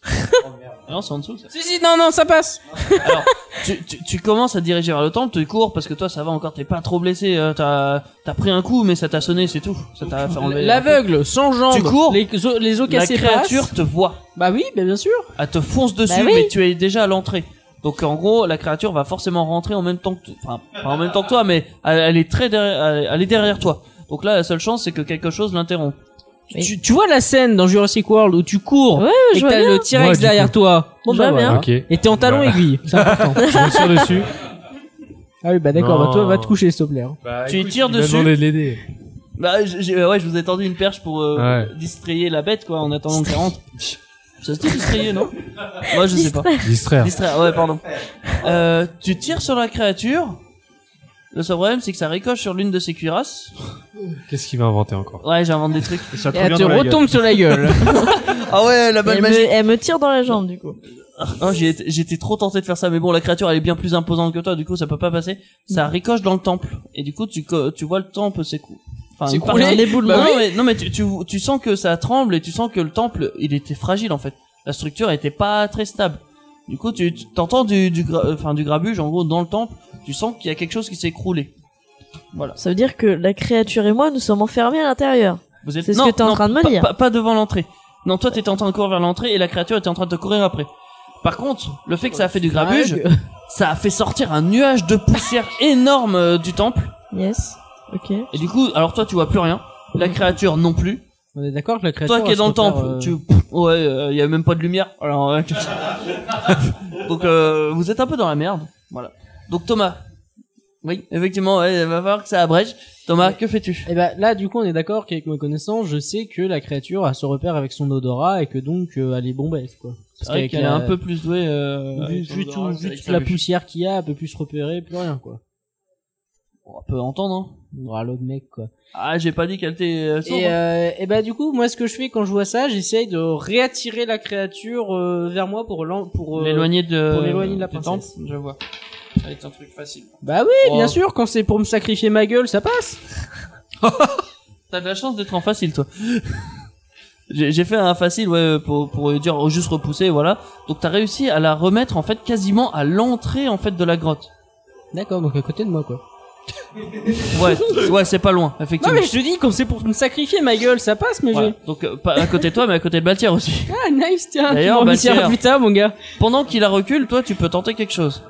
Ah non, c'est en dessous ça. Si, si, non, non, ça passe. Alors, tu, tu, tu commences à te diriger vers le temple, tu cours parce que toi ça va encore, t'es pas trop blessé. euh, T'as t'as pris un coup, mais ça t'a sonné, c'est tout. Ça t'a fait enlever. L'aveugle, sans jambes. Tu cours. Les os, les os La cassés créature passent. te voit. Bah oui, bah bien sûr. Elle te fonce dessus, Bah oui. mais tu es déjà à l'entrée. Donc en gros, la créature va forcément rentrer en même temps que, t- enfin, pas en même temps que toi, mais elle, elle est très derrière, elle, elle est derrière toi. Donc là, la seule chance, c'est que quelque chose l'interrompt. Tu, tu vois la scène dans Jurassic World où tu cours Ouais, et je que vois t'as bien. le T-Rex Ouais, du derrière coup. toi. Bon, bah, bien. Ok. Et t'es en talon Bah. aiguille, c'est important. Je me tire dessus. Ah oui, bah d'accord, Non. bah toi va te coucher s'il te plaît. hein. Bah, Tu y écoute, tires il m'a dessus. demandé de l'aider. Bah, j'ai- j'ai- ouais, je vous ai tendu une perche pour euh, Ouais. distrayer la bête, quoi, en attendant qu'elle rentre. Ça se dit distrayer, non? Moi, je sais pas. Distraire. Distraire, ouais, pardon. Euh, tu tires sur la créature. Le seul problème, c'est que ça ricoche sur l'une de ses cuirasses. Qu'est-ce qu'il va inventer encore? Ouais, j'invente des trucs. Et ça te Et elle revient te dans la gueule. retombe sur la gueule. Ah ouais, la balle Elle me, magique. elle me tire dans la jambe du coup. Ah, j'ai été- j'étais trop tenté de faire ça, mais bon, la créature elle est bien plus imposante que toi, du coup ça peut pas passer. Ça ricoche dans le temple, et du coup tu co- tu vois le temple s'écou- Enfin, S'écrouler. une partie- Un éboulement. Bah Bah non, oui. mais, non mais tu, tu tu sens que ça tremble et tu sens que le temple il était fragile en fait. La structure était pas très stable. Du coup tu tu- t'entends du du gra- enfin du grabuge en gros dans le temple. Tu sens qu'il y a quelque chose qui s'est écroulé. Voilà. Ça veut dire que la créature et moi nous sommes enfermés à l'intérieur. Vous êtes C'est ce non, que t'es en non, train de me pas- dire. Pas, pas devant l'entrée. Non, toi t'étais en train de courir vers l'entrée et la créature était en train de te courir après. Par contre, le fait que ça a fait du grabuge, Vague. ça a fait sortir un nuage de poussière énorme euh, du temple. Yes. Ok. Et du coup, alors toi tu vois plus rien, la créature non plus. On est d'accord que la créature. Toi qui es elle dans se le repère, temple, euh, tu ouais, il y a même pas de lumière. Alors ouais, tu- donc euh, vous êtes un peu dans la merde. Voilà. Donc Thomas. Oui, effectivement, ouais, il va falloir que ça abrège. Thomas, que fais-tu? Et bah là du coup on est d'accord qu'avec mes connaissances, je sais que la créature a ce repère avec son odorat et que donc euh, elle est bombaise quoi. C'est vrai qu'avec qu'elle est la- un peu plus douée. Euh, vu, avec son vu odorat, tout, c'est vu avec toute sa la vue. poussière qu'il y a, elle peut plus se repérer, plus rien quoi. On peut entendre. Hein. Oh, l'autre mec quoi. Ah, j'ai pas dit qu'elle était euh, sourde. Et, euh, et bah du coup moi ce que je fais quand je vois ça, j'essaye de réattirer la créature euh, vers moi pour l'en- pour euh, L'éloigner de pour l'éloigner de la du princesse. temple, je vois. Ça va être un truc facile. Bah oui, Oh. bien sûr, quand c'est pour me sacrifier ma gueule, ça passe. T'as de la chance d'être en facile, toi. J'ai j'ai fait un facile, ouais, pour, pour dire juste repousser, voilà. Donc t'as réussi à la remettre, en fait, quasiment à l'entrée, en fait, de la grotte. D'accord, donc à côté de moi quoi. Ouais, ouais, c'est pas loin, Non effectivement. mais je te dis quand c'est pour me sacrifier ma gueule, ça passe mais Voilà. Donc, euh, pas à côté de toi, mais à côté de Baltière aussi. j'ai. Ah nice tiens. tu D'ailleurs, m'en remercieras Baltière, plus tard mon gars. pendant qu'il la recule, toi, tu peux tenter quelque chose.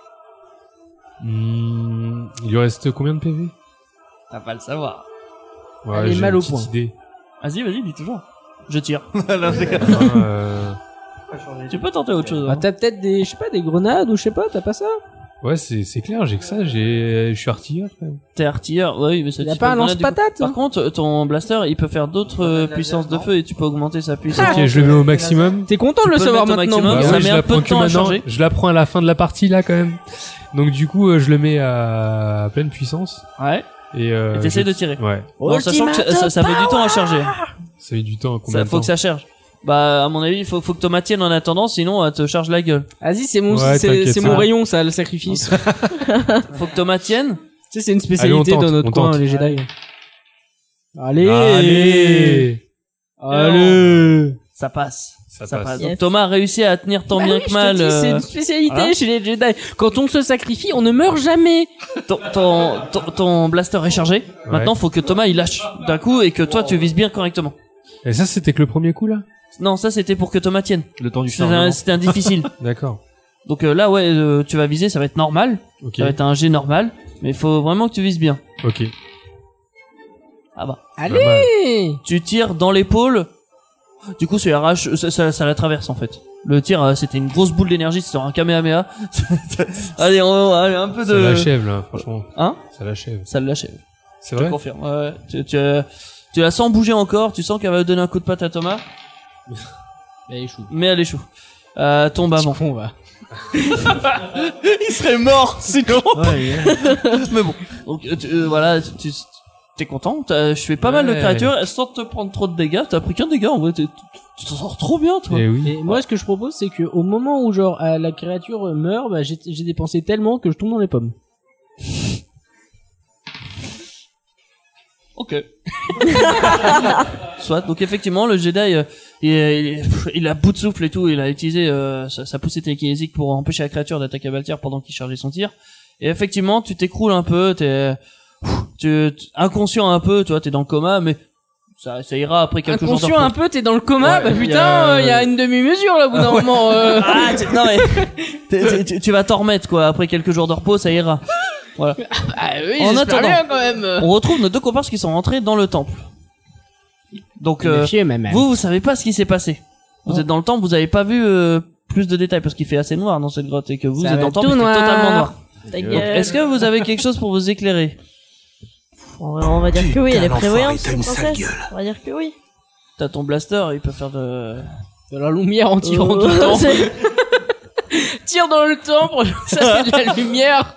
Hmm, il lui reste combien de P V? T'as pas le savoir. Ouais, Elle est j'ai mal une au petite point. idée. Vas-y, vas-y, dis toujours. Je tire. Non, je déconne. Ah, euh, Tu peux tenter autre chose. Ah, hein. t'as peut-être des, je sais pas, des grenades ou je sais pas, t'as pas ça? Ouais, c'est c'est clair, j'ai que ça, j'ai je suis artilleur quand même. T'es artilleur, oui, mais ça. Il a tu pas peux un le donner, du coup. lance-patate, Par hein contre, ton blaster, il peut faire d'autres euh, puissances de feu et tu peux augmenter sa puissance. Ok, je le mets au maximum. T'es content Tu de le peux savoir mettre au maintenant. maximum, Bah ça ouais, met je un peu l'apprends de que temps à maintenant. charger. Je l'apprends à la fin de la partie là quand même. Donc du coup, euh, je le mets à, à pleine puissance. Ouais. Et euh, Et t'essaies je- de tirer. Ouais. Bon, sachant que ça, ça met du temps à charger. Ça met du temps. Combien Ça, de faut temps que ça charge. Bah, à mon avis, faut, faut que Thomas tienne en attendant, sinon, elle te charge la gueule. Vas-y, c'est mon, Ouais, c'est, t'inquiète, c'est ça mon va. rayon, ça, le sacrifice. Faut que Thomas tienne. Tu sais, c'est une spécialité Allez, on tente, dans notre on coin, tente. les Jedi. Allez, Allez. allez. Ça passe. Ça Ça passe. passe. Yes. Donc Thomas a réussi à tenir tant Bah bien oui, que je te mal. dis, c'est euh, une spécialité voilà. chez les Jedi. Quand on se sacrifie, on ne meurt jamais. ton, ton, ton, ton blaster est chargé. Ouais. Maintenant, faut que Thomas il lâche d'un coup et que toi tu vises bien correctement. Et ça, c'était que le premier coup là. Non, ça c'était pour que Thomas tienne. Le temps du C'était un, chargement. c'était un difficile. D'accord. Donc euh, là, ouais, euh, tu vas viser, ça va être normal. Ok. Ça va être un jet normal, mais il faut vraiment que tu vises bien. Ok. Ah bah. Allez. Tu tires dans l'épaule. Du coup, ça arrache, ça, ça, ça la traverse en fait. Le tir, euh, c'était une grosse boule d'énergie, c'était un Kamehameha. allez, on, allez, un peu de. Ça l'achève là, franchement. Hein? Ça l'achève. Ça l'achève. C'est Je te vrai. confirme. Ouais, ouais. Tu, tu, euh, tu la sens bouger encore, tu sens qu'elle va donner un coup de patte à Thomas, Elle échoue. mais elle échoue. Euh, tombe avant. On va. Il serait mort sinon. Mais bon. Donc euh, tu- euh, voilà, tu, tu- t'es content. T'as- Je fais pas mal de Ouais. créatures sans te prendre trop de dégâts. T'as pris qu'un dégât en vrai. t'es- Tu t'en sors trop bien toi. Et oui. Et moi, ce que je propose, c'est que au moment où genre euh, la créature meurt, bah, j'ai, j'ai dépensé tellement que je tombe dans les pommes. Ok. Soit. Donc effectivement, le Jedi, euh, il, il, il a bout de souffle et tout. Il a utilisé euh, sa, sa poussée télékinésique pour empêcher la créature d'attaquer à balle tir pendant qu'il chargeait son tir. Et effectivement, tu t'écroules un peu. T'es tu, tu- inconscient un peu. Tu vois, t'es dans le coma, mais ça, ça ira après quelques jours. Inconscient un peu, t'es dans le coma. Ouais, bah y putain, a- il y, a une demi-mesure là au bout d'un moment. euh. Ah, tu- non mais t'es- t'es- tu, tu vas t'en remettre quoi. Après quelques jours de repos, ça ira. Voilà. Ah oui, En j'espère attendant, bien quand même. on retrouve nos deux comparses qui sont rentrés dans le temple. Donc euh, Méfiez, même. vous, vous savez pas ce qui s'est passé. Vous Oh. êtes dans le temple, vous avez pas vu euh, plus de détails parce qu'il fait assez noir dans cette grotte et que vous Ça êtes va dans le temple, tout il fait noir. totalement noir. Ta Donc, gueule. est-ce que vous avez quelque chose pour vous éclairer? On va, on va dire que oui, elle est Putain, prévoyante, l'enfoiré, t'as une cette sale princesse. gueule. On va dire que oui. T'as ton blaster, il peut faire de... De la lumière en tirant Euh, tout le temps. c'est- Tire dans le temple, ça fait de la lumière.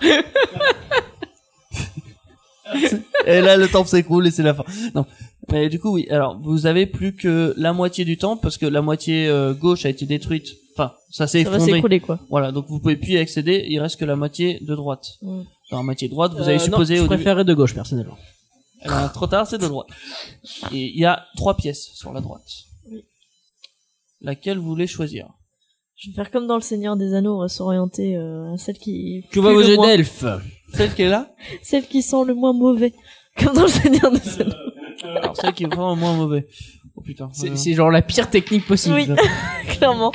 Et là, le temple s'écroule et c'est la fin. Non. Mais du coup, oui. Alors, vous avez plus que la moitié du temple parce que la moitié euh, gauche a été détruite. Enfin, ça s'est Ça va effondré. s'écrouler, quoi. Voilà, donc vous pouvez plus y accéder. Il reste que la moitié de droite. Mm. Dans la moitié droite, vous Euh, avez non, supposé je au début. préférais de gauche personnellement. Eh ben, trop tard, c'est de droite. Et il y a trois pièces sur la droite. Oui. Laquelle vous voulez choisir? Je vais faire comme dans le Seigneur des Anneaux, on va s'orienter euh, à celle qui... Que va pue vos le yeux moins. d'elfe. Celle qui est là? Celle qui sent le moins mauvais. Comme dans le Seigneur des Anneaux. Alors, celle qui est vraiment moins mauvais. Oh putain. C'est, euh, c'est genre la pire technique possible. Oui, clairement.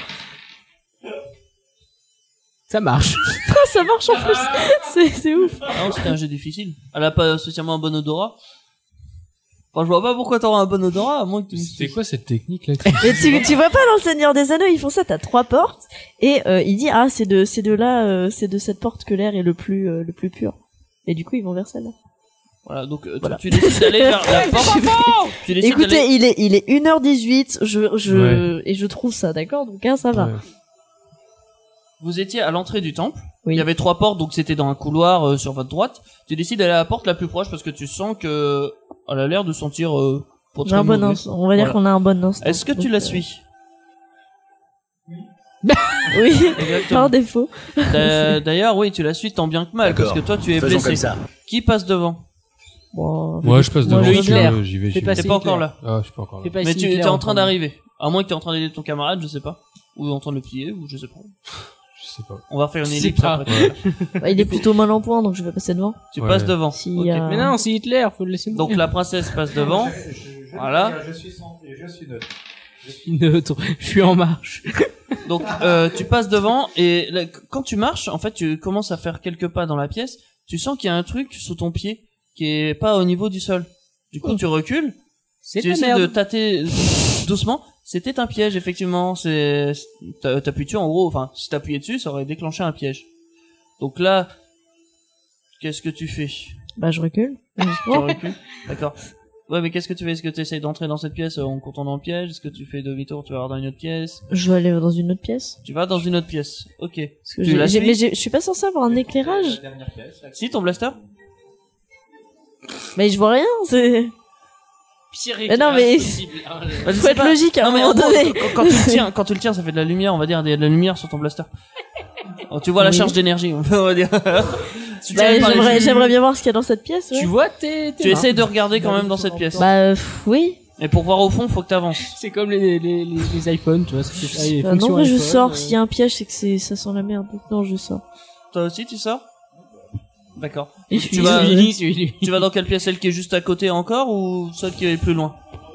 Ça marche. Ah, ça marche en plus. C'est, c'est ouf. Non, c'était un jeu difficile. Elle a pas spécialement un bon odorat. Enfin, je vois pas pourquoi t'auras un bon odorat, à moins que tu... C'était quoi cette technique là? Mais tu, tu vois pas dans le Seigneur des Anneaux, ils font ça, t'as trois portes, et euh, il dit, ah, c'est de, c'est de là, euh, c'est de cette porte que l'air est le plus, euh, le plus pur. Et du coup, ils vont vers celle-là. Voilà, donc euh, Voilà. tu, tu décides d'aller vers la porte. Tu décides Écoutez, d'aller- il est, il est une heure dix-huit, je, je, Ouais. et je trouve ça, d'accord? Donc, hein, ça va. Ouais. Vous étiez à l'entrée du temple. Oui. Il y avait trois portes, donc c'était dans un couloir euh, sur votre droite. Tu décides d'aller à la porte la plus proche parce que tu sens que elle a l'air de sentir euh, pas J'ai très un bon mauvais. instant. On va dire Voilà. qu'on a un bon instant. Est-ce que tu Donc, la euh, suis? Oui, Exactement. par défaut. D'a- D'ailleurs, oui, tu la suis tant bien que mal parce D'accord. que toi tu es Faisons blessé. comme ça. Qui passe devant? Bon, Moi, je passe Moi, devant. je veux si tu bien. veux, J'y vais. Fais j'y vais. passer T'es pas Hitler. encore là. Ah, je suis pas encore là. Fais pas Mais si tu Hitler es en train encore. d'arriver. À moins que tu es en train d'aider ton camarade, je sais pas. Ou en train de le plier, ou je sais pas. Je sais pas. On va faire une Je sais ellipse pas. après. bah, il est plutôt mal en point, donc je vais passer devant. Tu Ouais. passes devant. Si, Ok. euh, Mais non, c'est Hitler, faut le laisser Donc mourir. la princesse passe devant. Voilà. Je suis sans, je suis neutre. Je suis neutre, je suis en marche. Donc euh, tu passes devant et là, quand tu marches, en fait, tu commences à faire quelques pas dans la pièce. Tu sens qu'il y a un truc sous ton pied qui est pas au niveau du sol. Du coup, Oh. tu recules. C'est Tu ta essaies merde. de tâter doucement. C'était un piège, effectivement. C'est t'as- t'appuies dessus en gros. Enfin, si t'appuyais dessus, ça aurait déclenché un piège. Donc là, qu'est-ce que tu fais? Bah, je recule. Tu recules? D'accord. Ouais, mais qu'est-ce que tu fais? Est-ce que tu essayes d'entrer dans cette pièce en comptant dans le piège? Est-ce que tu fais demi-tour, tu vas voir dans une autre pièce? Je vais aller dans une autre pièce. Tu vas dans une autre pièce. Ok. Parce que Tu j'ai- la j'ai- suis mais j'ai- je suis pas censé avoir un éclairage. Si, ton blaster? Mais je vois rien, c'est... Pire Mais non, mais... Bah, je Faut sais être pas. logique à un Non, mais moment en gros, donné. Quand, quand tu le tiens, quand tu le tiens, ça fait de la lumière, on va dire, il y a de la lumière sur ton blaster. Oh, tu vois la Oui. charge d'énergie, on va dire. Tu Bah, tiens par les j'aimerais, cheveux. j'aimerais bien voir ce qu'il y a dans cette pièce. Ouais. Tu vois tes, tes Tu mains. essayes de regarder quand même dans cette pièce. Bah, euh, pff, oui. Et pour voir au fond, faut que t'avances. C'est comme les, les, les, les iPhones, tu vois. C'est ah, les Bah, fonctions non, mais je iPhone, sors. euh. S'il y a un piège, c'est que c'est, ça sent la merde. Donc non, je sors. Toi aussi, tu sors? D'accord. Et tu je vas, suis- suis- suis- tu vas dans quelle pièce? Celle qui est juste à côté encore ou celle qui est plus loin?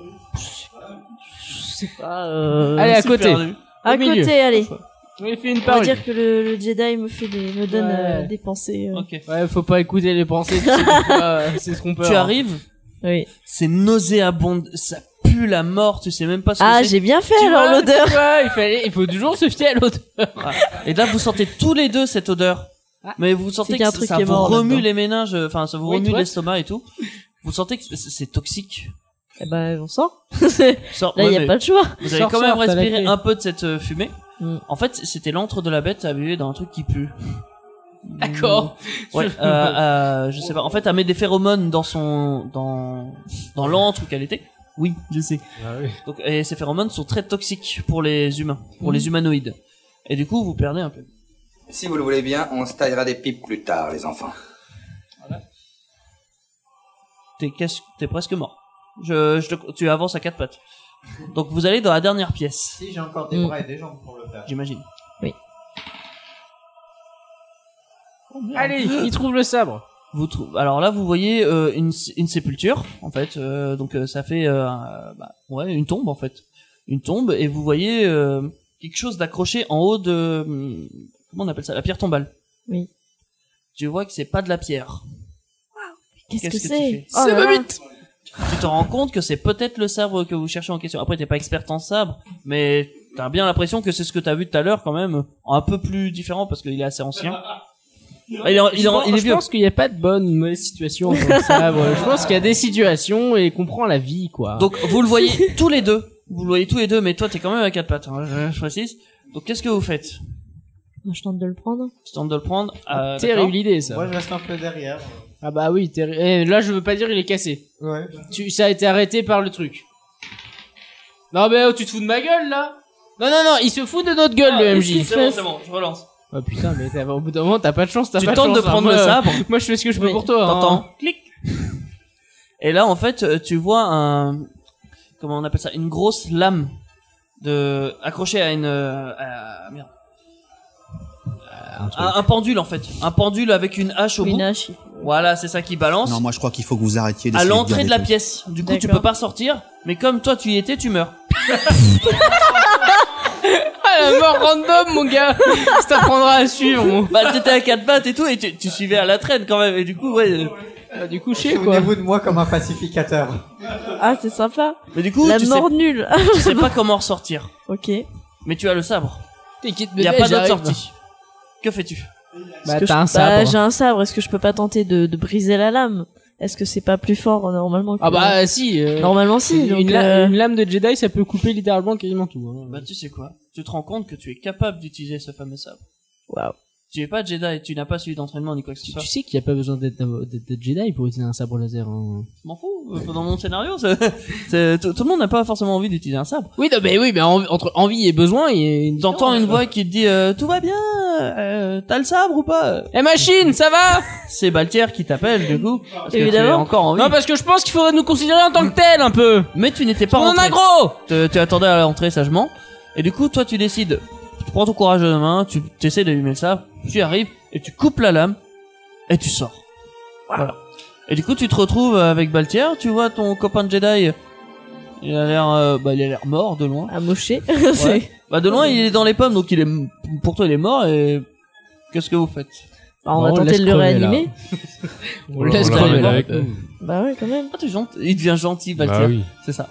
Je sais pas. Euh... Allez, à je suis côté. perdu. À Au milieu. côté, allez. Oui, fais une On va parole. dire que le, le Jedi me fait des, me donne Ouais. euh, des pensées. euh. Ok. Ouais, faut pas écouter les pensées, tu sais, des fois, euh, c'est ce qu'on peut. Tu arrives, Oui. c'est nauséabond, ça pue la mort, tu sais même pas ce que Ah, c'est. j'ai bien fait Tu alors vois, l'odeur. tu vois, il fallait, il faut toujours se fier à l'odeur. Voilà. Et là, vous sentez tous les deux cette odeur. Mais vous sentez C'est qu'il y a que un truc ça qui est vous mort remue là-dedans. les méninges, enfin ça vous Oui, remue tu vois. l'estomac et tout. Vous sentez que c'est- c'est toxique. Eh ben, on sort. C'est- Sors- Là, il ouais, y a mais pas de choix. Vous avez Sors, quand même sors, t'as la respiré clé. un peu de cette euh, fumée. Mm. En fait, c'était l'antre de la bête à vivre dans un truc qui pue. D'accord. Ouais, euh, euh, je sais pas. En fait, elle met des phéromones dans son, dans, dans l'antre où qu'elle était. Oui, je sais. Ah oui. Donc, et ces phéromones sont très toxiques pour les humains, pour les humanoïdes. Et du coup, vous perdez un peu. Si vous le voulez bien, on se taillera des pipes plus tard, les enfants. T'es, qu'est-ce- t'es presque mort. Je, je te- tu avances à quatre pattes. Donc, vous allez dans la dernière pièce. Si j'ai encore des Mm. bras et des jambes pour le faire. J'imagine. Allez, il trouve le sabre. Vous trou- Alors là, vous voyez euh, une, une sépulture, en fait. euh, donc euh, ça fait, euh, un- bah, ouais, une tombe en fait, une tombe, et vous voyez euh, quelque chose d'accroché en haut de, hum, comment on appelle ça, la pierre tombale. Oui. Tu vois que c'est pas de la pierre. Qu'est-ce que Qu'est-ce que tu c'est fais Oh là là. Tu te rends compte que c'est peut-être le sabre que vous cherchez en question. Après, t'es pas expert en sabre, mais t'as bien l'impression que c'est ce que t'as vu tout à l'heure quand même, un peu plus différent parce qu'il est assez ancien. Ah, il est, il est, Je pense- il est je vieux. pense qu'il n'y a pas de bonne ou mauvaise situation dans le sabre. Je pense qu'il y a des situations et qu'on prend la vie, quoi. Donc vous le voyez tous les deux. Vous le voyez tous les deux, mais toi t'es quand même à quatre pattes, hein, je, je précise. Donc qu'est-ce que vous faites? Moi, je tente de le prendre. Tu tentes de le prendre euh, Terrible idée, ça. Moi, je reste un peu derrière. Ah bah oui, terri- eh, là je veux pas dire il est cassé. Ouais. Tu, ça a été arrêté par le truc. Non mais oh, tu te fous de ma gueule là? Non non non, il se fout de notre gueule Ah, le M J. c'est bon, c'est bon, je relance. Oh putain, mais t'as- au bout d'un moment t'as pas de chance, t'as Tu pas tentes de de chance. hein. prendre Moi, le euh, sabre. Moi je fais ce que je peux Oui, pour toi. T'entends, Hein. clic. Et là en fait euh, tu vois un, comment on appelle ça, une grosse lame de accrochée à une, euh, à- merde. Un, un pendule en fait, un pendule avec une hache au bout. Une hache. Voilà, c'est ça qui balance. Non, moi je crois qu'il faut que vous arrêtiez À d'essayer de l'entrée dire de des la trucs. pièce. Du coup, tu D'accord. peux pas sortir. Mais comme toi, tu y étais, tu meurs. Ah la mort random mon gars. Ça t'apprendra à suivre. Mon. Bah, t'étais à quatre pattes et tout, et tu, tu suivais à la traîne quand même. Et du coup, ouais. euh, Ah, du coup, je sais quoi. Souvenez-vous de moi comme un pacificateur. Ah, c'est sympa. Mais du coup, La tu mort sais, nulle. tu sais pas comment ressortir. Ok. Mais tu as le sabre. T'inquiète, Il y a bébé, pas d'autre j'arrive. sortie. Que fais-tu? Bah Est-ce que t'as je- un Bah, sabre. j'ai un sabre. Est-ce que je peux pas tenter de, de briser la lame? Est-ce que c'est pas plus fort euh, normalement que... Ah bah si. euh, Normalement si. Donc, une, la- euh, une lame de Jedi ça peut couper littéralement quasiment tout. Hein. Bah, tu sais quoi? Tu te rends compte que tu es capable d'utiliser ce fameux sabre. Waouh. Tu es pas Jedi, tu n'as pas suivi d'entraînement ni quoi que ce Tu, soit. tu sais qu'il n'y a pas besoin d'être d'être- d'être Jedi pour utiliser un sabre laser. Hein. Je m'en fous. euh, Dans mon scénario, c'est- c'est- tout tout le monde n'a pas forcément envie d'utiliser un sabre. Oui, non, mais oui, mais en- entre envie et besoin, il y a une T'entends une différence. voix qui te dit euh, tout va bien, euh, t'as le sabre ou pas? Eh machine, ça va? C'est Baltier qui t'appelle du coup. Parce que Évidemment. tu es encore en vie. Non, parce que je pense qu'il faudrait nous considérer en tant que tel un peu. Mais tu n'étais pas On en rentré. a gros. Te- Tu attendais à l'entrée sagement. Et du coup, toi, tu décides. Tu prends ton courage à la main, tu essaies d'allumer le sabre, tu arrives et tu coupes la lame et tu sors. Voilà. Et du coup, tu te retrouves avec Baltier. Tu vois ton copain de Jedi. Il a l'air, euh, bah, il a l'air mort de loin. Amoché. Ouais. Bah de loin, il est dans les pommes, donc il est, pour toi, il est mort. Et qu'est-ce que vous faites? Bah, on Bon, va on tenter laisse de le crever, là. réanimer. On laisse crever là. avec nous. Bah ouais, quand même. Ah, t'es gentil. Il devient gentil, Baltier. Bah oui. C'est ça.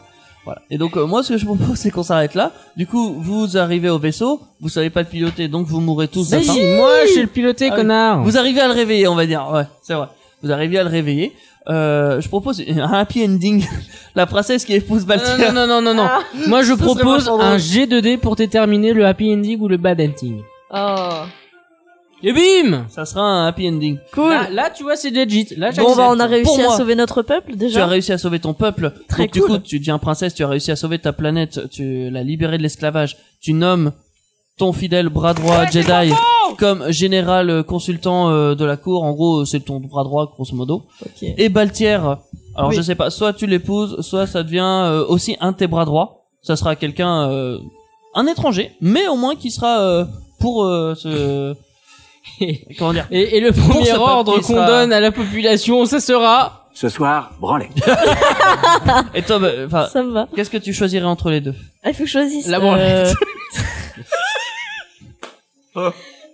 Voilà. Et donc euh, moi ce que je propose c'est qu'on s'arrête là. Du coup vous arrivez au vaisseau, vous savez pas le piloter donc vous mourrez tous. Mais si, moi je sais le piloter, Ah oui. connard. Vous arrivez à le réveiller on va dire. Ouais c'est vrai. Vous arrivez à le réveiller. Euh, je propose un happy ending. La princesse qui épouse Baltier. Non, non, non, non, non. Ah. Moi, je Ça serait propose vachement un drôle. G deux D pour déterminer le happy ending ou le bad ending. Oh. Et bim! Ça sera un happy ending. Cool. Là, là, tu vois, c'est legit. Là, Bon, bah, on a réussi Pour à moi. sauver notre peuple, Tu déjà. as réussi à sauver ton peuple. Très donc du cool. coup, tu deviens princesse, tu as réussi à sauver ta planète, tu l'as libérée de l'esclavage. Tu nommes ton fidèle bras droit Jedi comme général euh, consultant euh, de la cour. En gros, c'est ton bras droit, grosso modo. Ok. Et Baltière, alors Oui. je sais pas, soit tu l'épouses, soit ça devient euh, aussi un de tes bras droits. Ça sera quelqu'un, euh, un étranger, mais au moins qui sera euh, pour euh, ce... Comment dire Et, et le Pour premier ce peuple ordre qui qu'on sera- donne à la population, ça sera... Ce soir, branlette. Et toi, bah, enfin, Ça me va. qu'est-ce que tu choisirais entre les deux? Ah, il faut que je choisisse. La branlette. Euh...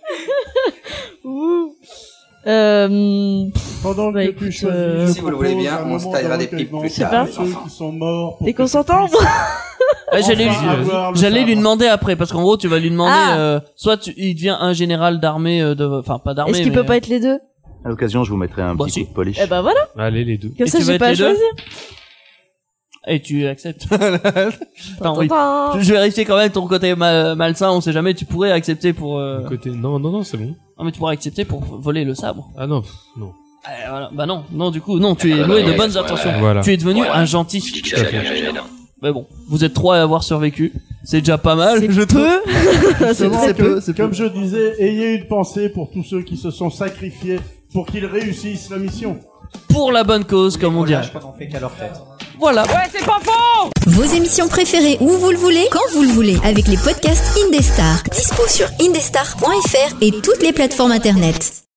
Ouh. Euh... Pendant Bah, que écoute, tu choisis, euh, je Si vous le voulez propose bien, un on se moment taillera d'un des pipes recueillement plus Je sais tard, pas. les ceux enfants. qui sont morts. pour T'es que tu consentant? puisses Ah, j'allais enfin avoir le j'allais lui sabre. demander après parce qu'en gros tu vas lui demander Ah. euh, soit tu, il devient un général d'armée euh, de enfin pas d'armée Est-ce qu'il mais, peut pas être les deux? À l'occasion, je vous mettrai un Bah, petit si. coup de polish. Eh ben voilà. Allez, les deux. Comme Et ça, tu veux j'ai être pas à les deux choisir. euh, et tu acceptes. Attends, oui. Tintin. Je je vais vérifier quand même ton côté ma- malsain, on sait jamais, tu pourrais accepter pour euh... Côté... Non, non, non, c'est bon. non mais tu pourrais accepter pour voler le sabre. Ah non, pff, non. Eh, voilà. Bah non, non du coup, non, tu es doué de bonnes intentions. Voilà. Tu es devenu un gentil. Tout à fait. Mais bon, vous êtes trois à avoir survécu. C'est déjà pas mal, C'est je trouve. peu. C'est Justement très que, peu. c'est peu. comme je disais, ayez une pensée pour tous ceux qui se sont sacrifiés pour qu'ils réussissent la mission. Pour la bonne cause, comme on dirait. Quand on fait qu'à leur tête. Voilà. Ouais, c'est pas faux! Vos émissions préférées où vous le voulez, quand vous le voulez, avec les podcasts Indestar. Dispo sur indestar point f r et toutes les plateformes internet.